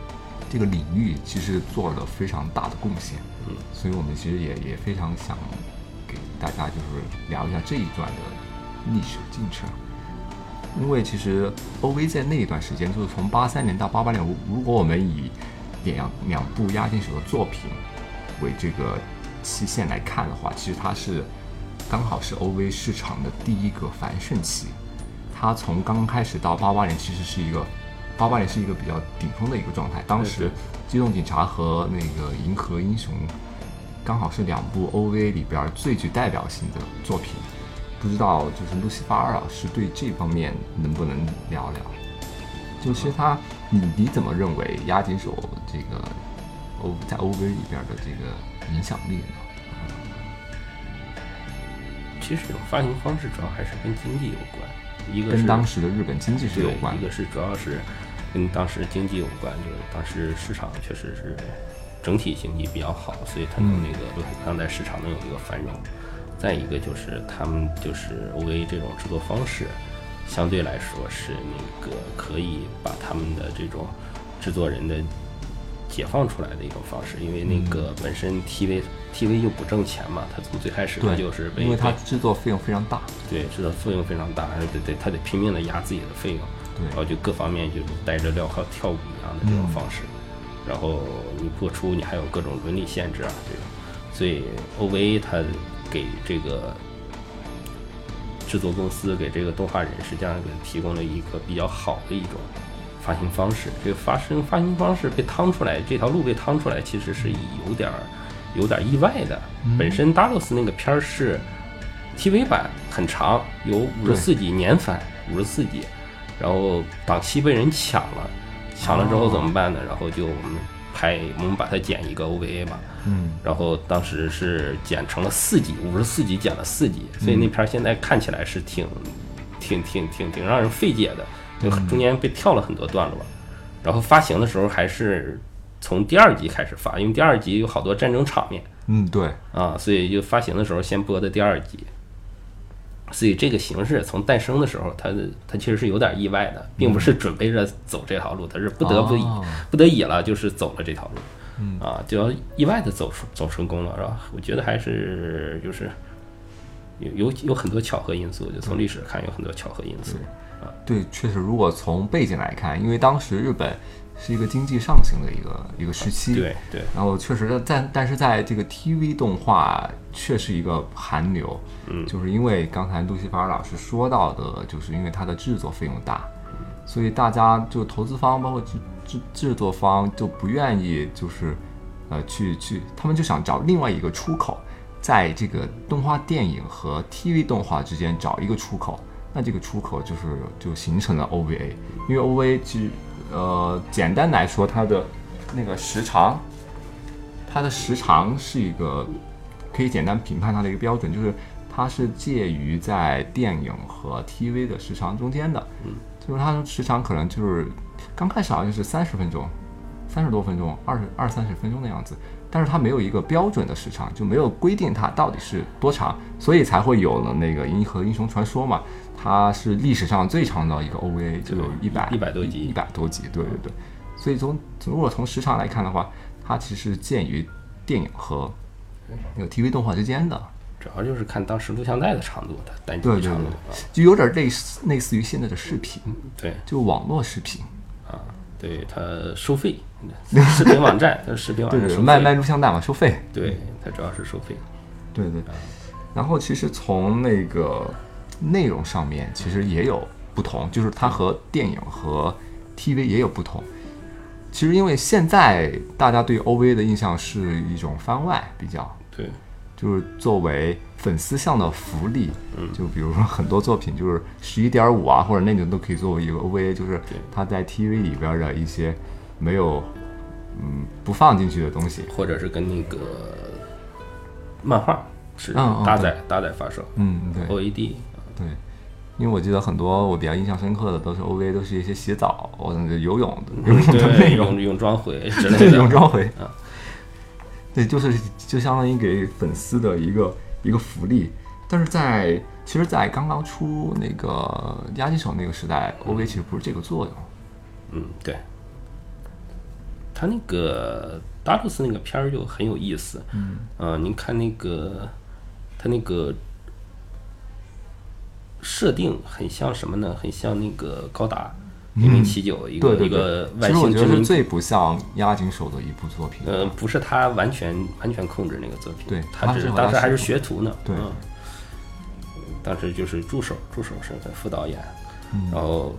Speaker 1: 这个领域其实做了非常大的贡献。所以我们其实也非常想给大家就是聊一下这一段的历史进程。因为其实 OV 在那一段时间，就是从83年到88年，如果我们以两部押井守的作品为这个期限来看的话，其实它是刚好是 OV 市场的第一个繁盛期。它从刚开始到88年，其实是一个88年是一个比较顶峰的一个状态。当时《机动警察》和那个《银河英雄》刚好是两部 OV 里边最具代表性的作品。不知道就是路西法尔老师对这方面能不能聊聊？就是你怎么认为押井守这个在 OV 里边的这个影响力呢？
Speaker 4: 其实这种发行方式主要还是跟经济有关，一个是
Speaker 1: 跟当时的日本经济是有关的，
Speaker 4: 一个是主要是跟当时经济有关，就是当时市场确实是整体经济比较好，所以它能那个当代市场能有一个繁荣。再一个就是他们就是 OVA 这种制作方式，相对来说是那个可以把他们的这种制作人的解放出来的一种方式，因为那个本身 TV 又不挣钱嘛，它从最开始它就是
Speaker 1: 因为它制作费用非常大，
Speaker 4: 对，制作费用非常大，对，它得拼命的压自己的费用，
Speaker 1: 对，
Speaker 4: 然后就各方面就是带着镣铐跳舞一样的这种方式，然后你播出你还有各种伦理限制啊这种，所以 OVA 它给这个制作公司给这个动画人实际上给提供了一个比较好的一种发行方式。这个发行方式被趟出来，这条路被趟出来，其实是有点意外的。本身达洛斯那个片儿是 TV 版很长，有54集年番54集，然后档期被人抢了之后怎么办呢？然后就我们把它剪一个 OVA 吧。然后当时是剪成了4集，54集剪了4集，所以那片现在看起来是挺让人费解的，就中间被跳了很多段落。然后发行的时候还是从第2集开始发，因为第2集有好多战争场面。
Speaker 1: 对
Speaker 4: 啊，所以就发行的时候先播的第2集。所以这个形式从诞生的时候，它其实是有点意外的，并不是准备着走这条路，它是不得已了，就是走了这条路。就要意外的走成功了，是吧？我觉得还是就是有很多巧合因素，就从历史看有很多巧合因素。
Speaker 1: 对，确实，如果从背景来看，因为当时日本是一个经济上行的一个时期，
Speaker 4: 对，
Speaker 1: 然后确实但是在这个 TV 动画却是一个寒流，就是因为刚才路西法尔老师说到的，就是因为它的制作费用大，所以大家就投资方包括制作方就不愿意就是去他们就想找另外一个出口，在这个动画电影和 TV 动画之间找一个出口，那这个出口就形成了 OVA。 因为 OVA 其实简单来说，它的那个时长是一个可以简单评判它的一个标准，就是它是介于在电影和 TV 的时长中间的，就是它的时长可能就是刚开始好像是30分钟，30多分钟，20-30分钟的样子，但是它没有一个标准的时长，就没有规定它到底是多长，所以才会有了那个《银河英雄传说》嘛，它是历史上最长的一个 OVA， 就有100多集，对，所以如果从时长来看的话，它其实介于电影和那个 TV 动画之间的。
Speaker 4: 主要就是看当时录像带的长度，它单集长度
Speaker 1: 就有点类似于现在的视频，
Speaker 4: 对，
Speaker 1: 就网络视频
Speaker 4: 对，它收费，视频网站，它视频网站
Speaker 1: 对卖录像带嘛，收费，
Speaker 4: 对，它主要是收费，
Speaker 1: 对。然后其实从那个内容上面其实也有不同，就是它和电影和 TV 也有不同。其实因为现在大家对 OVA 的印象是一种番外比较，
Speaker 4: 对，
Speaker 1: 就是作为粉丝向的福利，就比如说很多作品就是11.5啊，或者那种都可以作为一个 OVA， 就是它在 TV 里边的一些没有不放进去的东西，
Speaker 4: 或者是跟那个漫画是搭载发售，
Speaker 1: 对
Speaker 4: OAD，
Speaker 1: 对。因为我记得很多我比较印象深刻的都是 OVA， 都是一些洗澡或者游泳的内容，
Speaker 4: 泳装回之类的，
Speaker 1: 泳装回对，就相当于给粉丝的一个福利。但是其实在刚刚出那个押井守那个时代，OVA 其实不是这个作用。
Speaker 4: 对。 他那个达鲁斯那个片儿就很有意思。您看那个他那个设定很像什么呢？很像那个高达0079一个
Speaker 1: 对
Speaker 4: 一个外
Speaker 1: 其实我觉得是
Speaker 4: 星殖民。
Speaker 1: 最不像押井守的一部作品。
Speaker 4: 不是他完全控制那个作品，
Speaker 1: 对
Speaker 4: 他
Speaker 1: 他是
Speaker 4: 当时还是学徒呢。
Speaker 1: 对
Speaker 4: 当时就是助手身份副导演，然后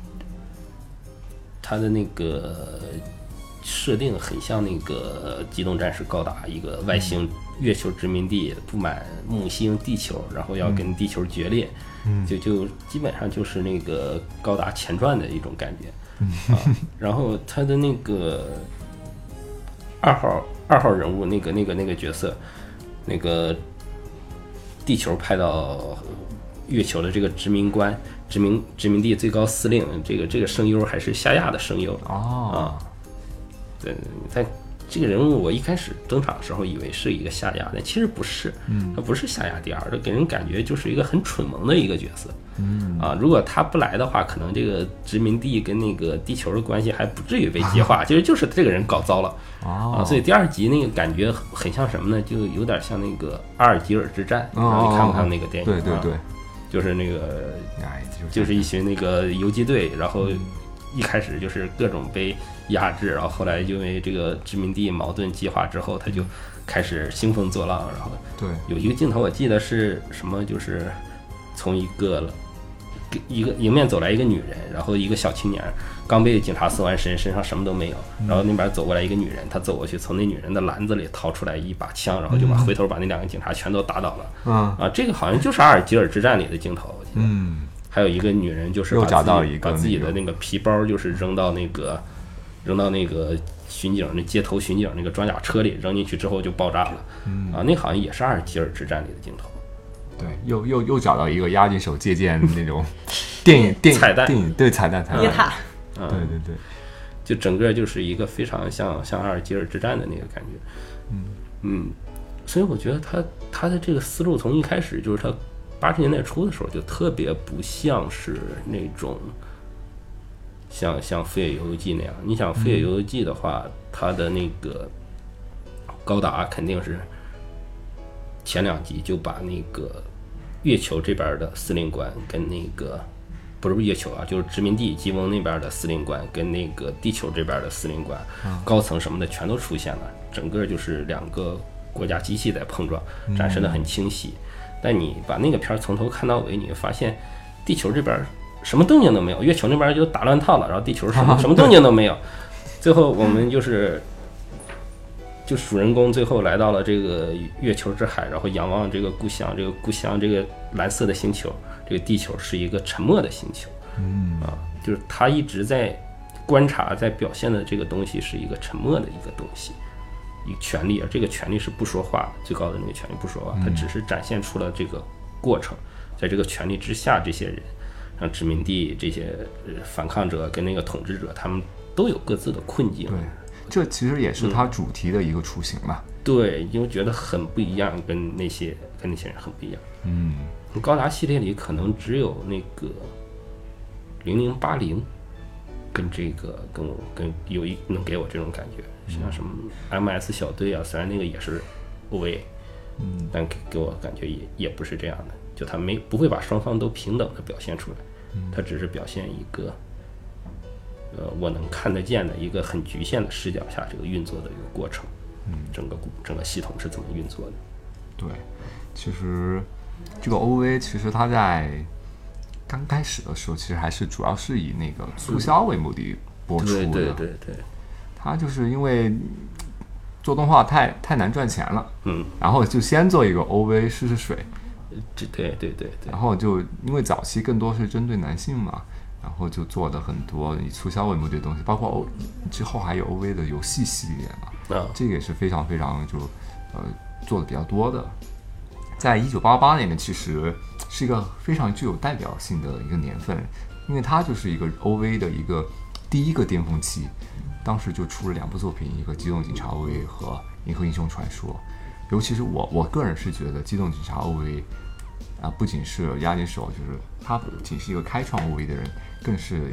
Speaker 4: 他的那个设定很像那个机动战士高达，一个外星月球殖民地不满木星地球，然后要跟地球决裂，就基本上就是那个高达前传的一种感觉。然后他的那个二号人物那个角色，那个地球派到月球的这个殖民官、殖民地最高司令，这个声优还是夏亚的声优对，但这个人物我一开始登场的时候以为是一个夏亚，但其实不是，他不是夏亚第二，他给人感觉就是一个很蠢萌的一个角色。如果他不来的话，可能这个殖民地跟那个地球的关系还不至于被激化，其实就是这个人搞糟了。所以第二集那个感觉很像什么呢？就有点像那个阿尔及尔之战，你看不看那个电影？
Speaker 1: 对，
Speaker 4: 就是那个就是一群那个游击队，然后一开始就是各种被压制，然后后来因为这个殖民地矛盾激化之后，他就开始兴风作浪。然后有一个镜头我记得是什么，就是从一个迎面走来一个女人，然后一个小青年刚被警察搜完身上什么都没有，然后那边走过来一个女人，她走过去从那女人的篮子里掏出来一把枪，然后就回头把那两个警察全都打倒了。这个好像就是阿尔及尔之战里的镜头，我记得。还有一个女人就是把自己的那个皮包就是扔到那个巡警那街头巡警那个装甲车里，扔进去之后就爆炸了。那好像也是阿尔及尔之战里的镜头。
Speaker 1: 对，又找到一个押井守借鉴那种电影
Speaker 4: 彩蛋，
Speaker 1: 对彩蛋，
Speaker 3: 耶塔，
Speaker 1: 对，
Speaker 4: 就整个就是一个非常像阿尔及尔之战的那个感觉。所以我觉得他的这个思路从一开始就是他80年代初的时候就特别不像是那种像《飞野游游记》那样。你想《飞野游游记》的话，他的那个高达肯定是前2集就把那个月球这边的司令官跟那个不是月球啊，就是殖民地吉翁那边的司令官跟那个地球这边的司令官、高层什么的全都出现了，整个就是2个国家机器在碰撞，展示的很清晰。但你把那个片从头看到尾，你会发现地球这边什么动静都没有，月球那边就打乱套了，然后地球什么动静都没有。最后我们就主人公最后来到了这个月球之海，然后仰望这个故乡，这个蓝色的星球，这个地球是一个沉默的星球。就是他一直在观察，在表现的这个东西是一个沉默的一个东西，一个权利，而这个权利是不说话的，最高的那个权利不说话，它只是展现出了这个过程。在这个权利之下，这些人，像殖民地这些反抗者跟那个统治者，他们都有各自的困境。
Speaker 1: 对，这其实也是它主题的一个雏形嘛。
Speaker 4: 对，因为觉得很不一样，跟那些人很不一样。高达系列里可能只有那个0080跟这个跟有一能给我这种感觉，像什么 MS 小队啊，虽然那个也是 OVA，但给我感觉也不是这样的，就他不会把双方都平等的表现出来，他只是表现一个我能看得见的一个很局限的视角下这个运作的一个过程，整个系统是怎么运作的。
Speaker 1: 对，其实这个 OVA 其实它在刚开始的时候，其实还是主要是以那个促销为目的播出的。
Speaker 4: 对，
Speaker 1: 它就是因为做动画太难赚钱了，然后就先做一个 OVA 试水。
Speaker 4: 对。
Speaker 1: 然后就因为早期更多是针对男性嘛，然后就做的很多以促销为目的的东西，包括之后还有 OVA 的游戏系列嘛，这个也是非常非常做的比较多的。在1988年呢，其实是一个非常具有代表性的一个年份，因为它就是一个 OVA 的一个第一个巅峰期，当时就出了2部作品，一个《机动警察 OVA》和《银河英雄传说》。尤其是我个人是觉得《机动警察 OVA》不仅是押井守，就是他不仅是一个开创 OVA 的人，更是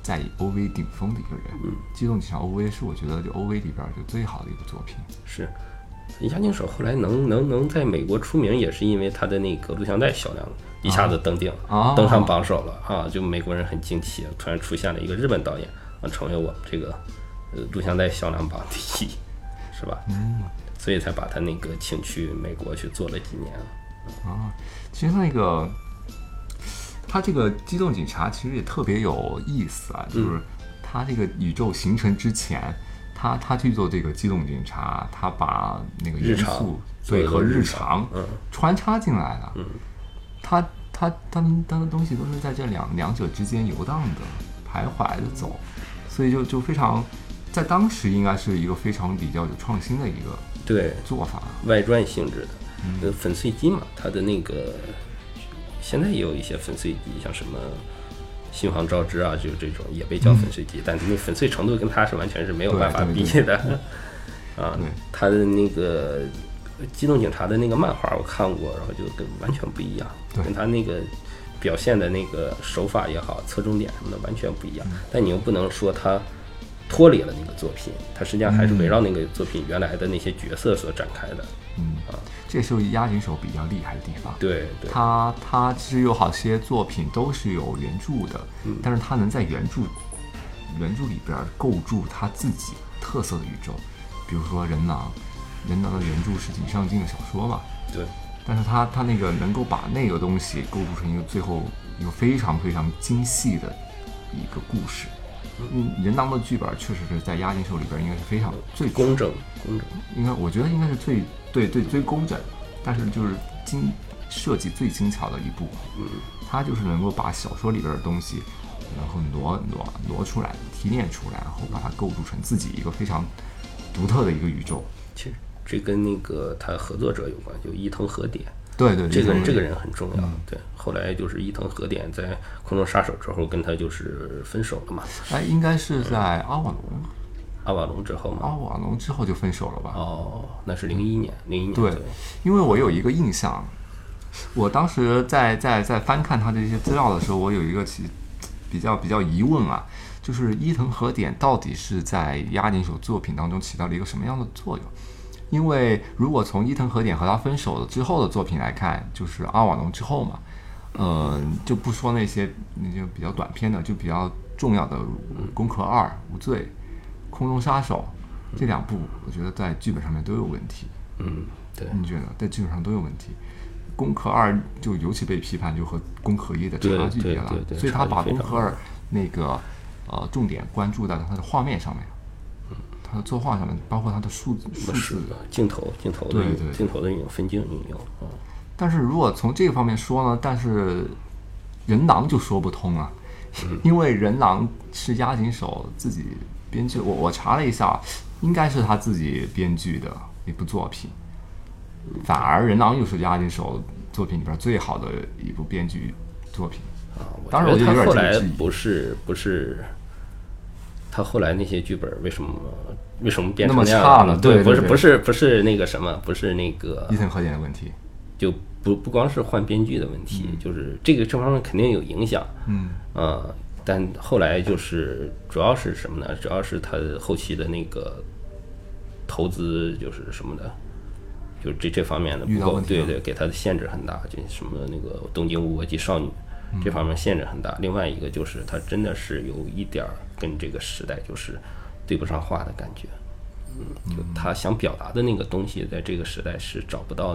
Speaker 1: 在 OV 顶峰的一个人。机动警察 OV 是我觉得就 OV 里边就最好的一部作品。
Speaker 4: 是，押井守后来能在美国出名，也是因为他的那个录像带销量一下子登顶，登上榜首了啊！就美国人很惊奇，突然出现了一个日本导演啊，成为我们这个录像带销量榜第一，是吧？所以才把他那个请去美国去做了几年
Speaker 1: 啊。其实那个他这个机动警察其实也特别有意思啊，就是他这个宇宙形成之前，他去做这个机动警察，他把那个元素对和日常穿插进来了。他的东西都是在这两者之间游荡的、徘徊的走，所以就非常，在当时应该是一个非常比较有创新的一个做法，
Speaker 4: 外传性质的。粉碎机嘛，它的那个现在也有一些粉碎机，像什么新航招之啊，就这种也被叫粉碎机，但那粉碎程度跟它是完全是没有办法比的。它的那个机动警察的那个漫画我看过，然后就跟完全不一样，跟他那个表现的那个手法也好，侧重点什么的完全不一样。但你又不能说他脱离了那个作品，它实际上还是围绕那个作品原来的那些角色所展开的。
Speaker 1: 这是押井守比较厉害的地方。
Speaker 4: 对，
Speaker 1: 他其实有好些作品都是有原著的，但是他能在原著里边构筑他自己特色的宇宙。比如说人狼的原著是井上靖的小说嘛，
Speaker 4: 对。
Speaker 1: 但是他那个能够把那个东西构筑成一个最后一个非常非常精细的一个故事。人狼的剧本确实是在押井守里边应该是非常最
Speaker 4: 工整，
Speaker 1: 我觉得应该是最工整，但是就是设计最精巧的一部。他就是能够把小说里边的东西，然后挪出来，提炼出来，然后把它构筑成自己一个非常独特的一个宇宙。
Speaker 4: 其实这跟那个他合作者有关，就伊藤和典。
Speaker 1: 对，
Speaker 4: 这个人很重要。对，后来就是伊藤和典在《空中杀手》之后跟他就是分手了嘛。
Speaker 1: 应该是在阿瓦隆之后嘛。阿瓦隆之后就分手了吧？
Speaker 4: 那是01年。
Speaker 1: 对，因为我有一个印象，我当时在翻看他的一些资料的时候，我有一个比较疑问啊，就是伊藤和典到底是在押井守作品当中起到了一个什么样的作用？因为如果从伊藤和典和他分手了之后的作品来看，就是阿瓦隆之后嘛，就不说那些比较短篇的，就比较重要的《攻壳2》《无罪》《空中杀手》这两部，我觉得在剧本上面都有问题。
Speaker 4: 对，
Speaker 1: 你觉得在剧本上都有问题？《攻壳2》就尤其被批判，就和《攻壳1》的差距别了，所以他把《攻壳2》那个重点关注在他的画面上面。他的作画上面，包括他的数字
Speaker 4: 镜头的运用，分镜运用。
Speaker 1: 但是如果从这个方面说呢，但是人狼就说不通啊，因为人狼是押井守自己编剧，我查了一下，应该是他自己编剧的一部作品，反而人狼又是押井守作品里边最好的一部编剧作品。当然，我觉得他后来
Speaker 4: 不是。他后来那些剧本为什么变成那样
Speaker 1: 差了？对，
Speaker 4: 不是那个什么，不是那个
Speaker 1: 伊藤和典的问题，
Speaker 4: 就不光是换编剧的问题，就是这方面肯定有影响。但后来就是主要是什么呢？主要是他后期的那个投资就是什么的，就这方面的不够，对，给他的限制很大，就什么那个东京无国际少女。这方面限制很大。另外一个就是他真的是有一点跟这个时代就是对不上话的感觉。就他想表达的那个东西，在这个时代是找不到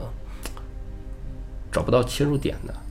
Speaker 4: 切入点的。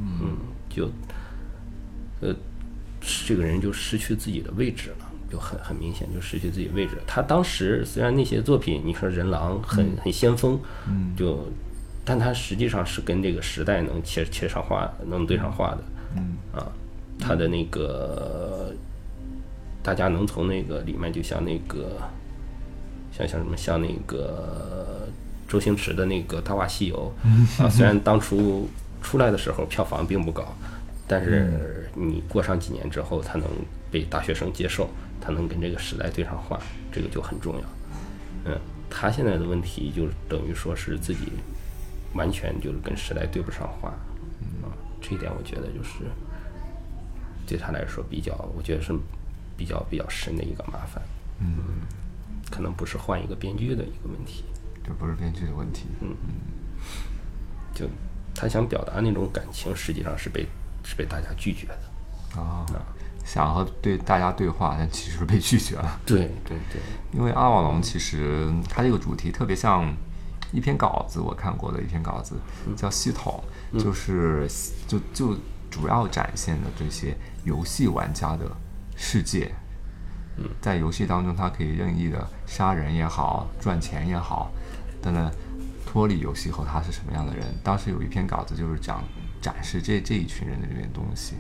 Speaker 4: 这个人就失去自己的位置了，就很明显就失去自己位置。他当时虽然那些作品，你说人狼很先锋，但他实际上是跟这个时代能切上话，能对上话的。他的那个大家能从那个里面，就像那个像什么，像那个周星驰的那个《大话西游》虽然当初出来的时候票房并不高，但是你过上几年之后，他能被大学生接受，他能跟这个时代对上话，这个就很重要。他现在的问题就等于说是自己完全就是跟时代对不上话。这一点我觉得就是对他来说我觉得是比较深的一个麻烦。可能不是换一个编剧的一个问题，
Speaker 1: 这不是编剧的问题。
Speaker 4: 就他想表达那种感情，实际上是被大家拒绝的。
Speaker 1: 想和大家对话，但其实被拒绝了。
Speaker 4: 对，
Speaker 1: 因为阿瓦隆其实它这个主题特别像一篇稿子，我看过的一篇稿子叫系统，就是就主要展现的这些游戏玩家的世界。在游戏当中，他可以任意的杀人也好，赚钱也好，等等，脱离游戏后他是什么样的人？当时有一篇稿子就是展示这一群人的这些东西。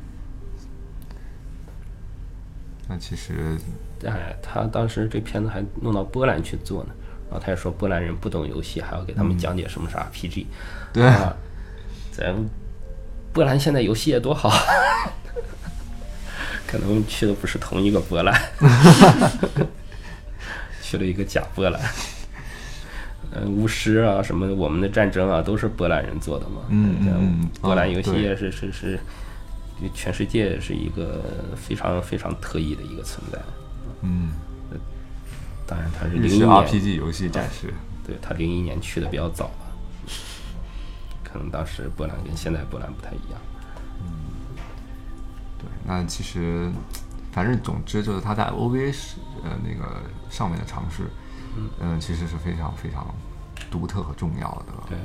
Speaker 1: 那其实，
Speaker 4: 他当时这片子还弄到波兰去做呢，然后他也说波兰人不懂游戏，还要给他们讲解什么是 RPG。
Speaker 1: 对，
Speaker 4: 咱波兰现在游戏业多好。可能去的不是同一个波兰，去了一个假波兰。巫师啊，什么我们的战争啊，都是波兰人做的嘛。波兰游戏业是全世界是一个非常非常特异的一个存在。当然他是01年
Speaker 1: RPG 游戏展示。
Speaker 4: 对，他01年去的比较早吧，可能当时波兰跟现在波兰不太一样。
Speaker 1: 对，那其实反正总之就是他在 OVA 那个上面的尝试，其实是非常非常独特和重要的。
Speaker 4: 对，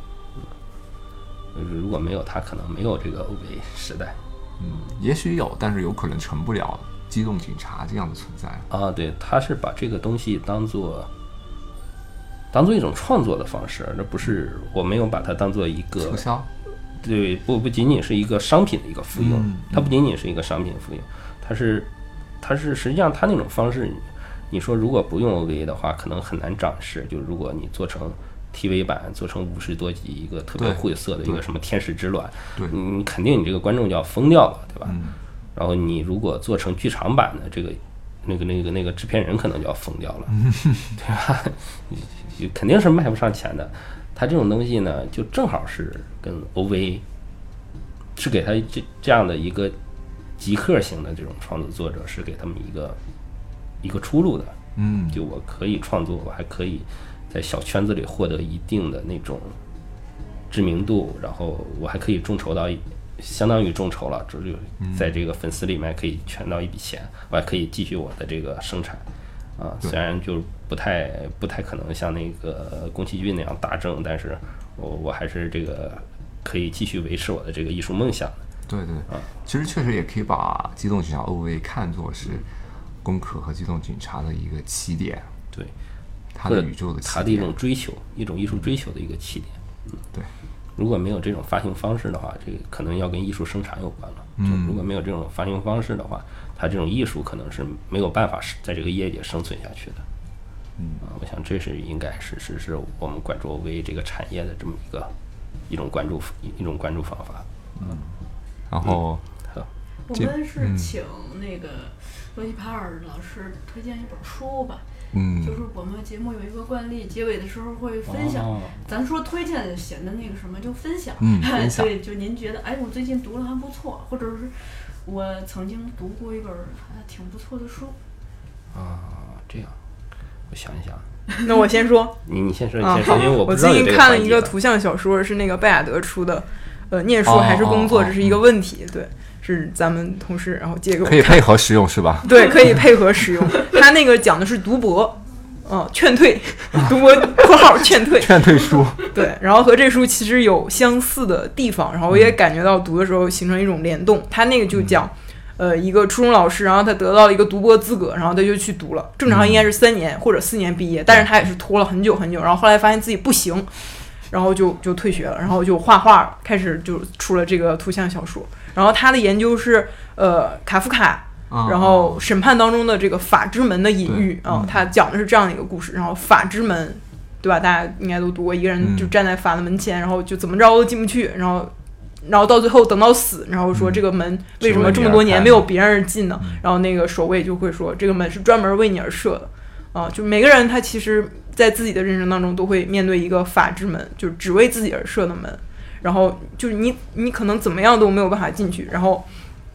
Speaker 4: 如果没有他，可能没有这个 OVA 时代。
Speaker 1: 也许有，但是有可能成不了机动警察这样的存在
Speaker 4: 啊。对，他是把这个东西当做一种创作的方式，而不是我没有把它当做一个
Speaker 1: 促销。
Speaker 4: 对，不仅仅是一个商品的一个复用，它不仅仅是一个商品复用，它是实际上它那种方式，你说如果不用 OVA 的话，可能很难展示。就如果你做成 TV 版，做成50多集一个特别晦涩的一个什么天使之卵，你肯定你这个观众就要疯掉了，对吧？然后你如果做成剧场版的这个那个制片人可能就要疯掉了，对吧？肯定是卖不上钱的。他这种东西呢，就正好是跟 OVA 是给他这样的一个极客型的这种创作作者，是给他们一个出路的。就我可以创作，我还可以在小圈子里获得一定的那种知名度，然后我还可以众筹到相当于众筹了，就在这个粉丝里面可以圈到一笔钱，我还可以继续我的这个生产。虽然就不太可能像那个宫崎骏那样大挣，但是我还是这个可以继续维持我的这个艺术梦想的。
Speaker 1: 对，其实确实也可以把机动警察 OVA 看作是攻壳和机动警察的一个起点。
Speaker 4: 对，
Speaker 1: 他的宇宙的起点，
Speaker 4: 他的一种追求，一种艺术追求的一个起点。
Speaker 1: 对。
Speaker 4: 如果没有这种发行方式的话，这个可能要跟艺术生产有关了。就如果没有这种发行方式的话，它这种艺术可能是没有办法在这个业界生存下去的。我想这是应该是我们关注 OVA 这个产业的这么一种关注方法。
Speaker 1: 然后
Speaker 2: 我们是请那个罗西帕尔老师推荐一本书吧。就是我们节目有一个惯例，结尾的时候会分享。咱说推荐显得那个什么，就分享。
Speaker 1: 分享。
Speaker 2: 对，就您觉得，我最近读了还不错，或者是我曾经读过一本还挺不错的书。
Speaker 4: 这样，我想一想。
Speaker 3: 那我先说。
Speaker 4: 你先说，因为我不知道
Speaker 3: 我最近看了一个图像小说，是那个贝亚德出的，念书还是工作，这是一个问题。对。是咱们同事，然后借给我看，
Speaker 1: 可以配合使用是吧？
Speaker 3: 对，可以配合使用。他那个讲的是读博，劝退，读博括号劝退，
Speaker 1: 劝退书。
Speaker 3: 对，然后和这书其实有相似的地方，然后我也感觉到读的时候形成一种联动。他那个就讲，一个初中老师，然后他得到了一个读博资格，然后他就去读了，正常应该是3年或者4年毕业，但是他也是拖了很久很久，然后后来发现自己不行。然后就退学了，然后就画画，开始就出了这个图像小说。然后他的研究是卡夫卡，然后审判当中的这个法之门的隐喻他讲的是这样的一个故事。然后法之门，对吧？大家应该都读过，一个人就站在法的门前，然后就怎么着都进不去，然后到最后等到死，然后说这个门为什么这么多年没有别人进呢？然后那个守卫就会说这个门是专门为你而设的。就每个人他其实在自己的人生当中都会面对一个法之门，就是只为自己而设的门，然后就是你可能怎么样都没有办法进去，然后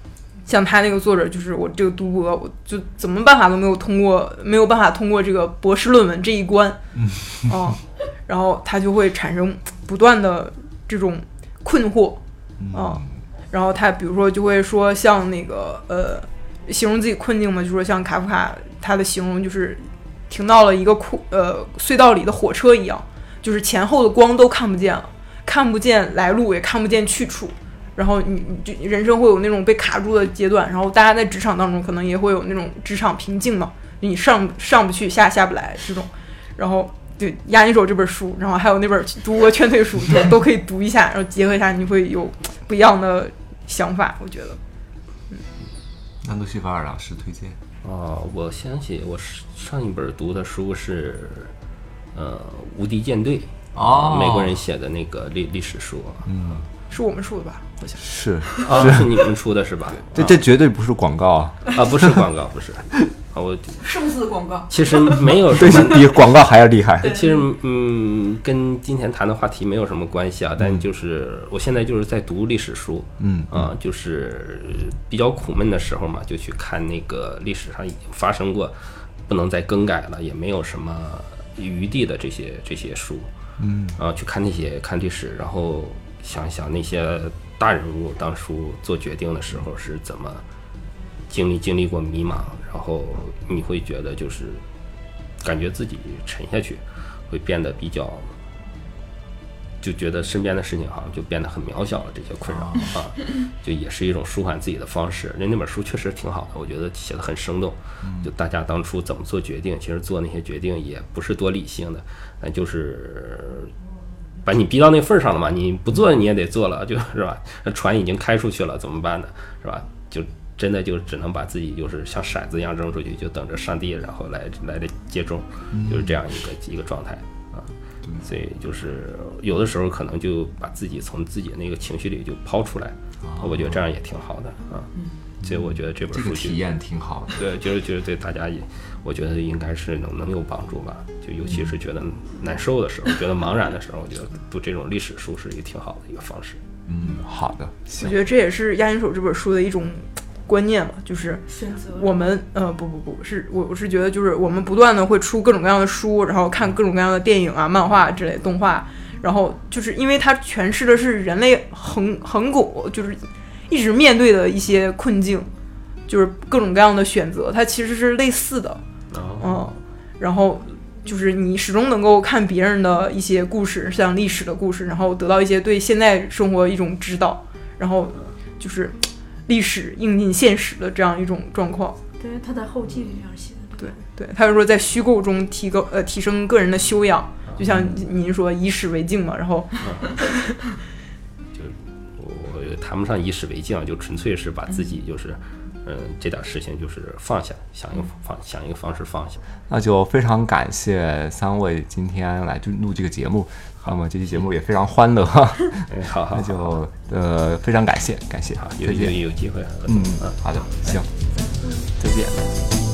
Speaker 3: 像他那个作者，就是我这个读博，我就怎么办法都没有办法通过这个博士论文这一关，然后他就会产生不断的这种困惑，然后他比如说就会说像那个形容自己困境嘛，就说像卡夫卡他的形容就是停到了一个隧道里的火车一样，就是前后的光都看不见了，看不见来路也看不见去处。然后你就人生会有那种被卡住的阶段，然后大家在职场当中可能也会有那种职场瓶颈嘛，你上不去下不来这种。然后对押金手这本书，然后还有那本读博劝退书都可以读一下，然后结合一下你会有不一样的想法，我觉得。
Speaker 1: 那路西法尔老师推荐
Speaker 4: 我想起我上一本读的书是无敌舰队美国人写的那个历史书，
Speaker 3: 是我们出的吧？好像
Speaker 1: 是
Speaker 4: 是你们出的是吧？
Speaker 1: 这绝对不是广告啊！
Speaker 4: 不是广告，不是。我
Speaker 3: 胜似广告，
Speaker 4: 其实没有
Speaker 1: 对，比广告还要厉害。
Speaker 4: 其实跟今天谈的话题没有什么关系啊，但就是我现在就是在读历史书，就是比较苦闷的时候嘛，就去看那个历史上已经发生过，不能再更改了，也没有什么余地的这些书，去看历史，然后想想那些大人物当初做决定的时候是怎么经历过迷茫，然后你会觉得就是感觉自己沉下去，会变得比较，就觉得身边的事情好像就变得很渺小了，这些困扰就也是一种舒缓自己的方式。那本书确实挺好的，我觉得写得很生动，就大家当初怎么做决定，其实做那些决定也不是多理性的，但就是把你逼到那份上了嘛，你不做你也得做了，就是吧？船已经开出去了，怎么办呢？是吧？就真的就只能把自己就是像骰子一样扔出去，就等着上帝然后来接中，就是这样一个状态啊。所以就是有的时候可能就把自己从自己的那个情绪里就抛出来，我觉得这样也挺好的啊。所以我觉得这本书
Speaker 1: 体验挺好的，
Speaker 4: 对，就是对大家也，我觉得应该是能有帮助吧。就尤其是觉得难受的时候，觉得茫然的时候，我觉得读这种历史书是一个挺好的一个方式。
Speaker 1: 好的。
Speaker 3: 我觉得这也是押金手这本书的一种观念吧，就是我们不是我是觉得就是我们不断的会出各种各样的书，然后看各种各样的电影啊、漫画之类的动画，然后就是因为它诠释的是人类恒古就是一直面对的一些困境，就是各种各样的选择，它其实是类似的，然后就是你始终能够看别人的一些故事，像历史的故事，然后得到一些对现在生活一种指导，然后就是历史应进现实的这样一种状况。
Speaker 2: 对，他在后记里这样写的。
Speaker 3: 对，他就说在虚构中提升个人的修养，就像您说以史为镜嘛，然后
Speaker 4: 就我谈不上以史为镜，就纯粹是把自己就是这点事情就是放下，想一个方式放下。
Speaker 1: 那就非常感谢三位今天来录这个节目，那么这期节目也非常欢乐好，那就非常感谢，好，
Speaker 4: 有机会，
Speaker 1: 好的，行，再见。